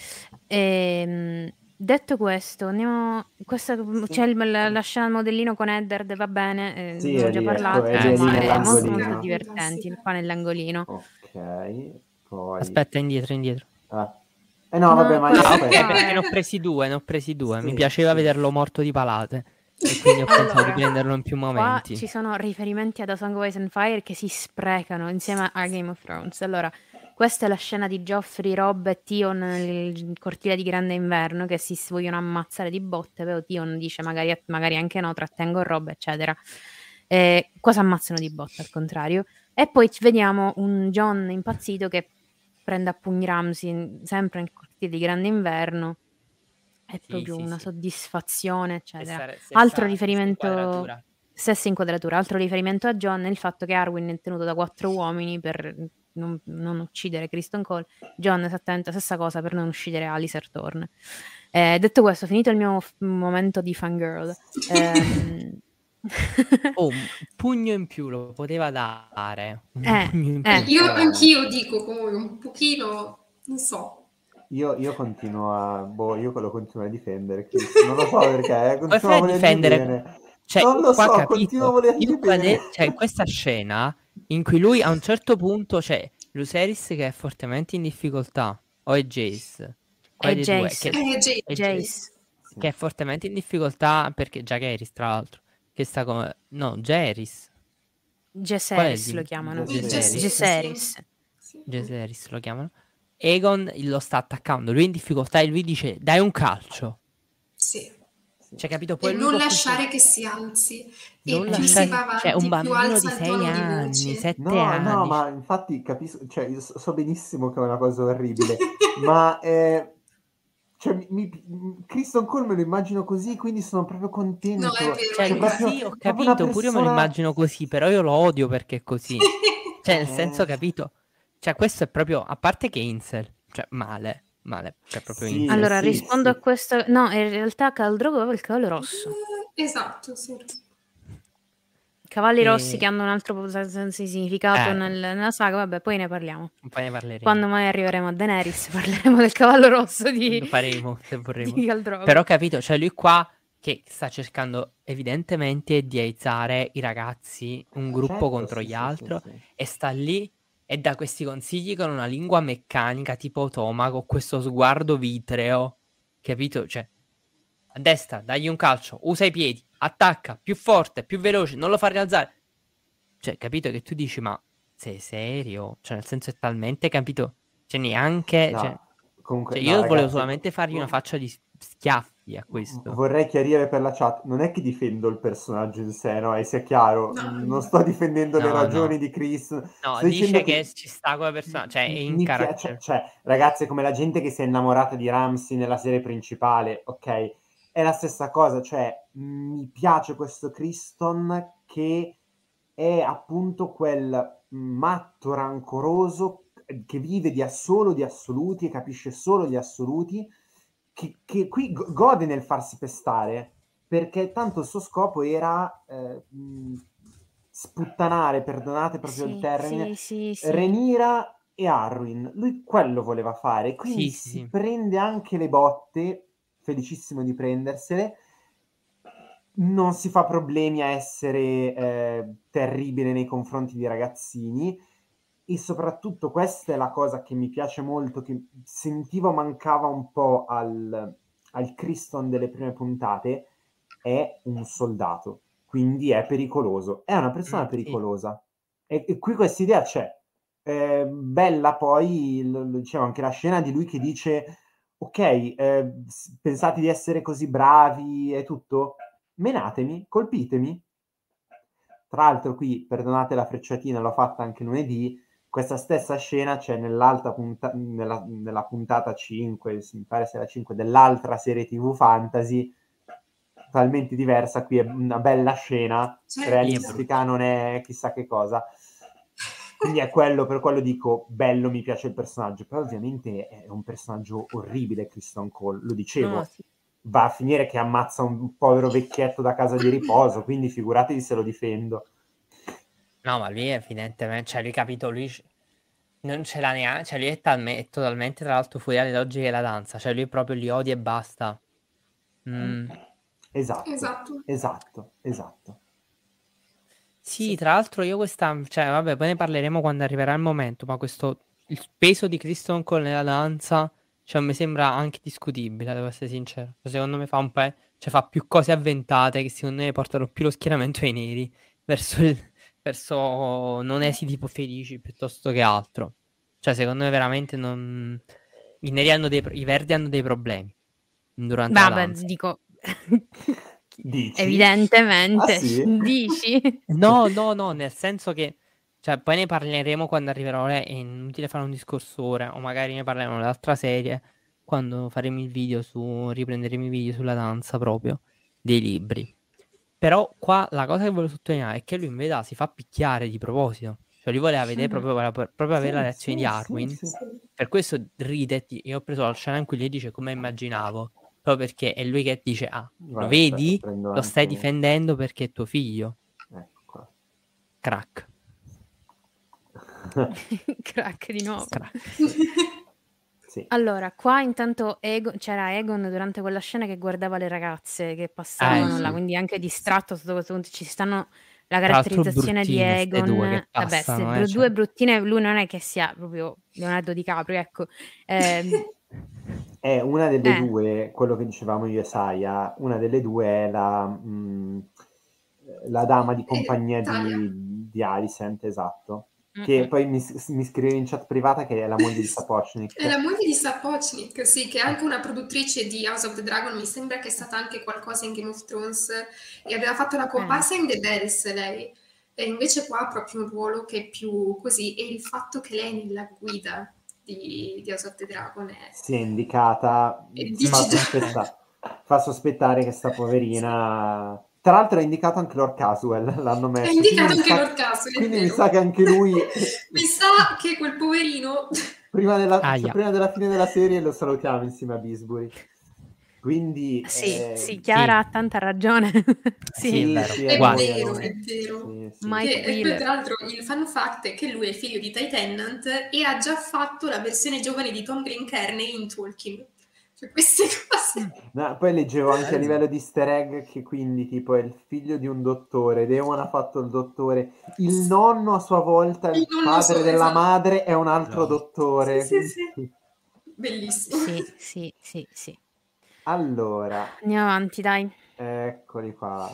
Detto questo, andiamo. C'è la scena del modellino con Eddard, va bene, Sì, ne ho è già lì, parlato, è lì ma è molto nell'angolino. divertenti qua nell'angolino. Ok, poi... Aspetta, indietro. No, vabbè, ma Ah, io ok, perché ne ho presi due. Sì, Mi piaceva vederlo morto di palate. E quindi ho pensato di prenderlo in più momenti. Qua ci sono riferimenti ad A Song of Ice and Fire che si sprecano insieme a Game of Thrones. Allora, questa è la scena di Joffrey, Robb e Tion nel cortile di Grande Inverno che si vogliono ammazzare di botte. Però Tion dice magari anche no, trattengo Robb, eccetera. Qua si ammazzano di botte, al contrario. E poi vediamo un Jon impazzito che prende a pugni Ramsay sempre nel cortile di Grande Inverno. È proprio una soddisfazione, eccetera. Altro riferimento, stessa inquadratura, altro riferimento a Jon è il fatto che Arwen è tenuto da 4 uomini per non uccidere Criston Cole. Jon esattamente la stessa cosa per non uccidere Alistair Thorne. Detto questo, finito il mio momento di fangirl. Un pugno in più lo poteva dare. Anch'io dico comunque un pochino, non so. Io continuo io lo continuo a difendere, non lo so perché, continuo a volergli difendere bene. Cioè, non lo qua so, capito, continuo a volergli bene. Cioè, questa scena in cui lui a un certo punto c'è Lucerys che è fortemente in difficoltà, o è Jace? È Jace. Che è fortemente in difficoltà perché Jaehaerys, tra l'altro, che sta come... No, Jaehaerys. Jaehaerys lo chiamano. Jaehaerys lo chiamano. Aegon lo sta attaccando, lui è in difficoltà e lui dice dai un calcio. Sì. Cioè, capito? Poi e non lasciare che si alzi. Non e più lasciare... si va avanti, un bambino più alza di il 6 tono anni, di voce. 7 No, anni. ma infatti capisco, cioè io so benissimo che è una cosa orribile, ma cioè, Criston Cole me lo immagino così, quindi sono proprio contento. No, è vero, cioè, proprio, sì, ho capito, pure io me lo immagino così, però io lo odio perché è così. Cioè, nel senso, capito? Cioè, questo è proprio, a parte che incel, cioè, male, cioè, proprio incel. Allora, rispondo a questo, no, in realtà Khal Drogo aveva il cavallo rosso. Esatto, sì. Cavalli rossi che hanno un altro significato nella saga, vabbè, poi ne parliamo. Poi ne parleremo. Quando mai arriveremo a Daenerys parleremo del cavallo rosso di... Lo faremo, se vorremo. di Khal Drogo. Però capito, cioè lui qua che sta cercando evidentemente di aizzare i ragazzi, un gruppo Certo, contro sì, gli sì, altri, sì. e sta lì e dà questi consigli con una lingua meccanica tipo Toma, con questo sguardo vitreo, capito? Cioè, a destra, dagli un calcio, usa i piedi, attacca, più forte, più veloce, non lo fa rialzare. Cioè, capito che tu dici, ma sei serio? Cioè, nel senso è talmente, capito? Cioè, neanche... Cioè, No, comunque, no, io volevo ragazzi, solamente fargli una faccia di schiaffi a questo. vorrei chiarire per la chat, non è che difendo il personaggio in sé, no? E sia chiaro, No, non sto difendendo le No, ragioni no. di Chris, No, sto dicendo dice che che ci sta come persona, cioè è in mi piace, carattere. cioè, ragazzi, è come la gente che si è innamorata di Ramsey nella serie principale, ok? È la stessa cosa, cioè, mi piace questo Criston che è appunto quel matto rancoroso che vive solo di assoluti e capisce solo gli assoluti, che qui gode nel farsi pestare, perché tanto il suo scopo era sputtanare, perdonate proprio il Sì, termine, sì, sì, sì. Rhaenyra e Arryn. Lui quello voleva fare, quindi Sì, sì, si sì. prende anche le botte, felicissimo di prendersele, non si fa problemi a essere terribile nei confronti dei ragazzini, e soprattutto questa è la cosa che mi piace molto, che sentivo mancava un po' al Criston delle prime puntate, è un soldato, quindi è pericoloso, è una persona Sì. pericolosa. E qui questa idea c'è. Bella poi, lo dicevo, anche la scena di lui che dice, ok, pensate di essere così bravi e tutto? Menatemi, colpitemi. Tra l'altro qui, perdonate la frecciatina, l'ho fatta anche lunedì, questa stessa scena c'è nella puntata 5, mi pare sia la 5, dell'altra serie TV fantasy, totalmente diversa, qui è una bella scena, certo. realistica, non è chissà che cosa. Quindi è quello, per quello dico, bello, mi piace il personaggio, però ovviamente è un personaggio orribile Criston Cole, lo dicevo, No, sì. va a finire che ammazza un povero vecchietto da casa di riposo, quindi figuratevi se lo difendo. No, ma lui evidentemente, cioè lui capito, lui non ce l'ha neanche, cioè lui è totalmente tra l'altro fuori dalle logiche della danza, cioè lui proprio li odia e basta. Esatto. Sì, tra l'altro io cioè vabbè, poi ne parleremo quando arriverà il momento, ma il peso di Kristen Cole nella danza, cioè mi sembra anche discutibile, devo essere sincero. Cioè, secondo me cioè, fa più cose avventate che secondo me portano più lo schieramento ai neri verso non esiti tipo felici piuttosto che altro. Cioè, secondo me veramente non... I verdi hanno dei problemi durante la Vabbè, danza. dico, Dici? evidentemente, Ah, sì? dici? No, nel senso che, cioè, poi ne parleremo quando arriverà ora, è inutile fare un discorso ora, o magari ne parleremo dell'altra serie, quando faremo il video riprenderemo i video sulla danza proprio, dei libri. Però qua la cosa che voglio sottolineare è che lui in verità si fa picchiare di proposito, cioè lui voleva vedere proprio avere la reazione di Arwen, per questo ride, io ho preso la scena in cui lei dice come immaginavo, proprio perché è lui che dice, lo Guarda, vedi? prendo Lo stai anche... difendendo perché è tuo figlio. Ecco qua. Crack. Crack di nuovo. Crack. Sì. Allora, qua intanto c'era Egon durante quella scena che guardava le ragazze che passavano là, Sì. quindi anche distratto sotto questo punto. Ci stanno la Tra l'altro caratterizzazione di bruttine ste due Egon. che Vabbè, ste passano, due bruttine, lui non è che sia proprio Leonardo DiCaprio, ecco. È una delle due, quello che dicevamo io e Saia, una delle due è la dama di compagnia Talia. di Alicent, esatto. Che poi mi scrive in chat privata che è la moglie di Sapochnik. È la moglie di Sapochnik, sì, che è anche una produttrice di House of the Dragon, mi sembra che è stata anche qualcosa in Game of Thrones e aveva fatto la comparsa in The Bells lei, e invece qua ha proprio un ruolo che è più così, e il fatto che lei è nella guida di House of the Dragon è... Si è indicata, fa sospettare che sta poverina... Tra l'altro è indicato anche Lord Caswell, l'hanno messo. È indicato anche Lord Caswell, quindi mi sa che anche lui... mi sa che quel poverino... prima della fine della serie lo salutiamo insieme a Bisbury. Quindi... Sì, Chiara ha tanta ragione. Sì, è vero. È vero. Sì. E poi tra l'altro il fun fact è che lui è figlio di Ty Tennant e ha già fatto la versione giovane di Tom Glencairn in Tolkien. per queste cose. No, poi leggevo anche a Bello. livello di easter egg che quindi tipo è il figlio di un dottore, Demon ha fatto il dottore, il nonno a sua volta, il Il nonno padre suo, della esatto. madre è un altro No. dottore. Sì, sì. Bellissimo. Sì. Allora, Andiamo avanti, dai. eccoli qua.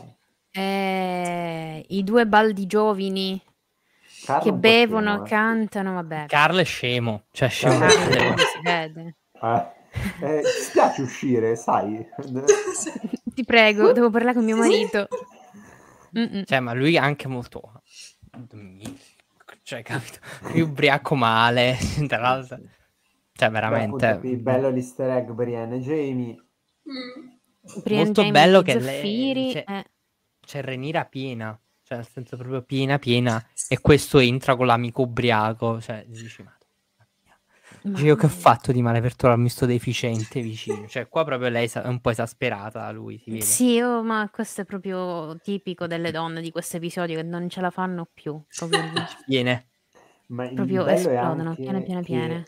I due baldi giovani Carlo che un po' bevono, scemo, cantano, vabbè. Carlo è scemo, cioè scemo Carlo è tutte le scemo. volte. Si vede. Ti spiace uscire, sai? Ti prego, devo parlare con mio marito. Cioè, ma lui è anche molto... Cioè, capito? Più ubriaco male, tra l'altro. Sì. Cioè, Beh, veramente... appunto, qui bello l'easter egg Brienne e Jamie. Brian molto Jamie bello di che Zeffiri. c'è Rhaenyra piena, cioè nel senso proprio piena, e questo entra con l'amico ubriaco, cioè dici, ma dice, io che ho fatto di male per trovarmi sto deficiente vicino, cioè qua proprio lei è un po' esasperata da lui, si vede. Sì, ma questo è proprio tipico delle donne di questo episodio, che non ce la fanno più, proprio Viene. Ma il proprio bello è esplodono, anche piene.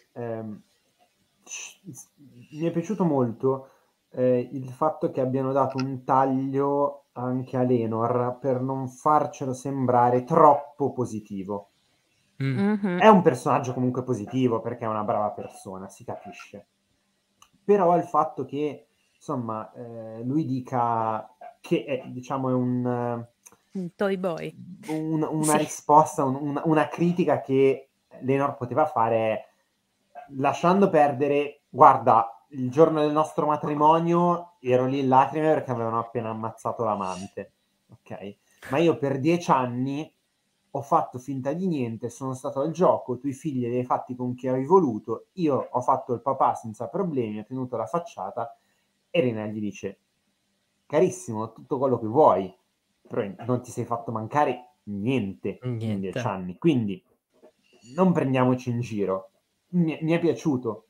mi è piaciuto molto il fatto che abbiano dato un taglio anche a Lenor per non farcelo sembrare troppo positivo. Mhm. È un personaggio comunque positivo perché è una brava persona, si capisce. Però il fatto che, insomma, lui dica che è, diciamo, è Un toy boy. una Sì. risposta, una critica che Lenor poteva fare lasciando perdere, guarda, il giorno del nostro matrimonio ero lì in lacrime perché avevano appena ammazzato l'amante, ok? Ma io per 10 anni ho fatto finta di niente, sono stato al gioco, tu i figli li hai fatti con chi avevi voluto, io ho fatto il papà senza problemi, ho tenuto la facciata, e Rina gli dice, carissimo, tutto quello che vuoi, però non ti sei fatto mancare niente in 10 anni, quindi non prendiamoci in giro. Mi è piaciuto.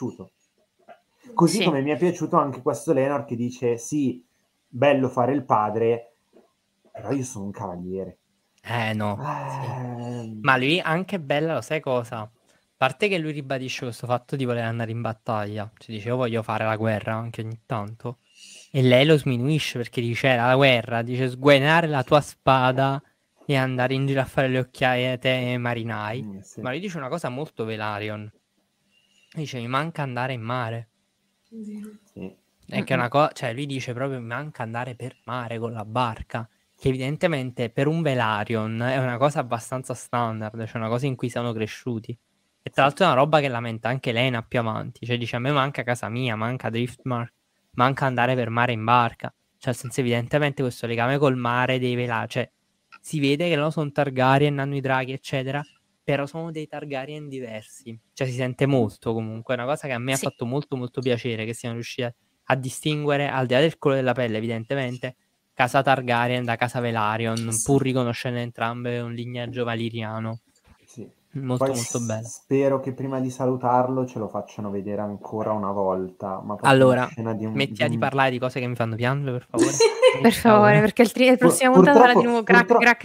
Così Sì. come mi è piaciuto anche questo Lenor che dice, sì, bello fare il padre, però io sono un cavaliere. No. Sì. Ma lui anche bella, lo sai cosa? A parte che lui ribadisce questo fatto di voler andare in battaglia, cioè dice io voglio fare la guerra anche ogni tanto, e lei lo sminuisce perché dice la guerra, dice sguainare la tua spada e andare in giro a fare le occhiaie ai marinai. Sì. Ma lui dice una cosa molto Velaryon, dice mi manca andare in mare. Sì. È che è una cosa, cioè lui dice proprio mi manca andare per mare con la barca, che evidentemente per un Velaryon è una cosa abbastanza standard, cioè una cosa in cui siamo cresciuti. E tra l'altro è una roba che lamenta anche Lena più avanti, cioè dice a me manca casa mia, manca Driftmark, manca andare per mare in barca, cioè nel senso evidentemente questo legame col mare dei Velaryon, cioè si vede che loro sono Targaryen, hanno i draghi eccetera, però sono dei Targaryen diversi, cioè si sente molto comunque, è una cosa che a me ha fatto molto molto piacere che siano riusciti a distinguere, al di là del colore della pelle evidentemente, casa Targaryen da casa Velaryon, pur riconoscendo entrambe un lignaggio valiriano. Sì. Molto Poi molto bello. spero che prima di salutarlo ce lo facciano vedere ancora una volta. Ma proprio allora, una scena di smettila di parlare di cose che mi fanno piangere, per favore. Per favore, perché la prossima puntata sarà di nuovo crack.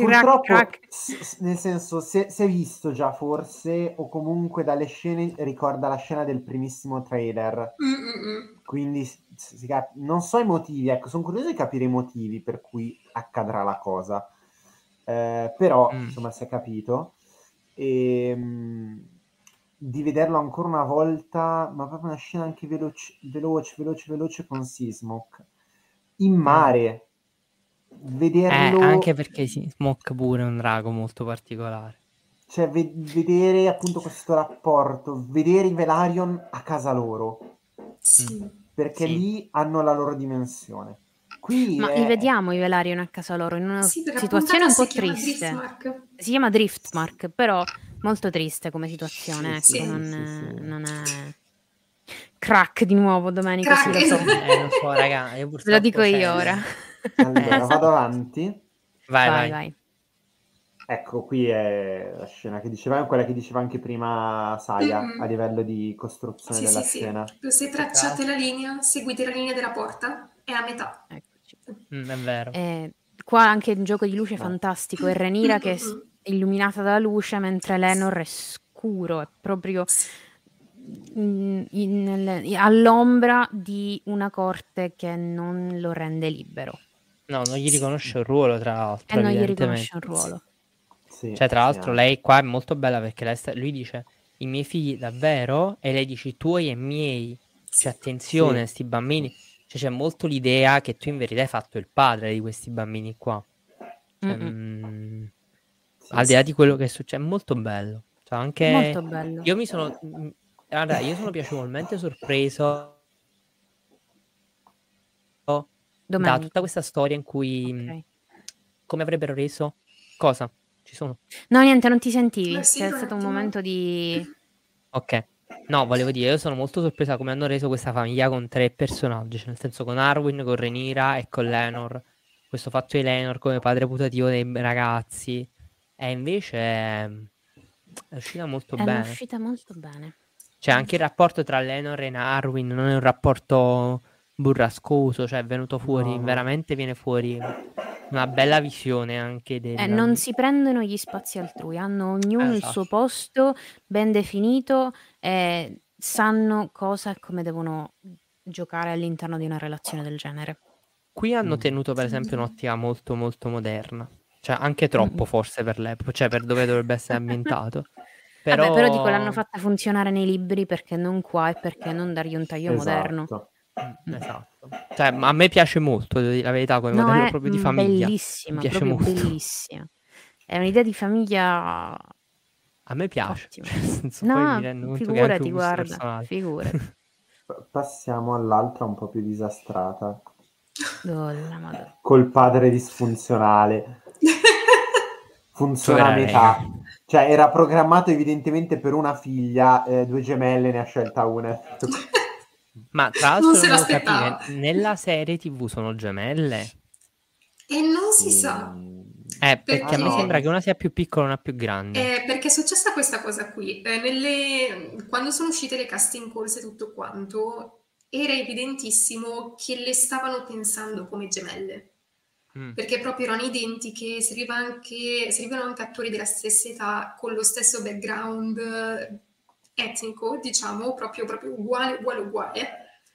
Nel senso, si è visto già forse, o comunque dalle scene ricorda la scena del primissimo trailer. Quindi non so i motivi, ecco, sono curioso di capire i motivi per cui accadrà la cosa. Però, insomma, si è capito. E di vederlo ancora una volta, ma proprio una scena anche veloce con Seasmoke in mare, vederlo anche perché Smoke pure è un drago molto particolare, cioè vedere appunto questo rapporto, vedere i Velaryon a casa loro, perché lì hanno la loro dimensione. Qui ma li vediamo i Velaryon a casa loro in una situazione un po' triste. Si chiama Driftmark, però molto triste come situazione, ecco, non è crack di nuovo, Domenico, sì, lo so. Lo so, raga, io purtroppo ve lo dico io ora. Allora, vado avanti. Vai. Ecco, qui è la scena che diceva, quella che diceva anche prima Saya, a livello di costruzione della scena. Se tracciate la linea, seguite la linea della porta, è a metà. Eccoci. È vero. Qua anche un gioco di luce fantastico, è Rhaenyra che è illuminata dalla luce mentre Lenor è scuro, è proprio all'ombra di una corte che non lo rende libero No, non gli riconosce un ruolo, tra e l'altro, non gli evidentemente. riconosce un ruolo. Sì, Cioè, tra sì, l'altro, anche. lei qua è molto bella perché lui dice i miei figli davvero, e lei dice i tuoi e miei. Cioè, attenzione, Sì, sti bambini. Cioè, c'è molto l'idea che tu in verità hai fatto il padre di questi bambini qua. Cioè, Mm-mm. al di sì. là di quello che succede, è molto bello. Cioè, anche Molto bello. io mi sono guarda, io sono piacevolmente sorpreso da tutta Domenico. questa storia in cui Ok. come avrebbero reso cosa? Ci sono? No, niente, non ti sentivi. Sì, C'è un stato un attimo. momento di... Ok. No, volevo dire, io sono molto sorpresa come hanno reso questa famiglia con 3 personaggi, cioè nel senso con Arwen, con Rhaenyra e con Lenor. Questo fatto di Lenor come padre putativo dei ragazzi. E invece è uscita molto È bene. uscita molto bene. Cioè anche il rapporto tra Lenor e Arwen non è un rapporto burrascoso, cioè è venuto fuori, No, no. veramente viene fuori una bella visione anche Non del... si prendono gli spazi altrui, hanno ognuno il suo Esatto. posto ben definito e sanno cosa e come devono giocare all'interno di una relazione del genere. Qui hanno Mm. tenuto per esempio un'ottica molto molto moderna, cioè anche troppo Mm-mm. forse per l'epoca, cioè per dove dovrebbe essere ambientato, Vabbè, però dico l'hanno però fatta funzionare nei libri perché non qua e perché non dargli un taglio moderno. Esatto. esatto, cioè a me piace molto, devo dire la verità, come No, modello è proprio di famiglia, mi bellissima, piace proprio molto, bellissima. È un'idea di famiglia a me piace, ottima. cioè, nel senso, poi mi No, rendo conto che è anche un figurati, gusto guarda, personale. figurati. Passiamo all'altra un po' più disastrata. Oh, la Madonna. Col padre disfunzionale. Funziona a Povera metà. Rena. Cioè, era programmato evidentemente per una figlia, 2 gemelle, ne ha scelta una. Ma tra Non l'altro se non volevo capire, l'aspettava. nella serie TV sono gemelle? E non si sa Perché Ah a me perché, sembra no, che una sia più piccola e una più grande. perché è successa questa cosa qui. Quando sono uscite le casting calls e tutto quanto, era evidentissimo che le stavano pensando come gemelle. Mm. Perché proprio erano identiche, servivano anche attori della stessa età, con lo stesso background etnico, diciamo, proprio uguale.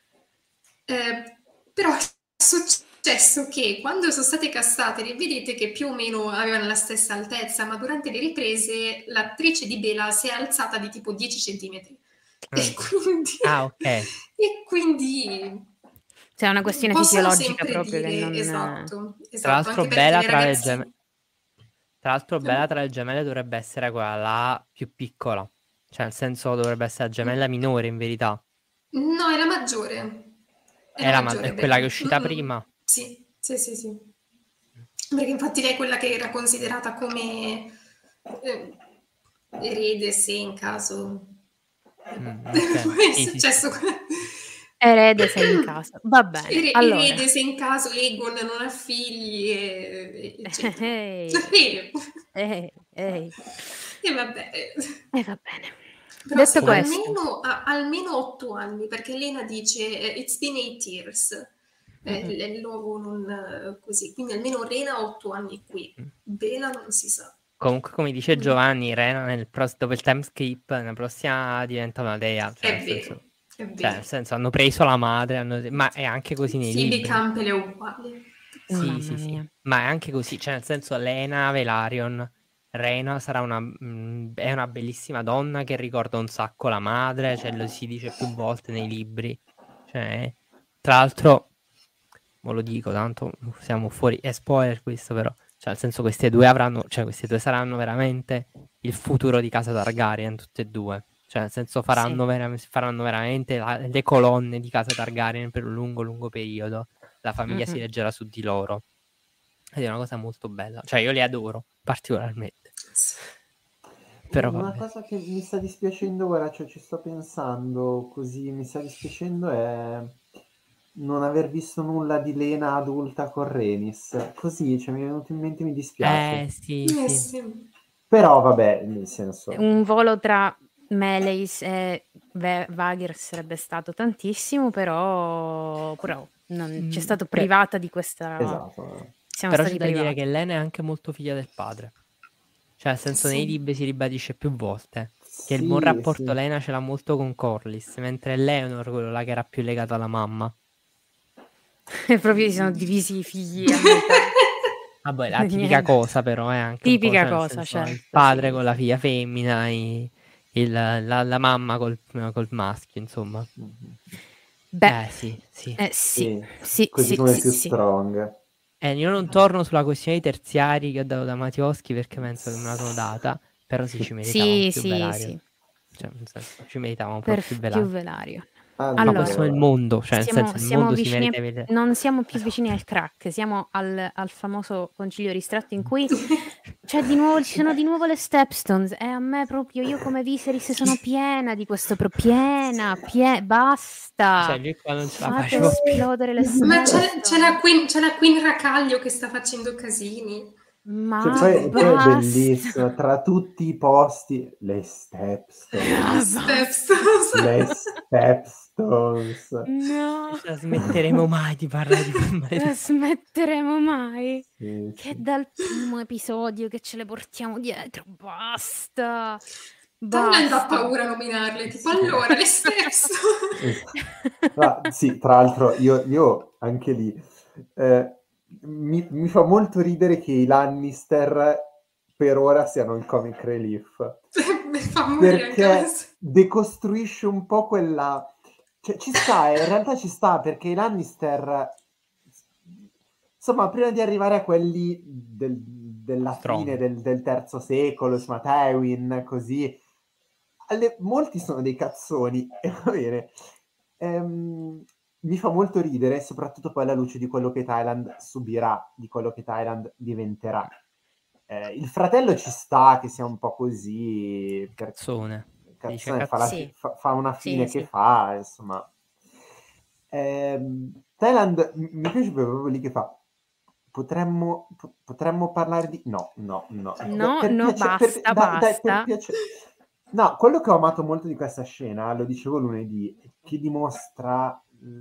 Però è successo che quando sono state castate, vedete che più o meno avevano la stessa altezza, ma durante le riprese l'attrice di Bella si è alzata di tipo 10 centimetri. E quindi, Ah, ok. e quindi Cioè, è una questione possono fisiologica sempre proprio che dire, non... Tra esatto, l'altro anche perché Bella le tra le ragazze... Tra l'altro Bella tra le gemelle dovrebbe essere quella là più piccola. Cioè, nel senso dovrebbe essere la gemella minore in verità. No, è la maggiore. È È, la è maggiore, quella che è Bella. uscita prima. Sì. Perché infatti lei è quella che era considerata come erede se in caso Ok. poi è Sì, sì, sì. successo Erede sei in casa. Va bene, allora. erede se in caso Egon non ha figli eccetera. Ehi, ehi. E vabbè. Va bene. Però Detto sì, questo, almeno 8 anni, perché Elena dice it's been 8 years. Il nuovo non così, quindi almeno Rena 8 anni qui, Bella non si sa. Comunque, come dice Giovanni, Rena dopo il time skip, nella prossima diventa una dea. Cioè, È vero, è cioè, vero. nel senso, hanno preso la madre, ma è anche così nei Phoebe libri. Campbell è uguale. Sì, mamma sì, sì. mia. Ma è anche così, cioè, nel senso, Lena Velaryon, Rena sarà è una bellissima donna che ricorda un sacco la madre, cioè lo si dice più volte nei libri. Cioè, tra l'altro, mo lo dico, tanto siamo fuori, è spoiler questo però, cioè nel senso queste due saranno veramente il futuro di casa Targaryen, tutte e due. Cioè nel senso faranno veramente le colonne di casa Targaryen per un lungo periodo. La famiglia si reggerà su di loro. Ed è una cosa molto bella. Cioè io le adoro particolarmente. Però una vabbè. cosa che mi sta dispiacendo, guarda, cioè ci sto pensando così, mi sta dispiacendo è non aver visto nulla di Lena adulta con Rhaenys. Così, cioè mi è venuto in mente, mi dispiace. Sì. Sì. Però vabbè, nel senso... Un volo tra Meleis e Vagir sarebbe stato tantissimo, però non c'è stato privata di questa... Esatto. Siamo Però stati c'è da dire privati. che Lena è anche molto figlia del padre. Cioè, nel senso, nei libri si ribadisce più volte. Che il buon Sì, rapporto sì. Lena ce l'ha molto con Corlys, mentre Leonor, quello là che era più legato alla mamma. E proprio si sono divisi i figli a metà. Vabbè, la tipica Niente. cosa però è anche un po', Tipica cioè nel cosa, senso, il certo, padre sì, con la sì. figlia femmina, la mamma col maschio, insomma. Beh, Sì. sì, Sì, sì, così sì, come sì, più sì. strong. Io non torno sulla questione dei terziari che ho dato da Mattioschi perché penso che me la sono data, però sì, ci meritava un Sì, più sì, Velaryon. sì. Cioè, nel senso, ci meritava un po' Per più più Velaryon. Velaryon. Ma Allora, questo è il mondo, cioè nel senso il siamo mondo si vicini, merita di vedere. non siamo più vicini al crack, siamo al famoso concilio ristretto in cui ci sono di nuovo le stepstones e a me proprio, io come Viserys sono piena di questo, piena, basta, Cioè, lui qua non ce la fate facevo più. esplodere le Ma c'è la stepstones, Queen Racaglio che sta facendo casini. Cioè, ma poi è basta, bellissimo, tra tutti i posti, le stepstones, basta, le stepstones. no. Ce la smetteremo mai di parlare di quel maledetto. La smetteremo mai? Sì, Che è sì. dal primo episodio che ce le portiamo dietro. Basta. Thailand ha Basta. paura a nominarle, tipo Sì. allora, le steps. Sì, tra l'altro io anche lì mi fa molto ridere che i Lannister per ora siano il comic relief, Mi fa morire anche a me. perché decostruisce un po' quella... Cioè, ci sta, in realtà ci sta, perché i Lannister, insomma, prima di arrivare a quelli della Strong. fine del terzo secolo, insomma, Tywin, così, molti sono dei cazzoni, e va bene. Mi fa molto ridere, soprattutto poi alla luce di quello che Thailand subirà, di quello che Thailand diventerà. Il fratello ci sta, che sia un po' così, Cazzone. cazzone, Sì. fa una fine Sì, che sì. fa, insomma. Thailand mi piace proprio lì che fa. Potremmo parlare di... No. No, Per no, basta, dai, per basta. piacere. No, quello che ho amato molto di questa scena, lo dicevo lunedì, che dimostra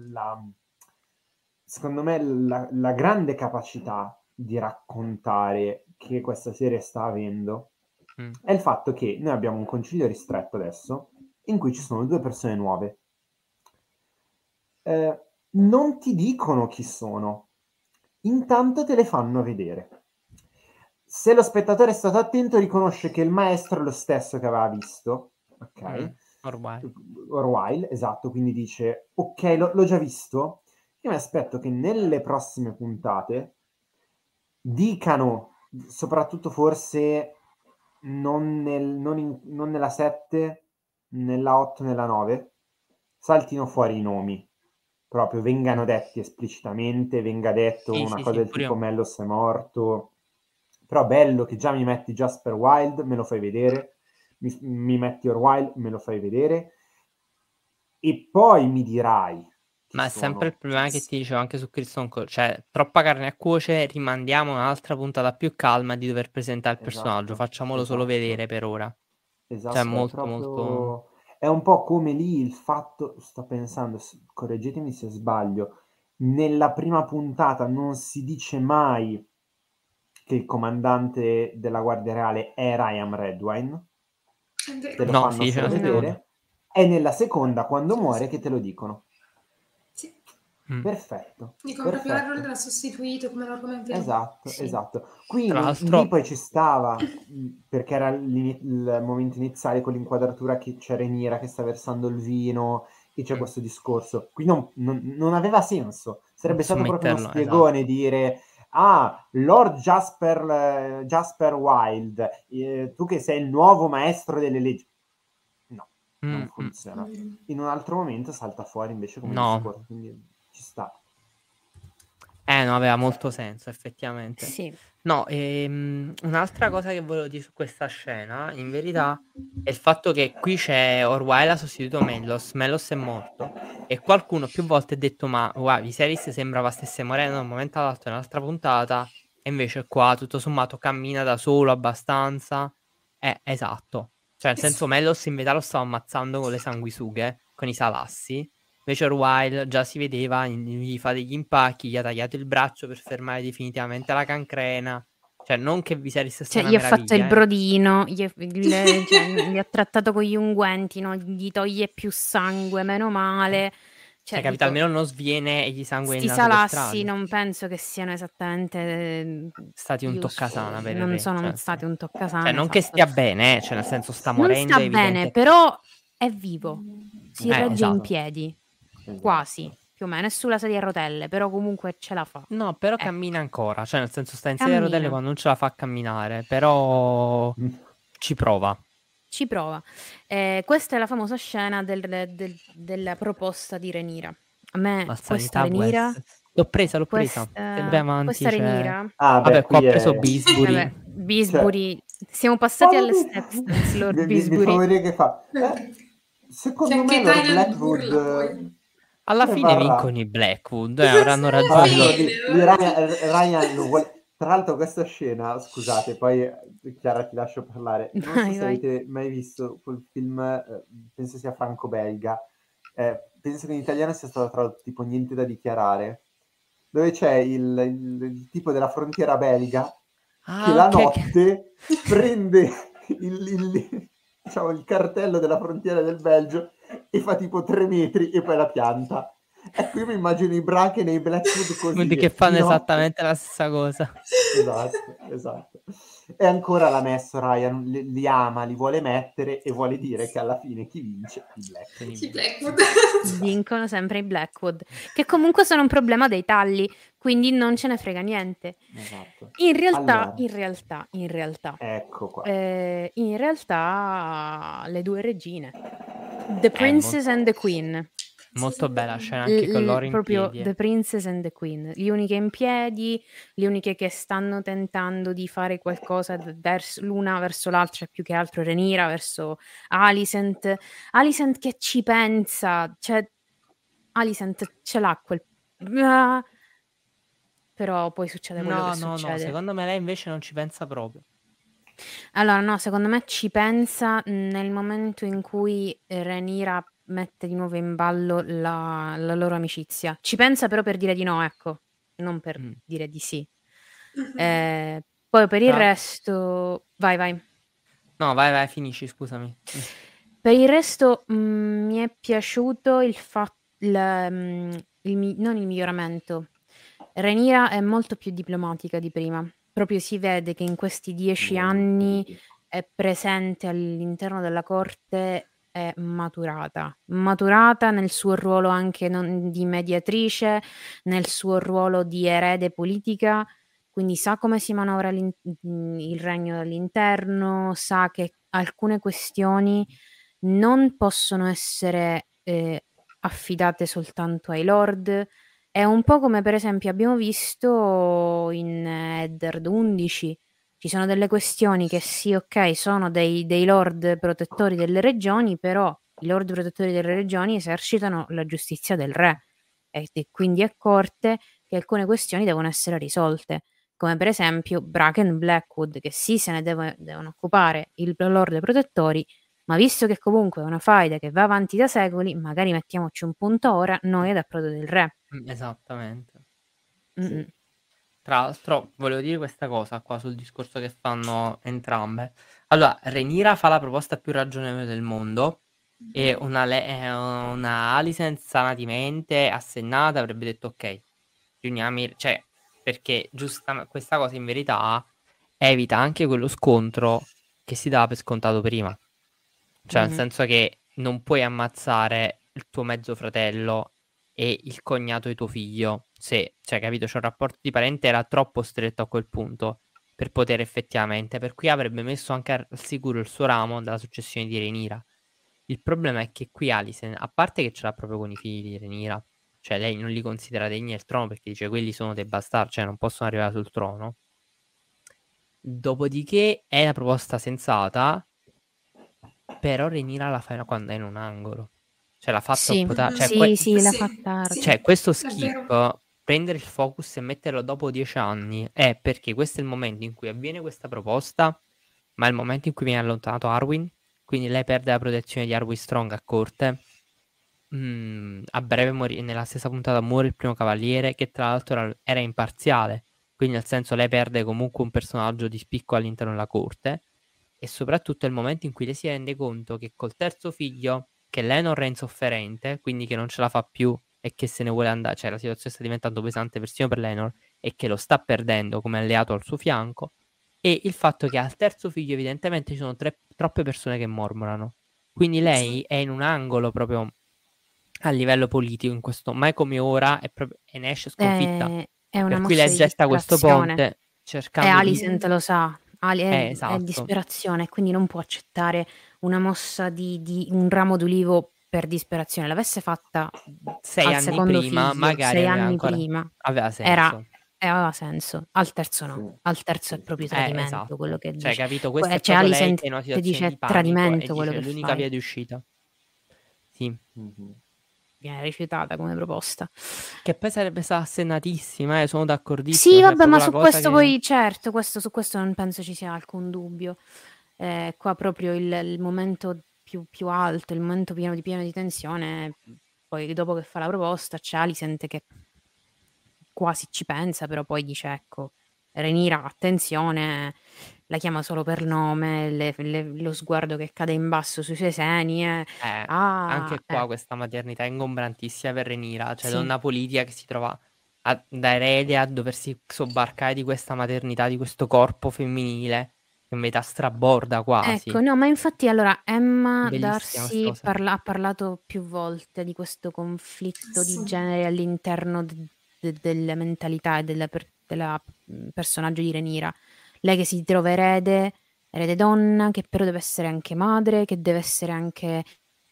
secondo me la grande capacità di raccontare che questa serie sta avendo, è il fatto che noi abbiamo un concilio ristretto adesso, in cui ci sono due persone nuove. Non ti dicono chi sono, intanto te le fanno vedere. Se lo spettatore è stato attento, riconosce che il maestro è lo stesso che aveva visto, ok? Orwell, esatto, quindi dice, ok, l'ho già visto. Io mi aspetto che nelle prossime puntate dicano, soprattutto forse non nella 7, nella 8, nella 9, saltino fuori i nomi. Proprio vengano detti esplicitamente, venga detto una cosa del tipo Mellos è morto. Però bello che già mi metti Jasper Wilde, me lo fai vedere, mi metti Orwell, me lo fai vedere, e poi mi dirai Ma è sempre il problema che ti dicevo anche su Crimson Call, cioè troppa carne a cuocere, rimandiamo un'altra puntata più calma di dover presentare il personaggio, facciamolo solo vedere per ora. Esatto, Cioè è molto proprio... molto... È un po' come lì il fatto, sto pensando, correggetemi se sbaglio, nella prima puntata non si dice mai che il comandante della Guardia Reale è Ryan Redwine, te lo No, fanno si dice solo la seconda. vedere, è nella seconda, quando muore, che te lo dicono. Sì. Perfetto. Dicono proprio Harold l'ha sostituito come l'argomento. Esatto. Qui Tra l'altro... lì poi ci stava, perché era il momento iniziale con l'inquadratura che c'è Rhaenyra che sta versando il vino e c'è questo discorso. Qui non aveva senso. Sarebbe stato proprio uno spiegone dire Lord Jasper Wilde, tu che sei il nuovo maestro delle leggi. No, non funziona. In un altro momento salta fuori invece come discorso, quindi ci sta. No, aveva molto senso, effettivamente. Sì. No, un'altra cosa che volevo dire su questa scena, in verità, è il fatto che qui c'è Orwell ha sostituito Mellos è morto, e qualcuno più volte ha detto, ma guarda, Viserys sembrava stesse morendo da un momento all'altro in un'altra puntata, e invece qua, tutto sommato, cammina da solo abbastanza. Esatto. Cioè, nel senso, Mellos in verità lo stava ammazzando con le sanguisughe, con i salassi. Invece Orwell già si vedeva, gli fa degli impacchi, gli ha tagliato il braccio per fermare definitivamente la cancrena. Cioè, non che Viserys sia Cioè, una gli ha fatto il meraviglia, brodino, cioè, li ha trattato con gli unguenti, no? Gli toglie più sangue, meno male. Cioè, Cioè, capita, dico, almeno non sviene e gli sangue il sti naso per salassi strada. non penso che siano esattamente Stati un toccasana useful, per il non re. sono Cioè, stati un cioè, toccasana, non che esatto. stia bene, cioè, nel senso sta Non morendo, sta è bene, evidente. però è vivo, si regge in Esatto. piedi, Esatto. quasi, più o meno, è sulla sedia a rotelle, però comunque ce la fa. No, però Ecco. cammina ancora, cioè nel senso sta in sedia a rotelle Cammina. quando non ce la fa a camminare, però ci prova. Ci prova. Questa è la famosa scena della proposta di Rhaenyra. A me La questa sanità può Rhaenyra, essere... L'ho presa. Se vai avanti, questa c'è... Rhaenyra, Ah, beh, Vabbè, qua ho qui preso è... Beesbury. vabbè, Cioè, Beesbury, siamo passati alle mi, stepstance, Lord mi fa Beesbury. vedere che fa. Che Secondo me anche Lord Thailand urla Blackwood poi. Alla ne fine varrà. vincono i Blackwood, avranno Alla Tra ragione l'altro loro. fine, Ryan lo vuole... Tra l'altro questa scena, scusate, poi Chiara ti lascio parlare. Non so Vai, se vai. avete mai visto quel film, penso sia franco-belga, penso che in italiano sia stato tradotto tipo Niente da dichiarare, dove c'è il tipo della frontiera belga che Ah, la ok. notte prende diciamo, il cartello della frontiera del Belgio e fa tipo 3 metri e poi la pianta. Ecco, io mi immagino i Bracken e i Blackwood così, Quindi che fanno di notte. esattamente la stessa cosa. Esatto, esatto. E ancora l'ha messo Ryan, li ama, li vuole mettere e vuole dire che alla fine chi vince? I Blackwood. Sì, Blackwood. Vincono sempre i Blackwood, che comunque sono un problema dei talli, quindi non ce ne frega niente. Esatto. In realtà, Allora, ecco qua. in realtà le due regine, The Princess and the Queen, Molto bella scena anche con loro in proprio piedi. The Princess and the Queen, le uniche in piedi, le uniche che stanno tentando di fare qualcosa l'una verso l'altra, più che altro Rhaenyra verso Alicent. Alicent che ci pensa, cioè Alicent ce l'ha quel... Ah, però poi succede quello che No, succede. secondo me lei invece non ci pensa proprio. Allora, no, secondo me ci pensa nel momento in cui Rhaenyra mette di nuovo in ballo la loro amicizia. Ci pensa però per dire di no, ecco, non per dire di sì. Poi per il resto... Vai. No, vai, finisci, scusami. Per il resto mi è piaciuto il fatto, non il miglioramento. Rhaenyra è molto più diplomatica di prima. Proprio si vede che in questi 10 anni è presente all'interno della corte, è maturata nel suo ruolo anche di mediatrice, nel suo ruolo di erede politica, quindi sa come si manovra il regno dall'interno, sa che alcune questioni non possono essere affidate soltanto ai lord. È un po' come per esempio abbiamo visto in Eddard 11. Ci sono delle questioni che sì, ok, sono dei lord protettori delle regioni, però i lord protettori delle regioni esercitano la giustizia del re e quindi è corte che alcune questioni devono essere risolte, come per esempio Bracken Blackwood, che sì se ne devono occupare i lord protettori, ma visto che comunque è una faida che va avanti da secoli, magari mettiamoci un punto ora noi ad approdo del re. Esattamente. Sì. Tra l'altro, volevo dire questa cosa qua sul discorso che fanno entrambe. Allora, Rhaenyra fa la proposta più ragionevole del mondo e una Alicent sanatamente assennata avrebbe detto ok, riuniamo, cioè, perché giusta questa cosa in verità evita anche quello scontro che si dava per scontato prima. Cioè, nel senso che non puoi ammazzare il tuo mezzo fratello e il cognato di tuo figlio se, cioè, capito, c'è un rapporto di parente era troppo stretto a quel punto per poter effettivamente, per cui avrebbe messo anche al sicuro il suo ramo dalla successione di Rhaenyra. Il problema è che qui Alicent, a parte che ce l'ha proprio con i figli di Rhaenyra, cioè lei non li considera degni del trono perché dice quelli sono dei bastardi, cioè non possono arrivare sul trono. Dopodiché è la proposta sensata, però Rhaenyra la fa quando è in un angolo. Cioè la fa troppo tardi. Cioè, Sì, l'ha fatta tardi. cioè questo skip, prendere il focus e metterlo dopo 10 anni, è perché questo è il momento in cui avviene questa proposta, ma è il momento in cui viene allontanato Arwen, quindi lei perde la protezione di Arwen Strong a corte. A breve nella stessa puntata muore il primo cavaliere, che tra l'altro era imparziale, quindi nel senso lei perde comunque un personaggio di spicco all'interno della corte, e soprattutto è il momento in cui lei si rende conto che col terzo figlio, che Lenor è insofferente, quindi che non ce la fa più e che se ne vuole andare, cioè la situazione sta diventando pesante persino per Lenor e che lo sta perdendo come alleato al suo fianco, e il fatto che al terzo figlio evidentemente ci sono troppe persone che mormorano, quindi lei è in un angolo proprio a livello politico in questo, mai come ora, e ne esce sconfitta, È una per cui mossa lei di getta questo disperazione. ponte E cercando di... Alicent lo sa, è esatto, disperazione, quindi non può accettare una mossa di un ramo d'ulivo per disperazione. L'avesse fatta 6 al anni secondo prima figlio, magari 6 aveva anni ancora prima, aveva era, senso. aveva senso. Al terzo no, Sì, al terzo è sì, proprio sì. tradimento quello Esatto, che cioè dice. capito, questa è Cioè proprio lei Alicent che è in una ti situazione di dice panico e tradimento quello dice che l'unica via fai. di uscita. Sì. Mhm. Viene rifiutata come proposta. Che poi sarebbe stata assennatissima, sono Sì, d'accordissimo, cioè vabbè, ma proprio la su cosa questo che... poi, certo, su questo non penso ci sia alcun dubbio. Qua proprio il momento più alto, il momento pieno di tensione, poi dopo che fa la proposta c'è Alicent che quasi ci pensa, però poi dice, ecco, Rhaenyra, attenzione, la chiama solo per nome, lo sguardo che cade in basso sui suoi seni, anche qua questa maternità ingombrantissima per Rhaenyra, cioè sì. donna politica che si trova da erede a doversi sobbarcare di questa maternità, di questo corpo femminile, che in verità straborda quasi. Ecco, no, ma infatti allora Emma Bellissima questa Darcy cosa. ha parlato più volte di questo conflitto di Sì. genere all'interno delle mentalità e della personaggio di Rhaenyra. Lei che si trova erede donna, che però deve essere anche madre, che deve essere anche...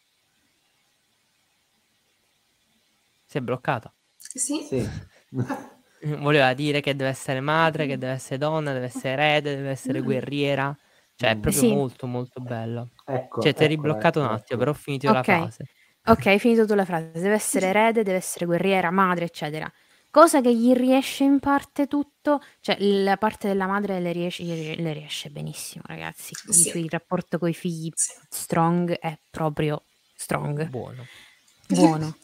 Si è bloccata. Sì. Sì. Voleva dire che deve essere madre, che deve essere donna, deve essere erede, deve essere guerriera. Cioè, è proprio Sì. molto molto bello. Ecco, Cioè, ti hai ecco, ribloccato un ecco, attimo, ecco. però ho finito la Ok, frase. ok, hai finito tu la frase. Deve essere erede, deve essere guerriera, madre, eccetera. Cosa che gli riesce in parte tutto, cioè la parte della madre le riesce benissimo, ragazzi. Sì. Il rapporto con i figli Sì. strong è proprio strong, Buono. buono.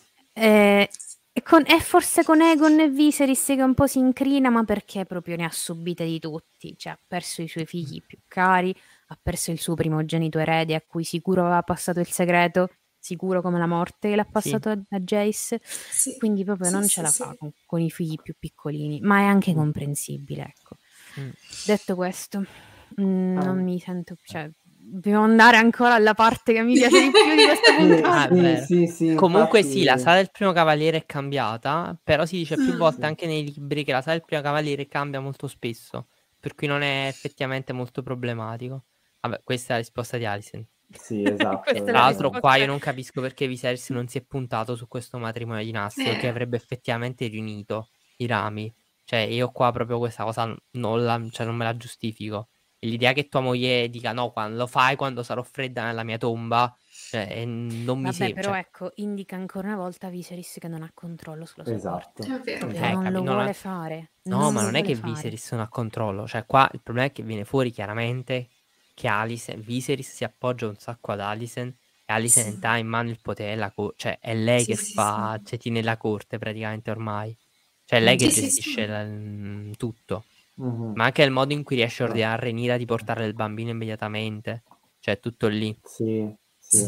E forse con Aegon e Viserys che un po' si incrina, ma perché proprio ne ha subite di tutti. Cioè ha perso i suoi figli più cari, ha perso il suo primogenito erede a cui sicuro aveva passato il segreto, sicuro come la morte che l'ha passato a Jace, Sì. quindi proprio Sì, non sì, ce la sì. fa con i figli più piccolini, ma è anche comprensibile, ecco. Detto questo, non mi sento, cioè, dobbiamo andare ancora alla parte che mi piace di più di questa puntata. Vero. Sì, Comunque infatti... sì, la sala del primo cavaliere è cambiata, però si dice più volte anche nei libri che la sala del primo cavaliere cambia molto spesso, per cui non è effettivamente molto problematico. Vabbè, questa è la risposta di Alicent. Sì, esatto. Questa è Tra la l'altro risposta. qua io non capisco perché Viserys non si è puntato su questo matrimonio dinastico che avrebbe effettivamente riunito i rami. Cioè io qua proprio questa cosa non me la giustifico. E l'idea che tua moglie dica no, lo fai quando sarò fredda nella mia tomba, cioè non mi Vabbè, sembra... però ecco, indica ancora una volta Viserys che non ha controllo sulla sua Esatto. corte. È vero. Proprio non lo non vuole ha- fare. No, Non ma lo non è vuole che fare. Viserys non ha controllo. Cioè qua il problema è che viene fuori chiaramente che Viserys si appoggia un sacco ad Alicent e Alicent ha in mano il potere della corte. Cioè è lei Sì, che sì, fa, sì. cioè tiene la corte praticamente ormai. Cioè è lei che Sì, sì, gestisce sì. tutto. Mhm. Ma anche il modo in cui riesce a ordinare a Rhaenyra di portare il bambino immediatamente. Cioè tutto lì. Sì, sì.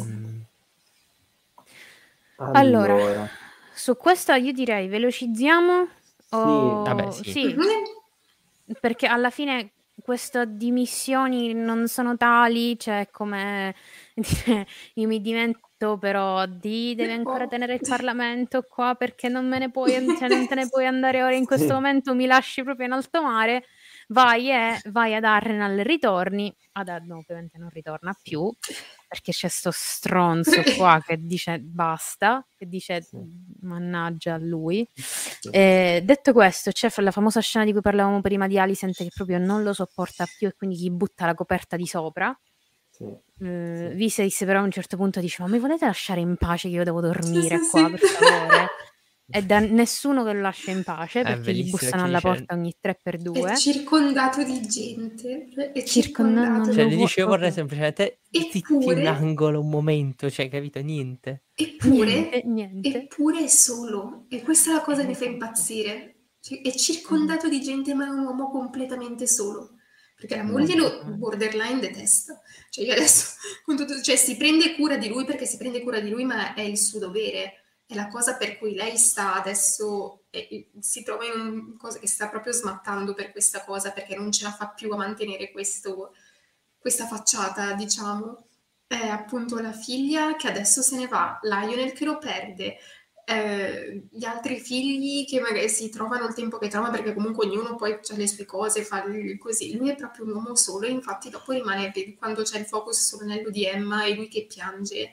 Allora, su questo io direi velocizziamo. Vabbè, sì. Sì, perché alla fine queste dimissioni non sono tali, cioè come dire, io mi dimento, però devi ancora tenere il Parlamento qua perché non me ne puoi, cioè non te ne puoi andare ora in questo momento, mi lasci proprio in alto mare, vai ad Harrenhal, ritorni, no, ovviamente non ritorna più, perché c'è sto stronzo qua che dice basta, che dice mannaggia a lui. Detto questo, c'è la famosa scena di cui parlavamo prima di Alicent che proprio non lo sopporta più e quindi gli butta la coperta di sopra. Viserys però a un certo punto dice: ma mi volete lasciare in pace che io devo dormire qua, per favore? E da nessuno che lo lascia in pace perché gli bussano alla porta ogni 3x2. È circondato di gente. È circondato. Cioè, gli dicevo vorrei semplicemente zitti un angolo, un momento, cioè, capito? Niente. Eppure Niente. è solo. E questa è la cosa che mi fa impazzire. È circondato di gente, ma è un uomo completamente solo. Perché la moglie lo borderline detesta. Cioè io adesso, cioè si prende cura di lui perché si prende cura di lui, ma è il suo dovere. È la cosa per cui lei sta adesso, si trova in un cosa che sta proprio smattando per questa cosa, perché non ce la fa più a mantenere questa facciata, diciamo. È appunto la figlia che adesso se ne va, Lionel che lo perde, gli altri figli che magari si trovano il tempo che trova perché comunque ognuno poi ha le sue cose, fa così. Lui è proprio un uomo solo e infatti dopo rimane, quando c'è il focus sull'anello di Emma e lui che piange.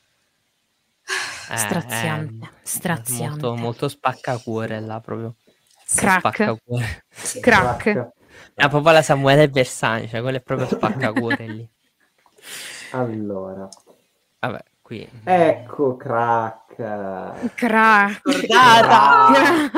Straziante, Molto, straziante. molto spaccacuore là proprio. Crack. Spaccacuore. Sì. Crack. È proprio la Samuele Bersani, cioè quello è proprio spaccacuore lì. Allora, Vabbè, qui. ecco Crack. Crack. Scordata!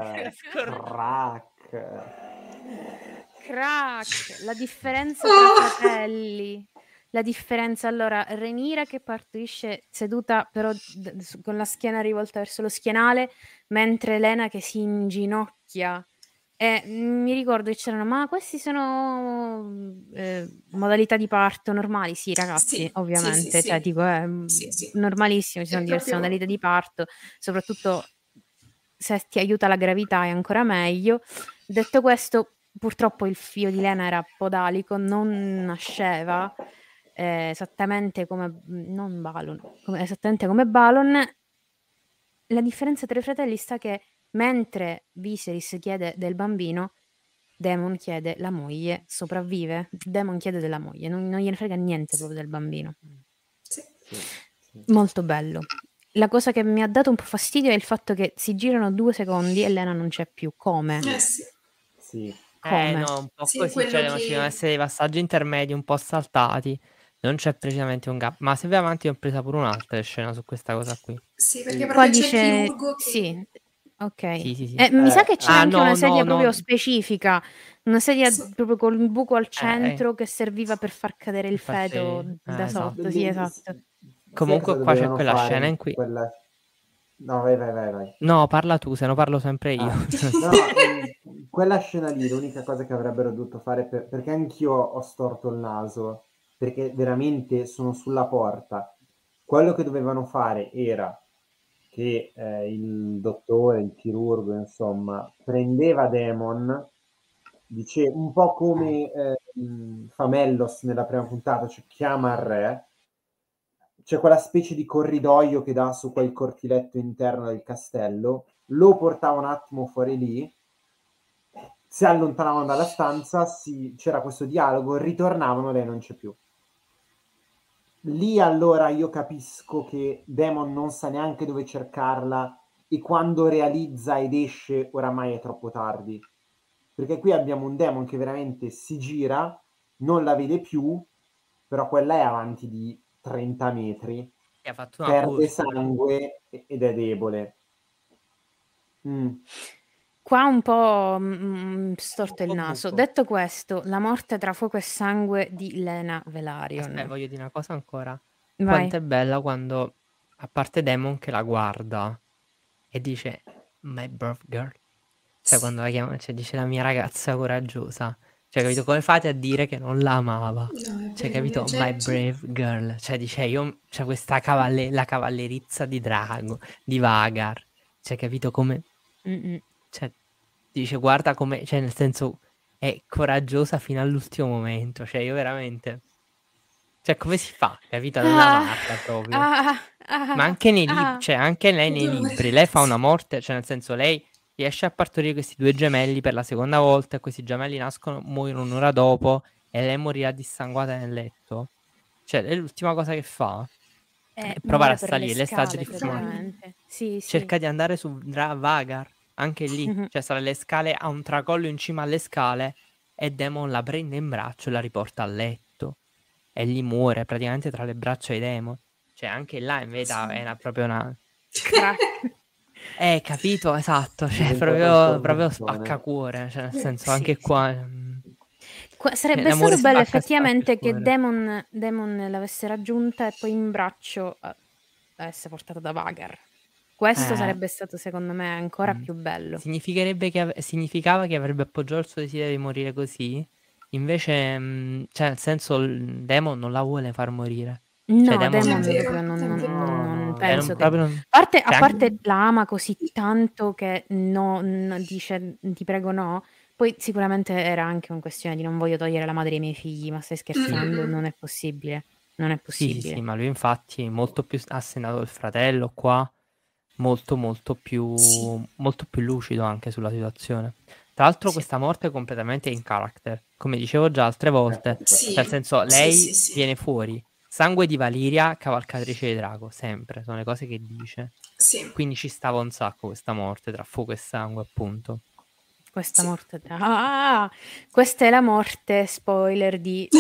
Crack. La differenza tra fratelli. La differenza, allora, Rhaenyra che partorisce seduta però con la schiena rivolta verso lo schienale, mentre Elena che si inginocchia. E mi ricordo che c'erano, ma questi sono modalità di parto normali? Sì, ragazzi, Sì, ovviamente, sì. cioè dico, è Sì. normalissimo, ci sono diverse modalità di parto, soprattutto se ti aiuta la gravità è ancora meglio. Detto questo, purtroppo il figlio di Lena era podalico, non nasceva esattamente come non Balon, esattamente come Balon. La differenza tra i fratelli sta che mentre Viserys chiede del bambino, Daemon chiede la moglie, sopravvive. Daemon chiede della moglie, non gliene frega niente proprio del bambino. Sì. Molto bello. La cosa che mi ha dato un po' fastidio è il fatto che si girano 2 secondi e Lena non c'è più. Come? Sì. Come? No, un po' Sì, così, quello cioè che- ci devono essere dei passaggi intermedi un po' saltati, non c'è precisamente un gap, ma se vai avanti ho presa pure un'altra scena su questa cosa qui. Sì, perché Qua proprio c'è il dice chirurgo che... sì, ok. Sì. Mi sa che c'è anche no, una sedia no, proprio no. specifica, una sedia Sì. proprio con il buco al centro che serviva per far cadere il Per farti- feto da esatto. sotto. Sì, esatto. Comunque cosa qua c'è dovevano quella fare scena in cui... quella... No, vai. No, parla tu, se no parlo sempre io. Quella scena lì, l'unica cosa che avrebbero dovuto fare, perché anch'io ho storto il naso, perché veramente sono sulla porta. Quello che dovevano fare era che il dottore, il chirurgo, insomma, prendeva Demon, dice un po' come fa Mellos nella prima puntata, cioè chiama il re, c'è quella specie di corridoio che dà su quel cortiletto interno del castello, lo portava un attimo fuori lì, si allontanavano dalla stanza, c'era questo dialogo, ritornavano, lei non c'è più. Lì allora io capisco che Demon non sa neanche dove cercarla e quando realizza ed esce oramai è troppo tardi. Perché qui abbiamo un Demon che veramente si gira, non la vede più, però quella è avanti di 30 metri, Ha fatto una perde corsa. sangue ed è debole. Qua un po' storto il po' naso. buco. Detto questo, la morte tra fuoco e sangue di Lena Velaryon. Aspetta, voglio dire una cosa ancora. Vai. Quanto è bella quando, a parte Demon che la guarda e dice my brave girl. Cioè quando la chiama, cioè dice la mia ragazza coraggiosa. Cioè capito, come fate a dire che non la amava? No, Cioè capito, my brave girl. Cioè dice io, c'è questa la cavallerizza di Drago, di Vagar. Cioè capito come... Cioè dice guarda come, cioè nel senso è coraggiosa fino all'ultimo momento. Cioè io veramente... Cioè come si fa, capito, ad non amarla proprio? Ma anche nei libri, cioè anche lei nei libri, lei fa una morte, cioè nel senso lei riesce a partorire questi 2 gemelli per la seconda volta e questi gemelli nascono, muoiono un'ora dopo e lei morirà dissanguata nel letto. Cioè l'ultima cosa che fa è provare a salire le strade di Fumare. Sì. Cerca di andare su Vagar, anche lì, cioè sarà le scale, ha un tracollo in cima alle scale e Demon la prende in braccio e la riporta a letto. E lì muore praticamente tra le braccia di Demon. Cioè anche là invece è proprio una... capito, esatto, cioè proprio spaccacuore, cioè nel senso anche qua... Sarebbe stato bello effettivamente che Demon l'avesse raggiunta e poi in braccio avesse portato da Vagar. Questo Eh, sarebbe stato secondo me ancora mm. più bello. Significava che avrebbe appoggiato il suo desiderio di morire così. Invece, cioè, nel senso, il Demon non la vuole far morire. Cioè, No, Demon Demon È vero, proprio non, è non- vero. No, non no, cioè, penso che... proprio non- a cioè, parte la ama così tanto che dice ti prego no, poi sicuramente era anche una questione di non voglio togliere la madre ai miei figli, ma stai scherzando? Mm. Non è possibile, non è sì, sì, possibile. sì, ma lui infatti molto più ha senato il fratello qua, molto Sì, molto più lucido anche sulla situazione. Tra l'altro Sì. questa morte è completamente in character, come dicevo già altre volte, sì, cioè nel senso sì, lei sì, sì. viene fuori, sangue di Valiria, cavalcatrice di drago, sempre, sono le cose che dice. Sì, Quindi ci stava un sacco questa morte tra fuoco e sangue, appunto. Questa sì. morte... questa è la morte, spoiler di...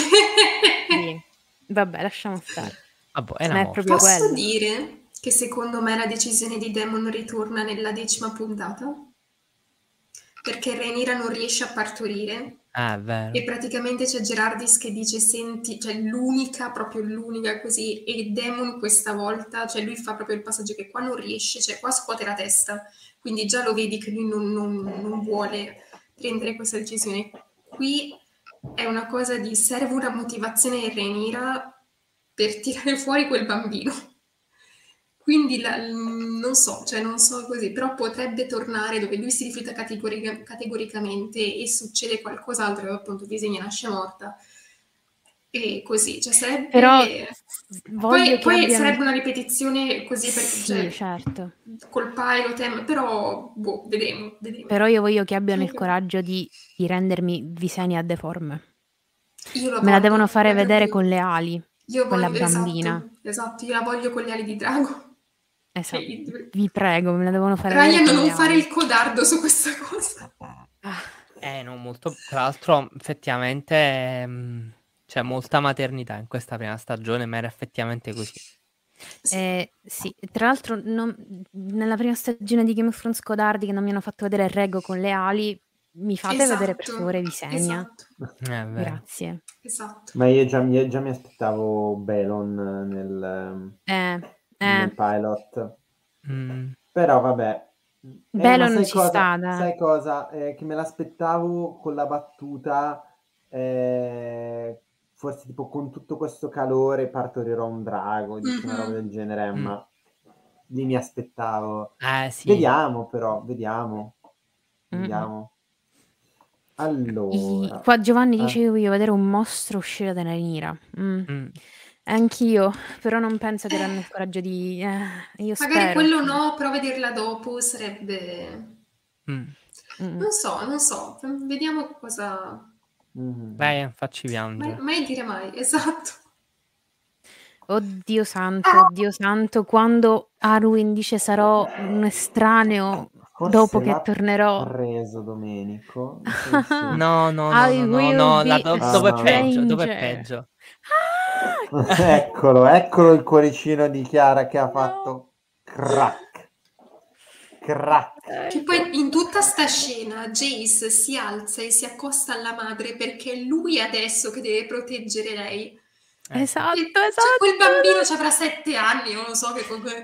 Vabbè, lasciamo stare. Ah, boh, è una Ma è morte. proprio Posso quello. dire che secondo me la decisione di Demon ritorna nella 10ª puntata? Perché Rhaenyra non riesce a partorire È vero. e praticamente c'è Gerardis che dice senti, cioè l'unica, proprio l'unica così, e Demon questa volta, cioè lui fa proprio il passaggio che qua non riesce, cioè qua scuote la testa, quindi già lo vedi che lui non vuole prendere questa decisione. Qui è una cosa di serve una motivazione in Rhaenyra per tirare fuori quel bambino. Quindi non so, cioè non so così, però potrebbe tornare dove lui si rifiuta categoricamente e succede qualcos'altro, e appunto Visenya nasce morta e così, cioè Però sarebbe... voglio Poi, che poi abbiano... sarebbe una ripetizione così, Sì, cioè, certo. col pilot, però boh, vedremo. Però io voglio che abbiano il Ok. coraggio di rendermi Visenya deforme. Io la Me la devono voglio, fare ma vedere proprio... con le ali, Io quella voglio, bambina. esatto, io la voglio con le ali di drago. Cioè, Esatto. Vi prego, me la devono fare vedere Ryan, con le non fare ali. il codardo su questa cosa. No, molto. Tra l'altro, effettivamente, c'è molta maternità in questa prima stagione, ma era effettivamente così. Sì, tra l'altro nella prima stagione di Game of Thrones codardi che non mi hanno fatto vedere Rego con le ali, mi fate vedere per favore Visenya? Vero. Grazie. Esatto. Ma io già mi aspettavo Belon nel pilot. Però vabbè. Ma Belon sai ci cosa? sta, dai. Sai cosa? Che me l'aspettavo con la battuta, forse tipo con tutto questo calore partorirò un drago, dice una roba del genere, ma lì mi aspettavo. Sì. Vediamo però, vediamo. Allora. Qua Giovanni dice io voglio vedere un mostro uscire da Rhaenyra. Anch'io, però non penso che avranno il coraggio di... io Magari spero. quello no, però vederla dopo sarebbe... Non so, vediamo cosa... Vai, facci piangere. Mai dire mai, esatto. Oddio santo, quando Arwen dice sarò un estraneo Forse dopo che l'ha tornerò. preso Domenico. No, I will be a dopo è peggio, dopo è stranger. peggio. Eccolo il cuoricino di Chiara che ha No. fatto crack. Che poi in tutta sta scena Jace si alza e si accosta alla madre perché è lui adesso che deve proteggere lei. Esatto. Cioè, quel bambino ci avrà 7 anni, non lo so che comunque...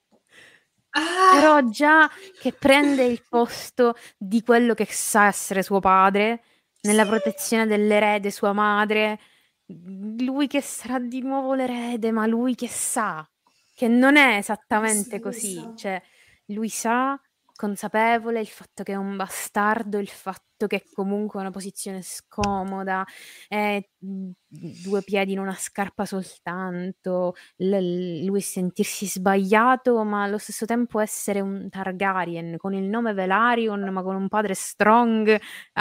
Però già che prende il posto di quello che sa essere suo padre, nella protezione dell'erede sua madre, lui che sarà di nuovo l'erede, ma lui che sa che non è esattamente così, cioè lui sa, consapevole il fatto che è un bastardo, il fatto che comunque è una posizione scomoda, è 2 piedi in una scarpa soltanto, lui sentirsi sbagliato, ma allo stesso tempo essere un Targaryen con il nome Velaryon, ma con un padre strong.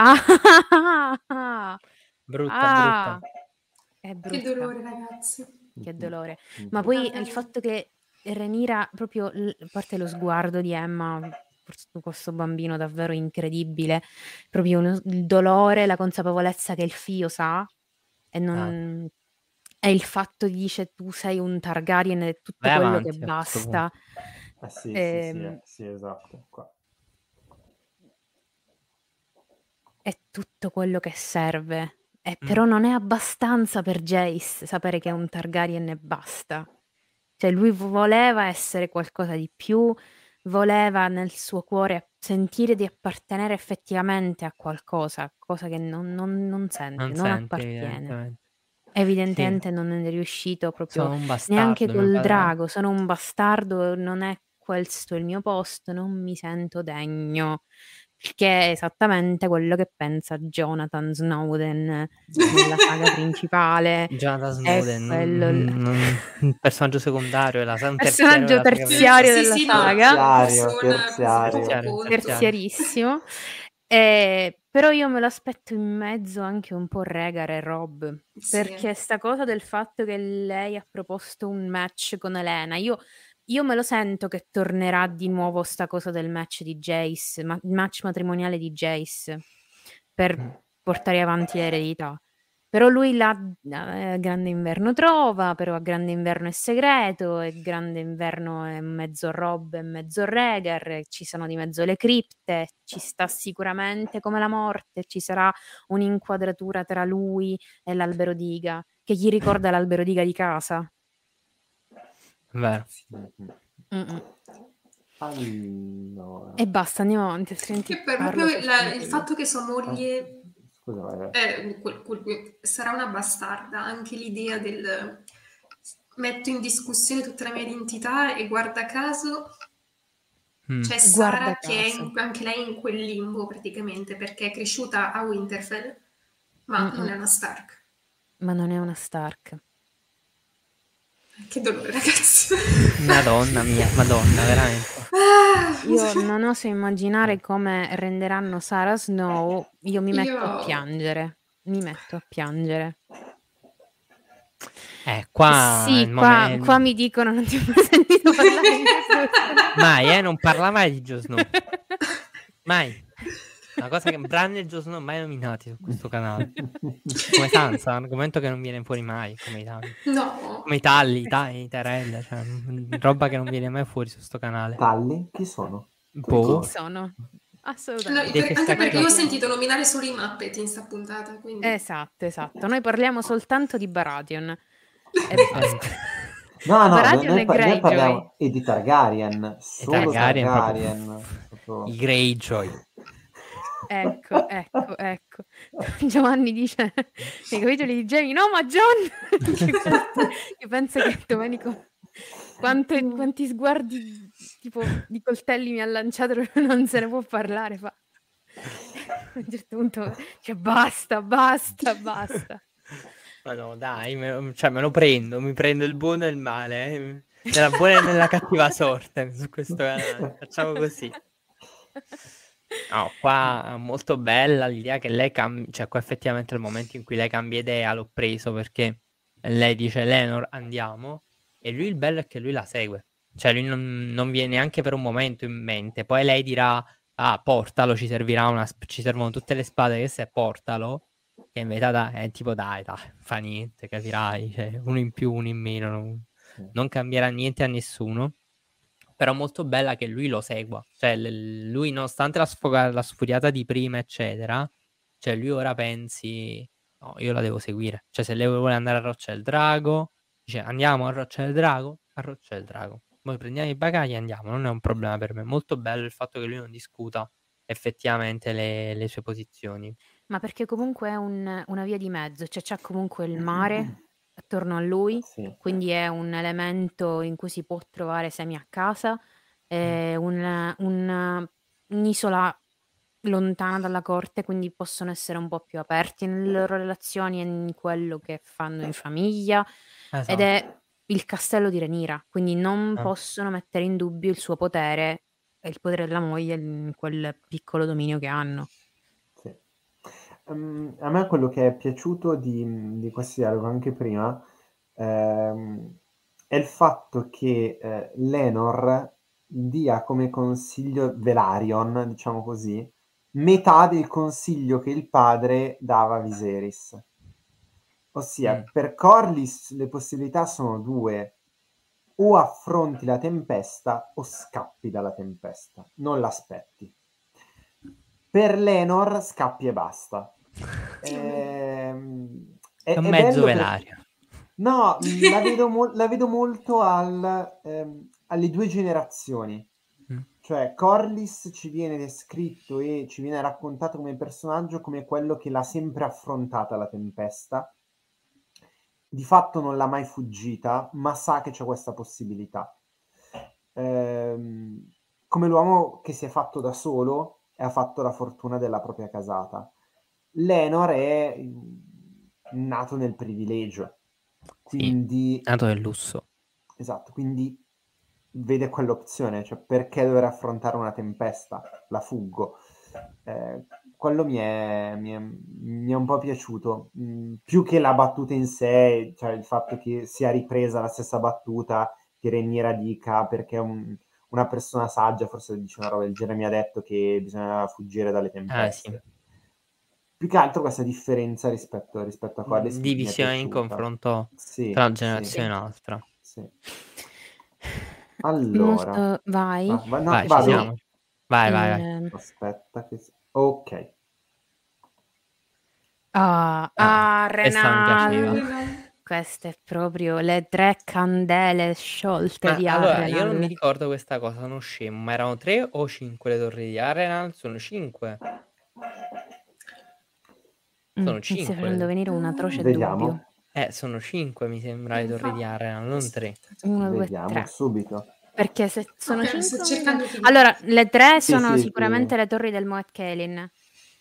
Brutta. È brutta. Che dolore, ragazzi. Che dolore. Ma poi il fatto che Rhaenyra proprio a parte lo sguardo di Emma su questo bambino davvero incredibile, proprio il dolore, la consapevolezza che il figlio sa e non è il fatto di dice tu sei un Targaryen ed è tutto Vai quello avanti, che a questo basta. Sì, esatto. Qua. È tutto quello che serve. Però non è abbastanza per Jace sapere che è un Targaryen e basta. Cioè lui voleva essere qualcosa di più, voleva nel suo cuore sentire di appartenere effettivamente a qualcosa, cosa che non sente, Non non senti appartiene. evidentemente. Sì, Evidentemente non è riuscito proprio sono un neanche bastardo, mio col padre drago, sono un bastardo, non è questo il mio posto, non mi sento degno. Il che è esattamente quello che pensa Jonathan Snowden nella saga principale. Jonathan È Snowden, quello un personaggio secondario, un terziario personaggio della saga terziario Sì, della sì, no, saga. una Terziario, persona così poco terziario. conto. Terziarissimo. Però io me lo aspetto in mezzo anche un po' Rhaegar e Robb, Sì. perché sta cosa del fatto che lei ha proposto un match con Elena, io me lo sento che tornerà di nuovo sta cosa del match di Jace, il match matrimoniale di Jace, per portare avanti l'eredità. Però lui là Grande Inverno trova, però a Grande Inverno è segreto, e Grande Inverno è mezzo Robb e mezzo Rhaegar, e ci sono di mezzo le cripte, ci sta sicuramente come la morte, ci sarà un'inquadratura tra lui e l'albero diga, che gli ricorda l'albero diga di casa. Vero. Mm-mm. Allora, E basta, andiamo avanti, altrimenti Che per parlo proprio soltanto il io. fatto che sua moglie scusa, vai. sarà una bastarda, anche l'idea del metto in discussione tutta la mia identità e guarda caso c'è Guarda Sara che è caso. anche lei in quel limbo praticamente perché è cresciuta a Winterfell, ma non è una Stark. Ma non è una Stark. Che dolore, ragazzi. Madonna mia, madonna, veramente. Io non oso immaginare come renderanno Sarah Snow. Io mi metto a piangere. Mi metto a piangere. Qua il Sì, qua momento. mi dicono non ti ho mai sentito parlare di Jon Snow. Mai, non parla mai di Jon Snow. Mai. Una cosa che Bran e Jon Snow mai nominati su questo canale. Come Sansa, un argomento che non viene fuori mai, come i Talli. No. Come i Talli, i Tyrell, cioè roba che non viene mai fuori su sto canale. Talli? Chi sono? Boh. Chi sono? No, Assolutamente. anche perché io ho sentito nominare solo i Muppet in sta puntata, quindi... Esatto. Noi parliamo soltanto di Baratheon. E basta. No, Baratheon e noi Greyjoy. parliamo di Targaryen, solo Targaryen Targaryen. proprio. I Greyjoy. Ecco. Giovanni dice nei capitoli di Jamie, no, ma John! Io penso che Domenico quanti sguardi tipo di coltelli mi ha lanciato, non se ne può parlare. A un certo punto cioè basta. Ma no, dai, me lo prendo, mi prendo il buono e il male, nella buona e nella cattiva sorte su questo canale. Facciamo così. No, qua molto bella l'idea che lei cioè qua effettivamente il momento in cui lei cambia idea l'ho preso, perché lei dice Lenor andiamo, e lui il bello è che lui la segue, cioè lui non viene neanche per un momento in mente, poi lei dirà portalo, ci servono tutte le spade, che se portalo, che in verità è tipo dai, fa niente, capirai, cioè, uno in più, uno in meno, non cambierà niente a nessuno. Però molto bella che lui lo segua, cioè lui nonostante la sfuriata di prima eccetera, cioè lui ora pensi no, io la devo seguire, cioè se lei vuole andare a Roccia del Drago dice andiamo a Roccia del Drago, poi prendiamo i bagagli e andiamo, non è un problema per me. Molto bello il fatto che lui non discuta effettivamente le sue posizioni, Ma perché comunque è una via di mezzo, cioè c'è comunque il mare attorno a lui, Sì. quindi è un elemento in cui si può trovare semi a casa, è un'isola lontana dalla corte, quindi possono essere un po' più aperti nelle loro relazioni e in quello che fanno in famiglia, ed è il castello di Rhaenyra, quindi non possono mettere in dubbio il suo potere e il potere della moglie in quel piccolo dominio che hanno. Sì. A me quello che è piaciuto di questo dialogo anche prima è il fatto che Lenor dia come consiglio Velaryon, diciamo così, metà del consiglio che il padre dava a Viserys. Ossia, per Corlys le possibilità sono due: o affronti la tempesta o scappi dalla tempesta, non l'aspetti. Per Lenor scappi e basta. È un mezzo Velario. No, la vedo molto alle due generazioni. Cioè, Corlys ci viene descritto e ci viene raccontato come personaggio come quello che l'ha sempre affrontata la tempesta. Di fatto non l'ha mai fuggita, ma sa che c'è questa possibilità. Come l'uomo che si è fatto da solo e ha fatto la fortuna della propria casata. Lenor è nato nel privilegio, quindi... Nato nel lusso. Esatto, quindi vede quell'opzione, cioè perché dover affrontare una tempesta? La fuggo. Quello mi è un po' piaciuto, più che la battuta in sé, cioè il fatto che sia ripresa la stessa battuta, che Rhaenyra dica perché una persona saggia, forse dice una roba del genere, mi ha detto che bisogna fuggire dalle tempeste. Sì. Più che altro questa differenza rispetto a Corlys mi è Divisione in piaciuta. confronto Sì, tra una generazione e un'altra. sì. Allora, vai. no, Vai, ci vado? siamo. Vai. Aspetta che... Ok. Questa mi piaceva. Arrenal. Queste è proprio le 3 candele sciolte di Allora, io non mi Arrenal. ricordo questa cosa, sono scemo, ma erano 3 o 5 le torri di Arrenal? Sono 5. Sono Mi stai 5. facendo venire un atroce dubbio. Vediamo. Sono 5 mi sembra le torri di Arrenal, non 3. 1, 2, Vediamo 3. subito. Perché se sono Ok, 5... sto cercando di... Allora, le 3 Sì, sono sì, sicuramente sì. le torri del Moat Cailin.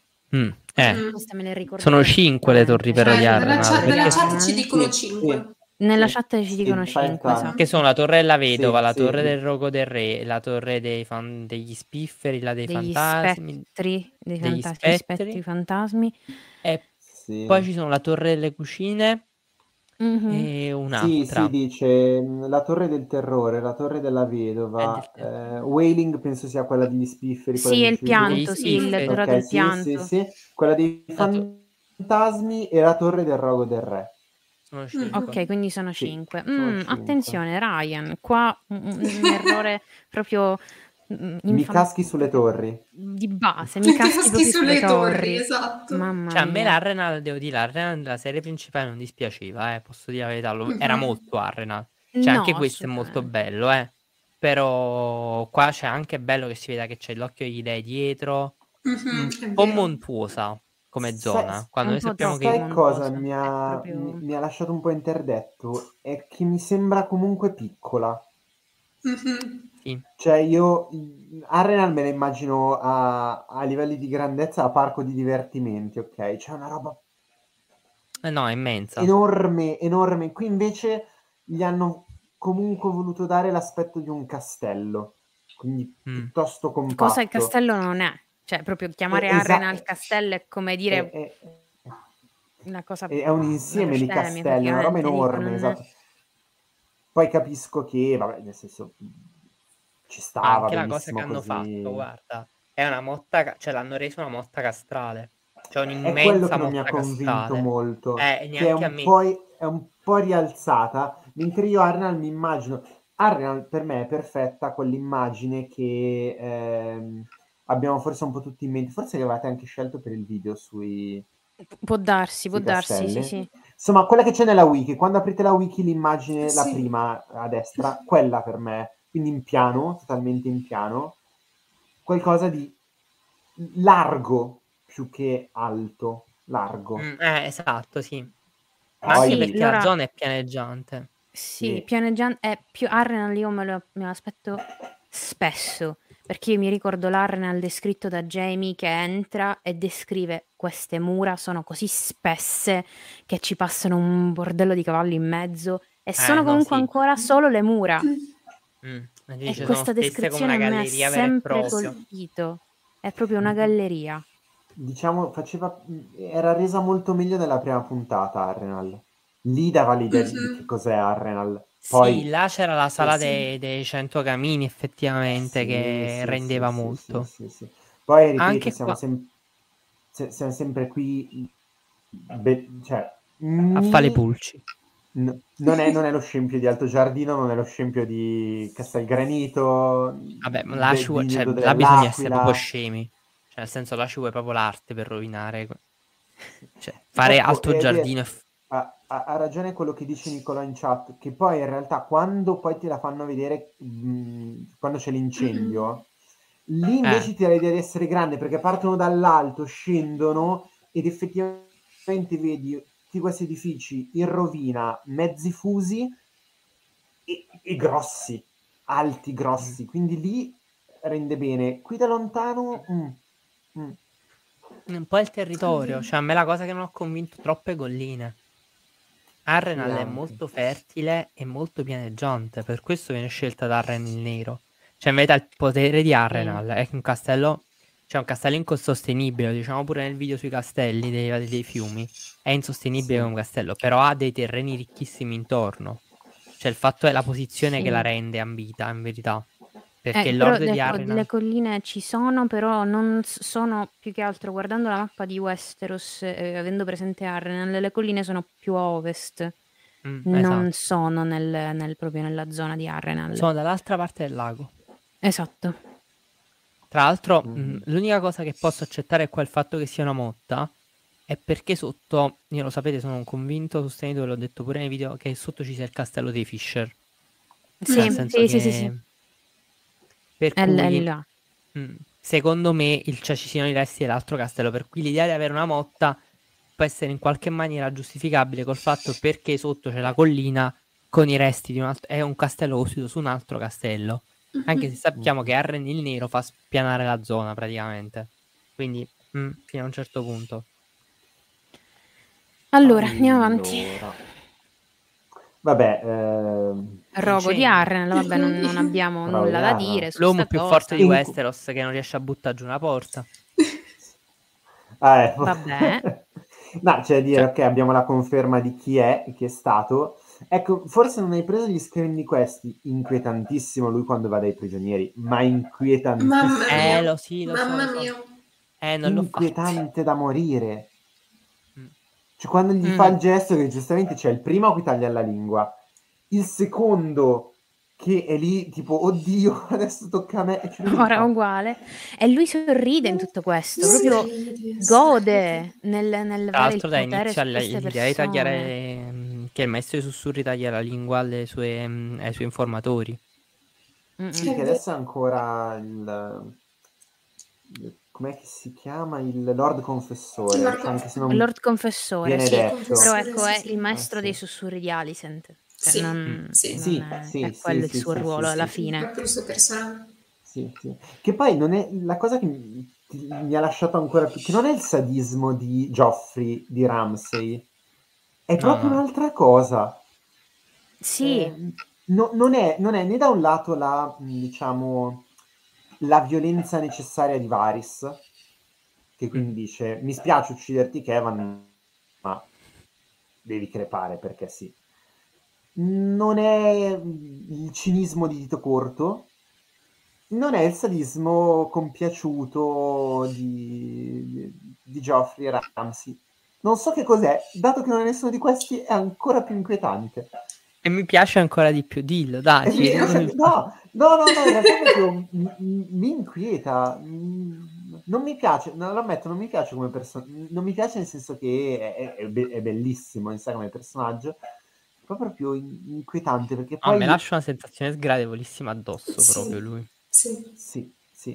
Mm. Queste me le ricordo. Sono 5 le torri però di Nella Arrenal. nella Perché chat ci dicono Sì, 5. Nella sì, chat ci sì, dicono fai 5, tanto. che sono la torre della vedova, Sì, la sì. torre del rogo del re, la torre degli spifferi, la dei degli fantasmi, spettri, dei degli fantasmi, spettri. spettri, fantasmi. E Sì. poi ci sono la torre delle cucine Mhm. e Sì, un'altra. sì, dice la torre del terrore, la torre della vedova, Wailing penso sia quella degli spifferi, quella Sì, è degli il pianto, Degli sì, il spifferi. torre Ok, del sì, pianto. sì, quella dei La to- fantasmi e la torre del rogo del re. Sono 5. Ok, quindi sono Sì, 5. sono 5. Attenzione, Ryan, qua un errore proprio Mi caschi sulle torri. di base, Mi mi caschi caschi proprio sulle sulle torri. esatto. Mamma Cioè, a me mia. l'Arrenal, devo dire, l'Arrenal della serie principale non dispiaceva, posso dire la verità, era molto Arrenal. Cioè, anche No, questo è molto assolutamente. bello, Però qua c'è anche bello che si veda che c'è l'occhio degli dei dietro, un È po' vero. montuosa come zona. Quando Un noi po' sappiamo troppo che... Sai cosa montuosa, è proprio... mi ha lasciato un po' interdetto? È che mi sembra comunque piccola. Sì. Cioè io Arenal me la immagino a livelli di grandezza a parco di divertimenti, ok? C'è una roba No, è immensa. enorme. Qui invece gli hanno comunque voluto dare l'aspetto di un castello, quindi piuttosto compatto. Cosa il castello non è. Cioè, proprio chiamare Arrenal castello è come dire una cosa... È un insieme di bestemmia, castelli, una roba praticamente, enorme, non- esatto. Poi capisco che, vabbè, nel senso, ci Ma stava anche la cosa benissimo che hanno così. fatto, guarda, è una motta, cioè l'hanno reso una motta castrale. Cioè È quello un'immensa che non mi ha motta convinto castrale. molto, che è Neanche a me. è un po' rialzata, mentre io Arsenal mi immagino... Arsenal per me è perfetta quell'immagine che abbiamo forse un po' tutti in mente, forse che avevate anche scelto per il video sui... Può darsi, castelli. sì. Insomma, quella che c'è nella wiki, quando aprite la wiki l'immagine, la Sì. prima a destra, quella per me, quindi in piano, totalmente in piano, qualcosa di largo più che alto, largo. Esatto, sì. Ma Poi- anche Sì, perché allora- la zona è pianeggiante. Sì, pianeggiante è più Arrenal, io me lo aspetto spesso, perché io mi ricordo l'Arrenal descritto da Jamie che entra e descrive queste mura sono così spesse che ci passano un bordello di cavalli in mezzo e sono no, comunque sì. ancora solo le mura. Dice, E sono questa stesse come una descrizione a me ha galleria vera e sempre propria. colpito. È proprio una galleria. Diciamo, era resa molto meglio nella prima puntata Arrenal. Lì dava l'idea di che cos'è Arrenal. Poi, Sì, là c'era la sala sì. dei 100 camini effettivamente che rendeva molto. Sì. Poi, ripeto, Anche siamo, qua siamo sempre qui, cioè, a fare le pulci. non è lo scempio di Altogiardino, non è lo scempio di Castelgranito, Vabbè, ma là, di Nido là bisogna essere dell'Aquila. proprio scemi. Cioè, nel senso, là ci vuole proprio l'arte per rovinare. Cioè, fare Ecco, Altogiardino ha ragione quello che dice Nicolò in chat, che poi in realtà quando poi te la fanno vedere, quando c'è l'incendio, Lì invece ti direi di essere grande, perché partono dall'alto, scendono ed effettivamente vedi tutti questi edifici in rovina, mezzi fusi e grossi, alti, grossi. Quindi lì rende bene. Qui da lontano... Un po' il territorio, cioè a me la cosa che non ho convinto troppe colline. Arrenal è molto fertile e molto pianeggiante, per questo viene scelta da Arren il Nero. Cioè, in verità il potere di Arrenal è che un castello, cioè un castello insostenibile, diciamo pure nel video sui castelli dei fiumi, è insostenibile come un castello, però ha dei terreni ricchissimi intorno. Cioè il fatto è la posizione che la rende ambita, in verità. Perché il Lord di Arrenal... Le colline ci sono, però non sono più che altro, guardando la mappa di Westeros, avendo presente Arrenal, le colline sono più a ovest, non sono proprio nella zona di Arrenal. Sono dall'altra parte del lago. Esatto. Tra l'altro, l'unica cosa che posso accettare qua è il fatto che sia una motta, è perché sotto, io lo sapete, sono un convinto sostenitore, l'ho detto pure nei video, che sotto ci sia il castello dei Fisher. Sì. Per cui, là. Secondo me, ci siano i resti dell'altro castello, per cui l'idea di avere una motta può essere in qualche maniera giustificabile col fatto perché sotto c'è la collina con i resti di un altro, è un castello costruito su un altro castello. Anche se sappiamo che Arren il Nero fa spianare la zona praticamente. Quindi, fino a un certo punto. Allora, andiamo avanti. Vabbè, Rogo di Arren, vabbè, non abbiamo nulla da dire su l'uomo più forte di Westeros che non riesce a buttare giù una porta. Vabbè. No, c'è da dire, ok, abbiamo la conferma di chi è stato. Ecco, forse non hai preso gli screen di questi. Inquietantissimo lui quando va dai prigionieri, ma inquietantissimo. Lo so. Mamma mia. Non l'ho inquietante da morire. Cioè, quando gli fa il gesto che giustamente c'è il primo a cui taglia la lingua, il secondo che è lì tipo, oddio, adesso tocca a me. Ora è uguale. E lui sorride in tutto questo, proprio gode nel tra l'altro avere il da potere su queste l'idea di tagliare, che il maestro dei sussurri taglia la lingua ai suoi informatori. Sì, che adesso è ancora il... Com'è che si chiama? Il Lord Confessore. Anche se non Lord Confessore, viene detto. però ecco, è il maestro dei sussurri di Alicent. Cioè, è quello il suo ruolo alla fine. Proprio il suo personaggio. Sì. Che poi non è la cosa che mi ha lasciato ancora più, che non è il sadismo di Joffrey, di Ramsay, è proprio un'altra cosa. Sì. Non è né da un lato la, diciamo, la violenza necessaria di Varys, che quindi dice, mi spiace ucciderti Kevan, ma devi crepare perché sì. Non è il cinismo di dito corto, non è il sadismo compiaciuto di Joffrey e Ramsay. Non so che cos'è, dato che non è nessuno di questi è ancora più inquietante. E mi piace ancora di più, dillo, dai. No, in realtà proprio mi inquieta. Non mi piace, non lo ammetto, non mi piace come personaggio. Non mi piace nel senso che è bellissimo in sé come personaggio, ma proprio inquietante perché poi... mi lascia una sensazione sgradevolissima addosso proprio lui. Sì.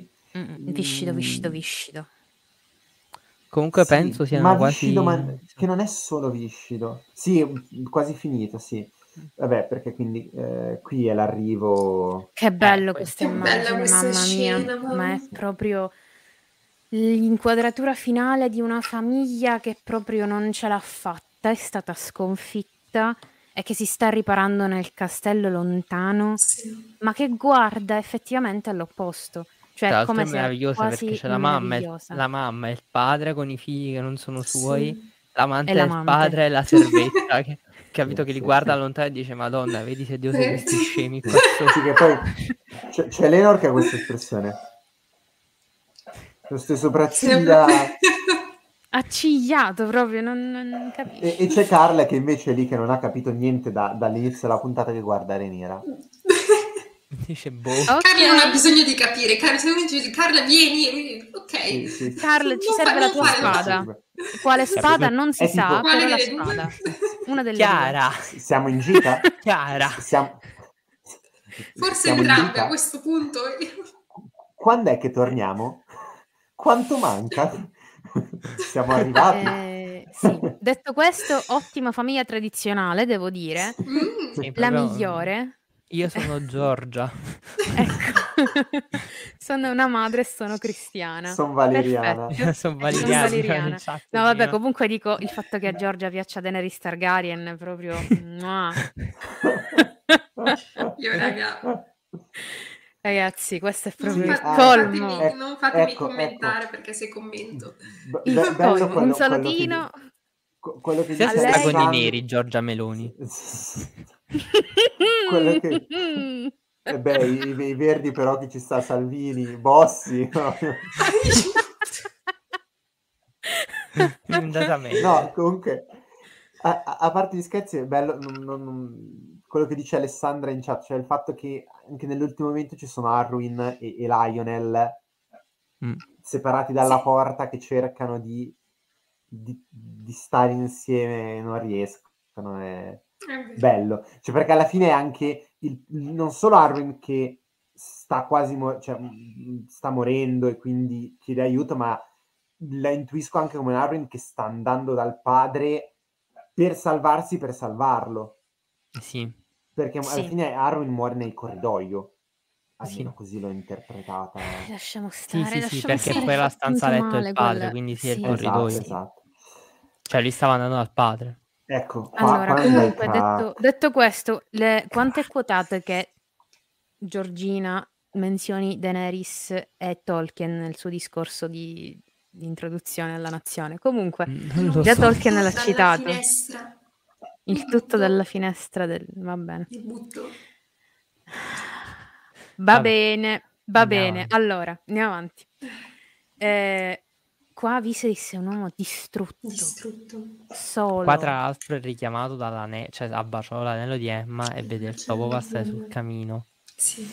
Viscido. Comunque penso siano quasi... viscido, ma che non è solo viscido. Sì, quasi finito, sì. Vabbè, perché quindi qui è l'arrivo... Che bello questa immagine, mamma mia. Ma è proprio l'inquadratura finale di una famiglia che proprio non ce l'ha fatta, è stata sconfitta e che si sta riparando nel castello lontano, ma che guarda effettivamente all'opposto. Cioè, come è meravigliosa perché c'è la mamma e il padre con i figli che non sono suoi, l'amante del padre e la servetta che capito che li guarda lontano e dice Madonna, vedi se Dio sei questi scemi qua sotto. Sì, che poi c'è Lenor che ha questa espressione, queste sopracciglia accigliato proprio, non capisco. E c'è Carla che invece è lì che non ha capito niente dall'inizio della puntata che guarda Rhaenyra. Dice Okay. Carla non ha bisogno di capire. Carla vieni. Ok. Sì. Carla, ci serve la tua spada. Quale spada non si sa, tipo, però la spada. Una delle Chiara. due. Siamo in gita? Chiara. Forse entrambe a questo punto. quando è che torniamo? Quanto manca? Siamo arrivati. Sì. Detto questo, ottima famiglia tradizionale, devo dire. Sì, La proprio- migliore. Io sono Giorgia. Ecco. Sono una madre e sono cristiana. Son valeriana. Perfetto. Sono Sono valeriana. valeriana. in chat No, vabbè, prima. comunque dico il fatto che a Giorgia piaccia Daenerys Targaryen è proprio... mua. Io, raga, Ragazzi, questo è non, proprio il fa- colmo. non fatemi ecco. commentare perché se commento. Il Bello colmo. Un quello che salutino. quello che Sempre dice A sta con i Alessandro. neri, Giorgia Meloni. Quello che... beh, i verdi però chi ci sta? Salvini, Bossi. Immediatamente. No, comunque, a parte gli scherzi, è bello quello che dice Alessandra in chat, cioè il fatto che anche nell'ultimo momento ci sono Arryn e Lionel separati dalla Sì. porta che cercano di stare insieme e non riescono. È bello. Cioè, perché alla fine è anche non solo Arryn che sta quasi sta morendo e quindi chiede aiuto, ma la intuisco anche come Arryn che sta andando dal padre per salvarsi, per salvarlo. Sì. Perché alla Sì. fine Arryn muore nel corridoio. Sì. Almeno così l'ho interpretata. Lasciamo Sì, stare, sì, sì, lasciamo perché stare, poi la fa stanza a tanto letto del male padre, quella... quindi sì, è il Sì, corridoio. Esatto. Cioè, lui stava andando dal padre. Ecco, Allora, qua è un bel comunque, crack. detto questo, quanto è quotato che Giorgina menzioni Daenerys e Tolkien nel suo discorso di introduzione alla nazione? Comunque, Non lo già so. Tolkien l'ha Dalla citato. finestra. Il tutto dalla finestra del... Va bene. Mi butto. Va Vabbè, bene, va andiamo bene. avanti. Allora, andiamo avanti. Qua Viserys è un uomo distrutto. Solo. Qua tra l'altro è richiamato dall'anello, cioè abbaciò l'anello di Emma e vede il topo passare sul camino. Sì.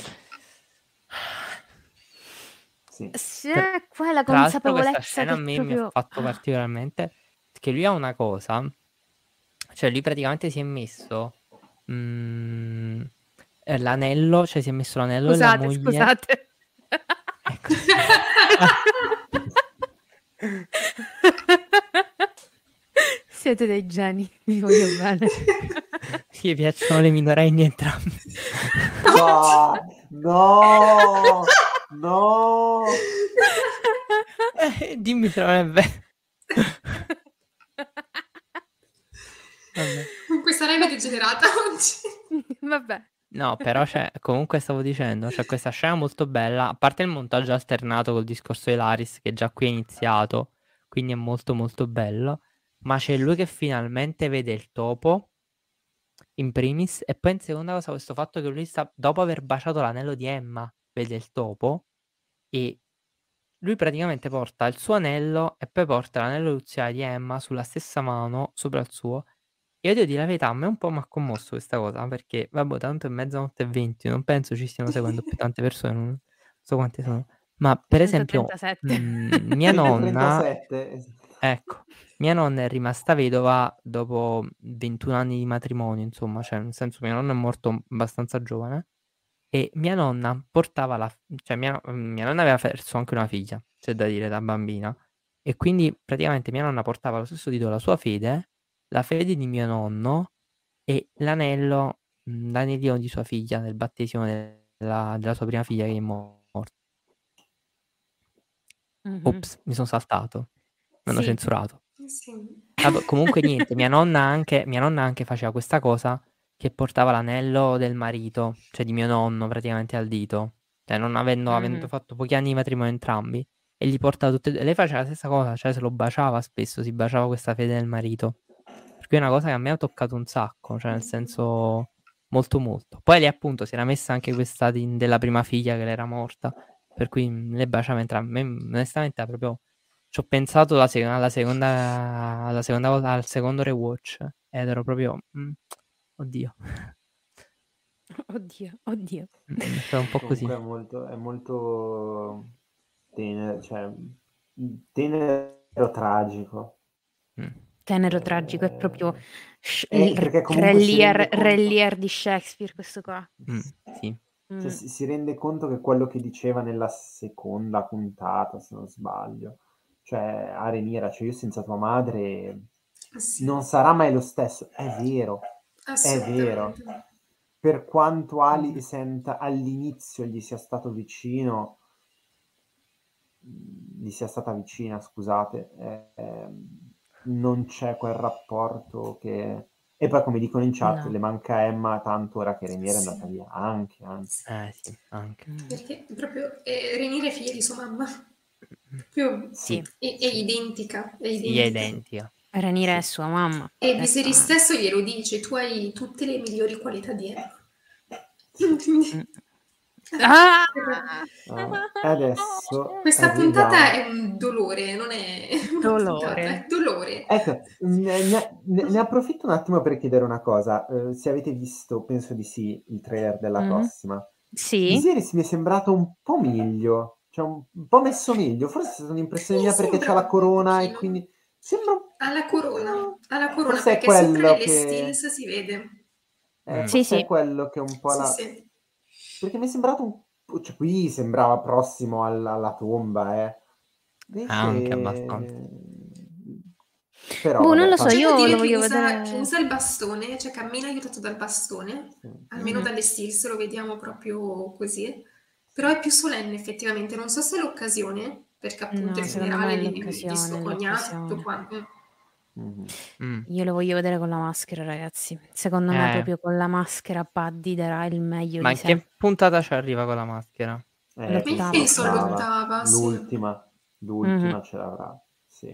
Sì, qua è la Tra l'altro questa consapevolezza scena a che me mi ha proprio... fatto particolarmente, che lui ha una cosa, cioè lui praticamente si è messo l'anello, cioè si è messo l'anello della moglie. Scusate. Ecco. Siete dei geni, vi voglio bene. Sì, piacciono le minorenni entrambi. No! Dimmi se non è vero. Vabbè. Questa live è degenerata oggi. Vabbè. No, però comunque stavo dicendo, c'è questa scena molto bella, a parte il montaggio alternato col discorso di Laris che già qui è iniziato, quindi è molto molto bello, ma c'è lui che finalmente vede il topo, in primis, e poi in seconda cosa questo fatto che lui sta, dopo aver baciato l'anello di Emma, vede il topo, e lui praticamente porta il suo anello e poi porta l'anello nuziale di Emma sulla stessa mano, sopra il suo. Io devo dire la verità, a me un po' mi ha commosso questa cosa, perché, vabbè, tanto è mezzanotte e 20, non penso ci stiano seguendo più tante persone, non so quante sono. Ma, per esempio, 137. mia nonna, 137. ecco, mia nonna è rimasta vedova dopo 21 anni di matrimonio, insomma, cioè, nel senso, mio nonno è morto abbastanza giovane, e mia nonna portava cioè, mia nonna aveva perso anche una figlia, c'è da dire, da bambina, e quindi, praticamente, mia nonna portava allo stesso titolo la sua fede, la fede di mio nonno e l'anellino di sua figlia nel battesimo della sua prima figlia che è morta. Ops, mi sono saltato. Mi hanno Sì. censurato. Sì. Vabbè, comunque niente, mia nonna anche faceva questa cosa che portava l'anello del marito, cioè di mio nonno praticamente al dito. Cioè non avendo fatto pochi anni di matrimonio entrambi, e gli portava tutte. Lei faceva la stessa cosa, cioè se lo baciava spesso, si baciava questa fede del marito. Per cui è una cosa che a me ha toccato un sacco, cioè nel senso molto molto. Poi lei appunto si era messa anche questa della prima figlia che le era morta, per cui le baciava entrambe. Onestamente proprio ci ho pensato alla seconda volta, al secondo rewatch, ed ero proprio oddio. Oddio. È stato un po' così. Comunque è molto tenero, cioè tenero tragico. Tenero tragico, è proprio perché comunque si rende Re conto... Lear di Shakespeare questo qua. Sì. Cioè, si rende conto che quello che diceva nella seconda puntata, se non sbaglio, cioè a Rhaenyra, cioè io senza tua madre Sì, non sarà mai lo stesso. È vero, è vero. assolutamente. Per quanto Alicent all'inizio gli sia stato vicino, gli sia stata vicina, scusate, non c'è quel rapporto che... E poi come dicono in chat, No. le manca Emma tanto ora che Rhaenyra è Sì. andata via. Anche. Sì, anche. Perché proprio Rhaenyra è figlia di sua mamma. Più Sì, è identica, è Sì, è identica. identica. Rhaenyra è sua mamma. E Viserys Adesso- stesso glielo dice, tu hai tutte le migliori qualità di Emma. Mm. Ah! E adesso Questa puntata arriviamo... è un dolore, non è una Dolore. puntata, è dolore. Ecco, ne approfitto un attimo per chiedere una cosa. Se avete visto, penso di sì, il trailer della prossima. Sì. Viserys mi è sembrato un po' meglio, cioè un po' messo meglio. Forse è stata un'impressione mia perché c'ha Sembra la corona e pochino. quindi sembra un Alla corona, Forse è perché sopra quello nelle che... stills si vede. Forse Sì. è quello che un po' Sì, la... sì. Perché mi è sembrato un po'... Cioè, qui sembrava prossimo alla tomba, Invece... Anche abbastanza. Però, Boh, non vabbè, lo so, C'è da io dire lo che voglio usa, vedere. che usa il bastone, cioè cammina aiutato dal bastone, Sì. almeno dalle stills lo vediamo proprio così, però è più solenne effettivamente, non so se è l'occasione, perché appunto No, il secondo me è funerale di l'occasione, suo cognato, tutto l'occasione. quanto. Io lo voglio vedere con la maschera, ragazzi. Secondo me proprio con la maschera Paddy darà il meglio Ma di in sé. che puntata ci arriva con la maschera? L'ottava. Penso all'ottava, sì. L'ultima ce l'avrà, sì.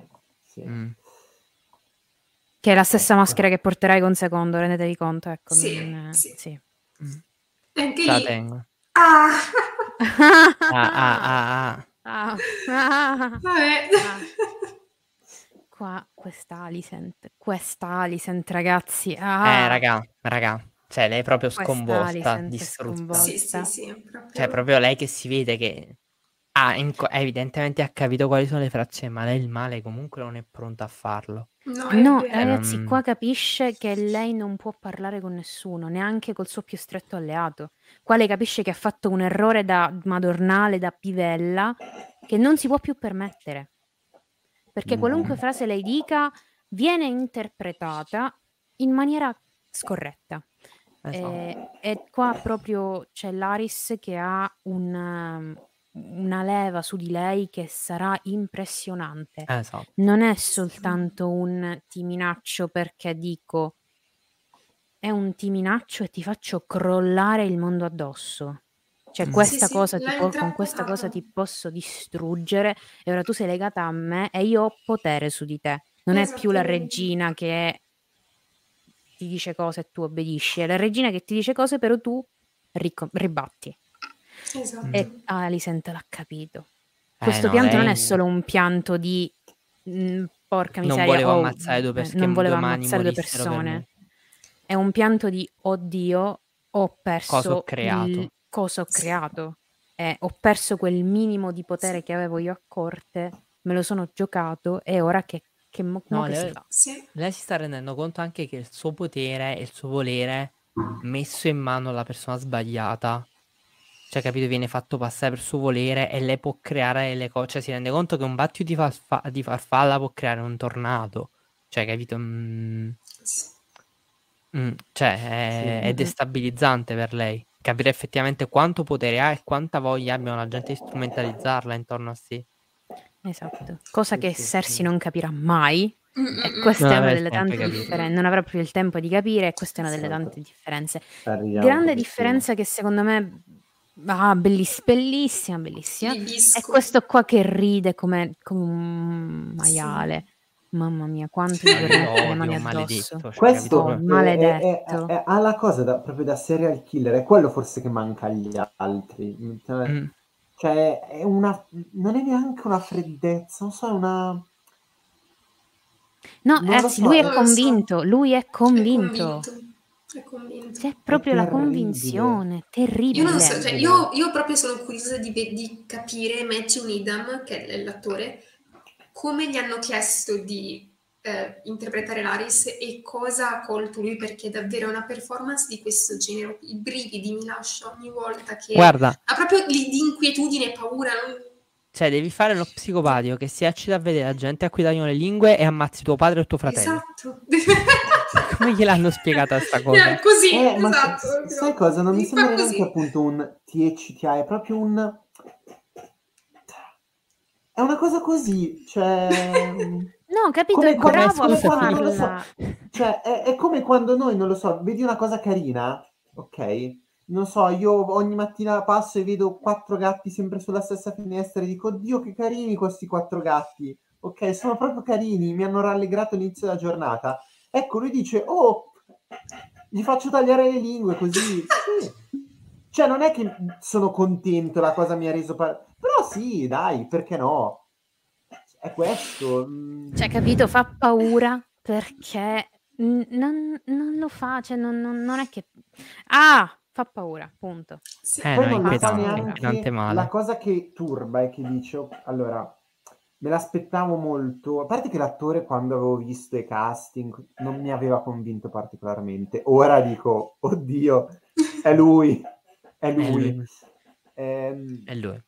Che è la stessa maschera che porterai con secondo, rendetevi conto, ecco. Sì, non- sì. sì. E anche Ce la lì... tengo. Ah! Ah. Vabbè. Qua, questa Alicent, ragazzi. Raga. Cioè, lei è proprio Questa sconvolta, Alicent è distrutta. sconvolta. Sì, proprio... Cioè, proprio lei che si vede che... evidentemente ha capito quali sono le frazioni, ma lei il male comunque non è pronta a farlo. No, No, è vero. ragazzi, qua capisce che lei non può parlare con nessuno, neanche col suo più stretto alleato. Qua lei capisce che ha fatto un errore da madornale, da pivella, che non si può più permettere. Perché qualunque frase lei dica viene interpretata in maniera scorretta. Esatto. E qua proprio c'è Laris che ha una leva su di lei che sarà impressionante. Esatto. Non è soltanto un ti minaccio perché dico, è un ti minaccio e ti faccio crollare il mondo addosso. Cioè questa cosa con questa cosa ti posso distruggere e ora tu sei legata a me e io ho potere su di te. Non è più la regina che ti dice cose e tu obbedisci, è la regina che ti dice cose però tu ribatti. Esatto. E Alicent l'ha capito. Questo pianto non è solo un pianto di porca miseria, non volevo ammazzare due persone, non voleva domani ammazzare due morissero per persone. me. È un pianto di oddio, ho perso Cosa ho creato. cosa ho creato. Ho perso quel minimo di potere che avevo io a corte, me lo sono giocato e ora che si fa? Lei si sta rendendo conto anche che il suo potere e il suo volere messo in mano alla persona sbagliata, cioè capito, viene fatto passare per suo volere e lei può creare le cose, cioè si rende conto che un battito di farfalla può creare un tornado, cioè capito, cioè è destabilizzante per lei capire effettivamente quanto potere ha e quanta voglia abbia la gente di strumentalizzarla intorno a sé. Esatto, cosa che Cersei non capirà mai. E questa Non è una avrà il delle tempo di tante capire. differenze. Non avrà più il tempo di capire, e questa è una delle tante differenze. Arriviamo Grande un pochettino. differenza che secondo me bellissima, è Libisco. questo qua che ride come un maiale. Mamma mia, quanto gli vorrei mettere le mani addosso. Maledetto, cioè, Questo maledetto. ha la cosa proprio da serial killer, è quello forse che manca agli altri. Cioè, non è neanche una freddezza, non so, è una... No, Non lo ragazzi, so, lui è- è convinto, lui è convinto. È convinto. C'è proprio la terribile. convinzione, terribile. Io non so, cioè io proprio sono curiosa di capire Matthew Needham, che è l'attore, come gli hanno chiesto di interpretare Laris e cosa ha colto lui, perché davvero una performance di questo genere, i brividi mi lascia ogni volta, che Guarda, ha proprio di inquietudine e paura. cioè devi fare lo psicopatico che si eccita a vedere la gente a cui tagliano le lingue e ammazzi tuo padre o tuo fratello. Esatto. Come gliel'hanno spiegata sta cosa? Così, Ma esatto. sai cosa? Non mi Fa sembra così. neanche appunto un THTI, è proprio un... È una cosa così, cioè... No, capito, è come bravo a quando, non lo so, farla. cioè è come quando noi, non lo so, vedi una cosa carina, ok? Non so, io ogni mattina passo e vedo 4 gatti sempre sulla stessa finestra e dico, oddio che carini questi 4 gatti, ok? Sono proprio carini, mi hanno rallegrato l'inizio della giornata. Ecco, lui dice, oh, gli faccio tagliare le lingue così, sì. Cioè non è che sono contento, la cosa mi ha reso... Però sì, dai, perché no? È questo. Cioè, capito, fa paura perché non lo fa, cioè non è che... Ah, fa paura, punto. Sì. Poi No, è non lo fa inquietante neanche. male. La cosa che turba è che dice, allora, me l'aspettavo molto, a parte che l'attore quando avevo visto i casting non mi aveva convinto particolarmente, ora dico, oddio, è lui, è lui. lui. È lui.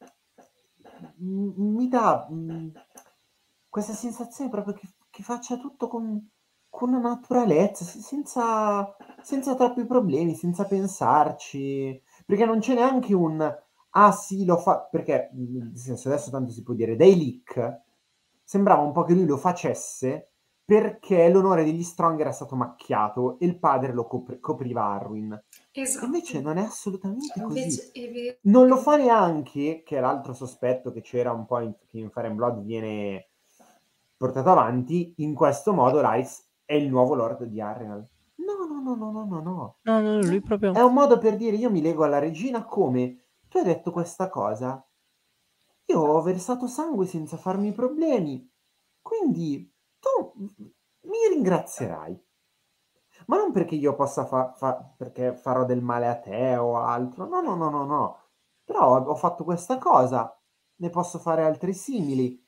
Mi dà questa sensazione proprio che faccia tutto con una naturalezza, senza troppi problemi, senza pensarci, perché non c'è neanche un ah sì, lo fa, perché nel senso adesso tanto si può dire, dai leak sembrava un po' che lui lo facesse perché l'onore degli Strong era stato macchiato e il padre lo copriva Arwen. Esatto. Invece non è assolutamente così. Invece è vero. Non lo fa neanche, che è l'altro sospetto che c'era un po' che in Fire and Blood viene portato avanti, in questo modo Rice è il nuovo Lord di Arrenal. No. No, lui proprio... È un modo per dire io mi lego alla regina come tu hai detto questa cosa, io ho versato sangue senza farmi problemi, quindi tu mi ringrazierai. Ma non perché io possa perché farò del male a te o altro, no. Però ho fatto questa cosa, ne posso fare altri simili.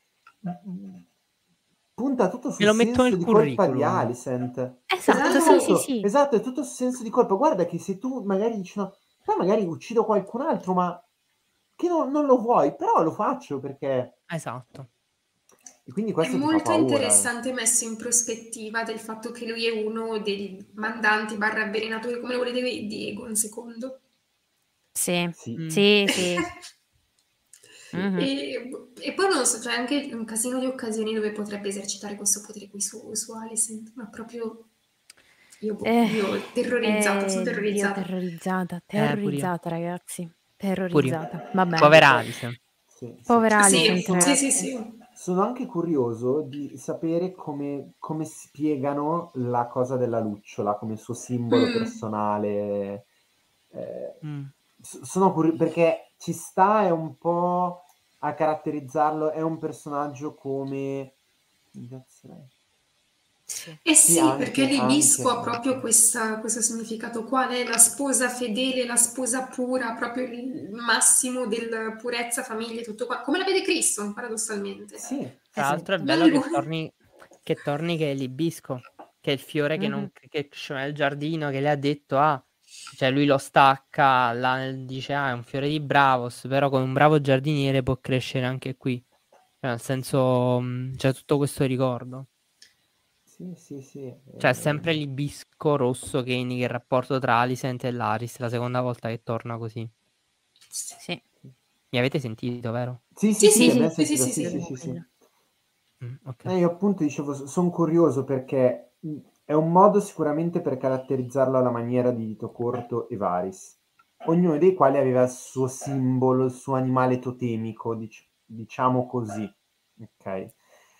Punta tutto Me sul lo metto senso nel di colpa di curriculum. Alicent. Esatto, sì. Esatto, è tutto sul senso di colpa. Guarda che se tu magari dici no, poi magari uccido qualcun altro, ma che non lo vuoi, però lo faccio perché... Esatto. E quindi È questo ti fa molto paura. interessante messo in prospettiva del fatto che lui è uno dei mandanti barra avvelenatori, come lo volete Diego, un secondo. Sì. Mm-hmm. E poi non so, c'è anche un casino di occasioni dove potrebbe esercitare questo potere qui su Alicent, ma proprio io terrorizzata, sono terrorizzata. Terrorizzata, ragazzi. Terrorizzata. Vabbè. Povera Alicent. Povera Alicent. Sì. Sono anche curioso di sapere come spiegano la cosa della lucciola come suo simbolo personale. Sono curioso perché ci sta è un po' a caratterizzarlo, è un personaggio come... Sì, perché l'ibisco ha proprio questo significato qua, è la sposa fedele, la sposa pura, proprio il massimo della purezza, famiglia, tutto qua, come la vede Cristo, paradossalmente. Sì. Tra l'altro è bello che torni che è l'ibisco, che è il fiore che cresce nel giardino, che le ha detto, cioè lui lo stacca, dice, è un fiore di Bravos, però con un bravo giardiniere può crescere anche qui. Cioè, nel senso, c'è tutto questo ricordo. Sì. Cioè, sempre l'ibisco rosso che indica il rapporto tra Alicent e Laris, la seconda volta che torna così. Sì. Mi avete sentito, vero? Sì. Okay. Io appunto dicevo, sono curioso perché è un modo sicuramente per caratterizzarlo alla maniera di Dito Corto e Varys, ognuno dei quali aveva il suo simbolo, il suo animale totemico, diciamo così, ok?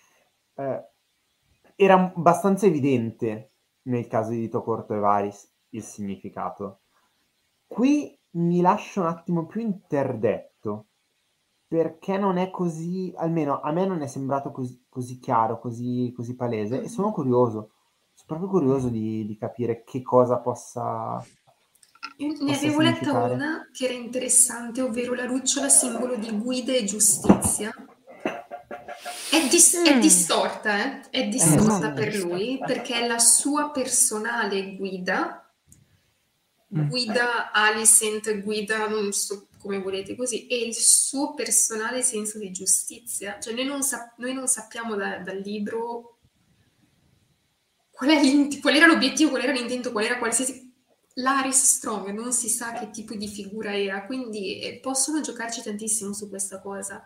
Era abbastanza evidente nel caso di Dito Corto e Varys il significato. Qui mi lascio un attimo più interdetto, perché non è così, almeno a me non è sembrato così chiaro, così palese, e sono proprio curioso di capire che cosa possa Ne avevo letta una che era interessante, ovvero la lucciola simbolo di guida e giustizia. È distorta, è distorta sì. per lui, perché è la sua personale guida Alicent, guida, non so come volete così, e il suo personale senso di giustizia. Cioè noi non sappiamo dal libro qual era l'obiettivo, qual era l'intento, qual era qualsiasi... Laris Strong non si sa che tipo di figura era, quindi possono giocarci tantissimo su questa cosa.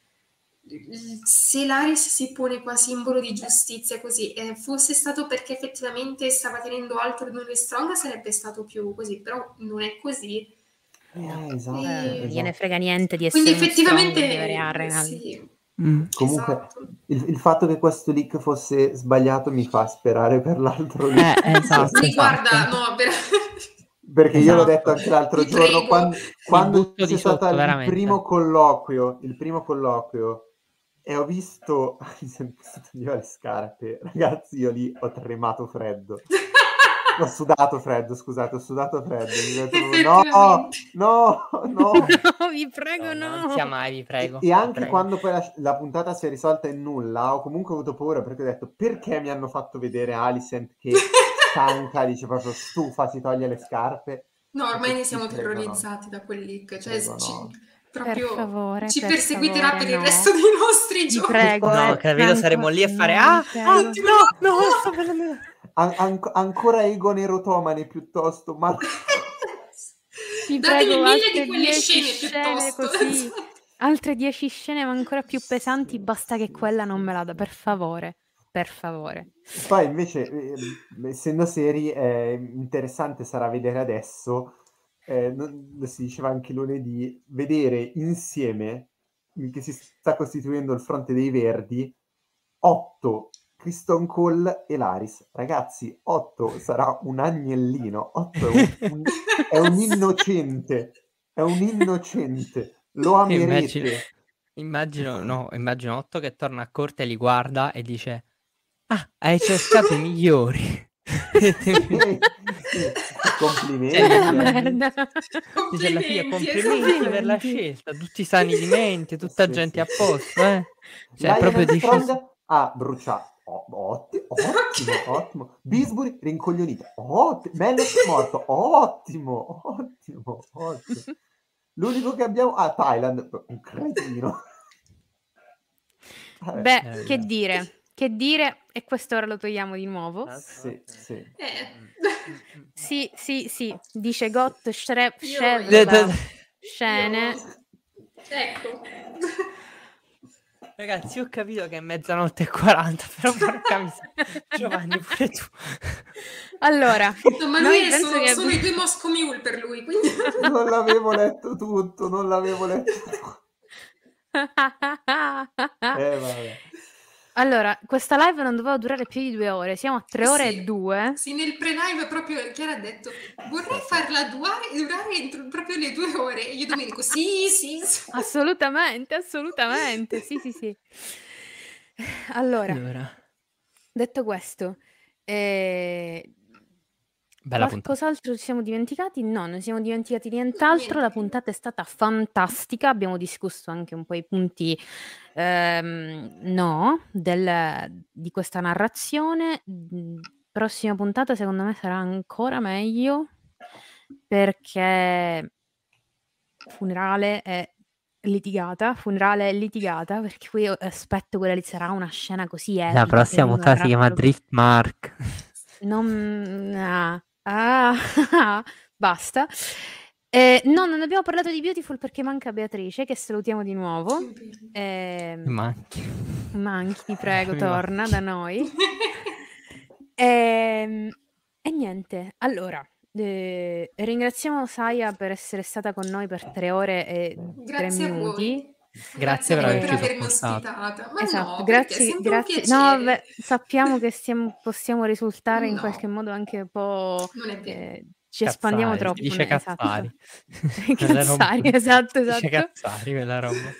Se Laris si pone qua simbolo di giustizia così, fosse stato perché effettivamente stava tenendo alto il nome Strong, sarebbe stato più così, però non è così. Esatto, gliene esatto. frega niente di Quindi essere uno strong di effettivamente avere Harrenhal. sì, Comunque, esatto. il fatto che questo leak fosse sbagliato mi fa sperare per l'altro leak. Esatto, Sì, esatto. guarda, no, Perché io l'ho Esatto. detto anche l'altro Ti giorno, prego. quando butto c'è di stato sotto, il veramente. primo colloquio, e ho visto io le scarpe, ragazzi, io lì ho tremato freddo. Ho sudato freddo, scusate, ho sudato freddo. Mi ho detto, Effettivamente. no. No, vi prego, No, no. non sia mai, vi prego. E vi anche prego. quando poi la puntata si è risolta in nulla, ho comunque avuto paura perché ho detto, perché mi hanno fatto vedere Alicent che stanca, dice proprio stufa, si toglie le scarpe. No, ormai ne siamo Ti prego, no. terrorizzati da quel leak, cioè Prego, no. Per favore, ci per perseguiterà favore, per il no. resto dei nostri Vi giorni. prego, No, capito, saremo lì a fare no, vi prego. Oddio, no, sto vedendo. Ancora Egon erotomane piuttosto, ma Vi Datemi prego, 1000 altre di quelle 10 scene scene piuttosto. così, altre 10 scene ma ancora più pesanti, basta che quella non me la dà, per favore, per favore. poi invece, essendo seri, interessante sarà vedere adesso, lo si diceva anche lunedì, vedere insieme, che si sta costituendo il fronte dei Verdi, 8 Kristen Cole e Laris. Ragazzi, 8 sarà un agnellino, 8 è un innocente, lo amerete. Immagino Otto che torna a corte, li guarda e dice: ah, hai cercato i migliori. Sì, complimenti. Merda. Dice alla figlia: complimenti esatto. per la scelta, tutti sani di mente, tutta Sì, gente sì. a posto, Cioè, Lionel proprio Strong ha bruciato. Ottimo. Bisbury rincoglionito. Mellos morto. Ottimo. L'unico che abbiamo... Thailand. Un cretino. Beh, che dire, e questo ora lo togliamo di nuovo. Sì. Sì, dice Got Shrev Io- scene. Ecco. Ragazzi, ho capito che è 00:40, però porca miseria. Giovanni, pure tu. Allora, No, ma noi lui penso che sono i 2 Moscow Mule per lui, quindi... Non l'avevo letto tutto. Vabbè. Allora, questa live non doveva durare più di 2 ore, siamo a 3 ore e 2. Sì, nel pre-live proprio Chiara ha detto vorrei farla durare entro proprio le 2 ore. E io Domenico, sì. Assolutamente, sì. Allora, detto questo, Bella puntata. qualcos'altro ci siamo dimenticati? No, non siamo dimenticati nient'altro. La puntata è stata fantastica. Abbiamo discusso anche un po' i punti di questa narrazione. Prossima puntata secondo me sarà ancora meglio perché funerale è litigata perché qui aspetto quella lì sarà una scena così epica. La prossima puntata si chiama Driftmark. Basta. No, non abbiamo parlato di Beautiful perché manca Beatrice, che salutiamo di nuovo. Manchi, ti prego, torna da noi. E niente, allora, ringraziamo Saya per essere stata con noi per 3 ore e 3 minuti. Grazie per averci avermi sopportato. ospitata. Ma Esatto, no, grazie. è sempre un piacere. No, beh, sappiamo che possiamo risultare in No. qualche modo anche un po'. Non è vero. Ci espandiamo Cazzari, troppo. si dice cazzari. Cazzari, esatto. Dice cazzari quella roba.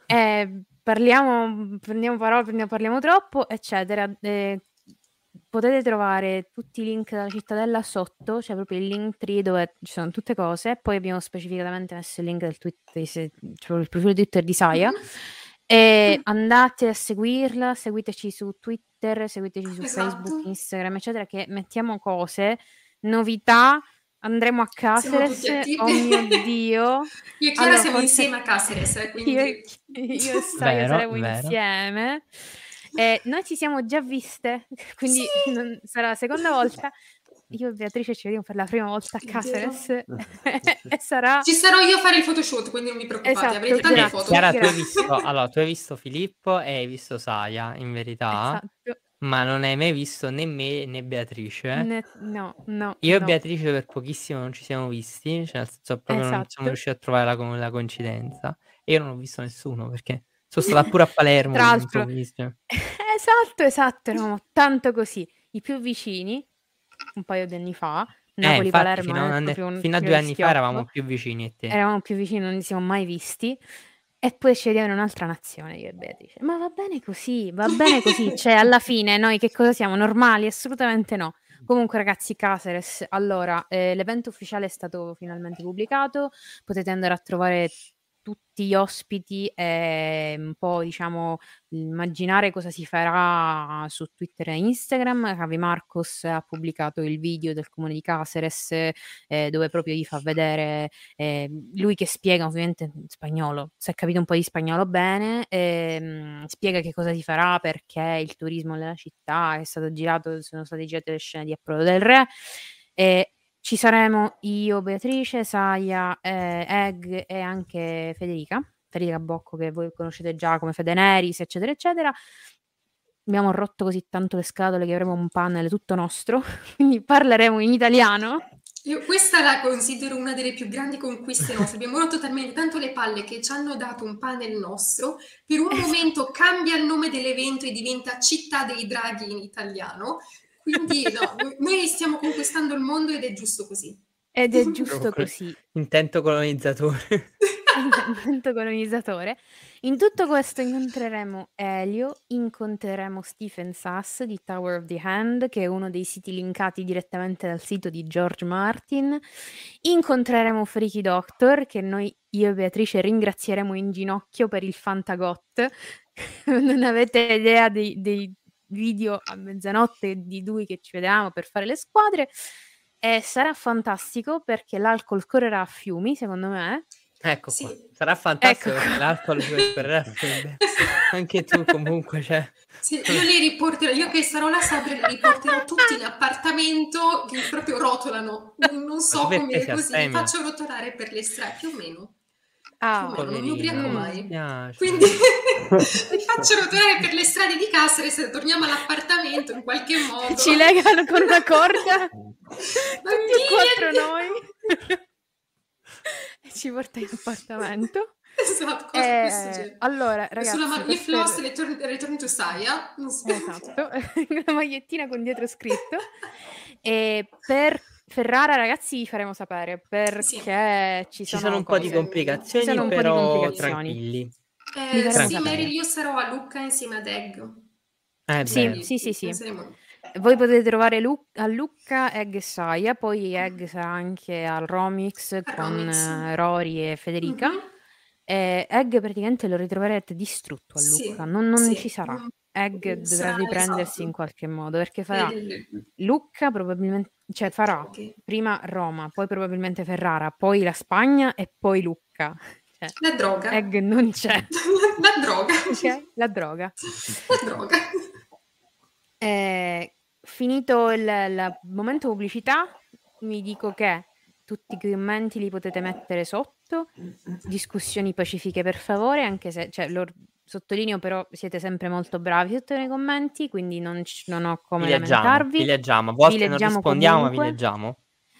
Parliamo troppo, eccetera. Potete trovare tutti i link della cittadella sotto, cioè proprio il link tree dove ci sono tutte cose. Poi abbiamo specificatamente messo il link del tweet, cioè il profilo Twitter di Saya. E andate a seguirla, seguiteci su Twitter, seguiteci su Facebook, Esatto. Instagram, eccetera, che mettiamo cose, novità, andremo a Siamo tutti Caceres, attivi. oh mio Dio. Io e Chiara Allora, siamo forse insieme a Caceres, io, quindi... io e Saia Vero, saremo vero. insieme. Noi ci siamo già viste, quindi Sì! sarà la seconda volta. Io e Beatrice ci vediamo per la prima volta a Vero. Caceres e sarà... Ci sarò io a fare il photoshoot, quindi non vi preoccupate, Esatto, avrete tante grazie, foto. Chiara, tu hai grazie. visto, allora, tu hai visto Filippo e hai visto Saia, in verità, Esatto. ma non hai mai visto né me né Beatrice. No, no, Io e no. Beatrice per pochissimo non ci siamo visti, cioè nel senso proprio non siamo Esatto. riusciti a trovare la coincidenza. E io non ho visto nessuno perché sono stata pure a Palermo Tra l'altro, all'improvviso. esatto, eravamo tanto così, i più vicini, un paio di anni fa, Infatti, Napoli-Palermo è proprio un fino a filo 2 di anni fa schioppo, eravamo più vicini a te. eravamo più vicini, non ci siamo mai visti, e poi ci vediamo in un'altra nazione, io e Beatrice. Ma va bene così, cioè alla fine noi che cosa siamo? Normali? Assolutamente no. Comunque ragazzi, Caceres, allora, l'evento ufficiale è stato finalmente pubblicato, potete andare a trovare tutti gli ospiti e un po', diciamo, immaginare cosa si farà su Twitter e Instagram. Javi Marcos ha pubblicato il video del comune di Caceres, dove proprio gli fa vedere lui che spiega ovviamente in spagnolo, si è capito un po' di spagnolo bene, spiega che cosa si farà, perché il turismo nella città è stato girato, sono state girate le scene di Approdo del Re, e ci saremo io, Beatrice, Saia, Egg e anche Federica Bocco, che voi conoscete già come Fede Neris, eccetera, eccetera. Abbiamo rotto così tanto le scatole che avremo un panel tutto nostro, quindi parleremo in italiano. Io questa la considero una delle più grandi conquiste nostre. Abbiamo rotto talmente tanto le palle che ci hanno dato un panel nostro. Per un momento cambia il nome dell'evento e diventa Città dei Draghi in italiano. Quindi no, noi stiamo conquistando il mondo ed è giusto così. Ed è giusto così. Intento colonizzatore. Intento colonizzatore. In tutto questo incontreremo Elio, incontreremo Stephen Sass di Tower of the Hand, che è uno dei siti linkati direttamente dal sito di George Martin, incontreremo Freaky Doctor, che io e Beatrice ringrazieremo in ginocchio per il Fantagot. Non avete idea dei video a mezzanotte di lui che ci vedevamo per fare le squadre, e sarà fantastico perché l'alcol correrà a fiumi, secondo me. Ecco Sì. qua. Sarà fantastico Ecco perché qua. l'alcol scorrerà sempre. Anche tu comunque, cioè. Sì, io li riporterò, io che sarò là sobria, li riporterò tutti in appartamento che proprio rotolano. Non so perché come si così, li assemia? faccio rotolare per le strade, più o meno. Ah, Non mi ubriaco Poverina, mi mai. dispiace. Quindi li faccio rotolare per le strade di Caceres, torniamo all'appartamento in qualche modo. ci legano con una corda tutti e quattro noi e ci porta in appartamento. Esatto, cose di questo genere. Allora, ragazzi, If lost, return to Saia. Non so. esatto, la magliettina con dietro scritto. E per Ferrara, ragazzi, vi faremo sapere perché Ci sono un po' di complicazioni, Ci sono un po' di però complicazioni. tranquilli. Vi faremo Sì, sapere. Meryl, io sarò a Lucca insieme ad Egg. Sì. Voi potete trovare a Lucca Egg e Saia, poi Egg sarà anche al Romix con Rory e Federica. Mhm. Egg praticamente lo ritroverete distrutto a Lucca, non ci sarà. Egg dovrà riprendersi in qualche modo, perché farà Lucca probabilmente, cioè farà prima Roma, poi probabilmente Ferrara, poi la Spagna e poi Lucca. Cioè, La droga. Egg non c'è. La droga. Okay? La droga. La droga. Finito il momento pubblicità, vi dico che tutti i commenti li potete mettere sotto, discussioni pacifiche per favore, anche se, cioè, lo sottolineo, però siete sempre molto bravi sotto nei commenti, quindi non ho come lamentarvi. Vi leggiamo, a volte Vi non leggiamo rispondiamo, comunque. ma vi leggiamo.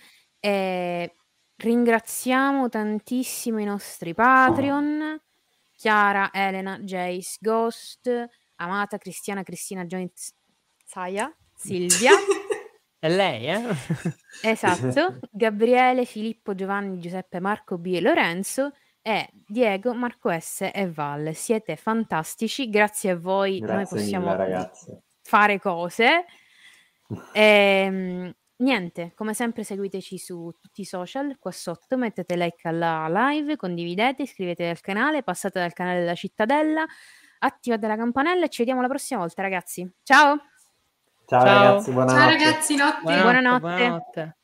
Ringraziamo tantissimo i nostri Patreon, Chiara, Elena, Jace, Ghost, Amata, Cristina, Jones, Saia, Silvia. È lei, Esatto. Gabriele, Filippo, Giovanni, Giuseppe, Marco B e Lorenzo, e Diego, Marco S e Val. Siete fantastici, grazie a voi. Grazie noi possiamo mille, ragazzi. fare cose. niente, come sempre seguiteci su tutti i social, qua sotto, mettete like alla live, condividete, iscrivetevi al canale, passate dal canale della Cittadella, attivate la campanella e ci vediamo la prossima volta, ragazzi. Ciao! Ciao ragazzi, Ciao buonanotte. ragazzi, notte. Buonanotte. Buonanotte.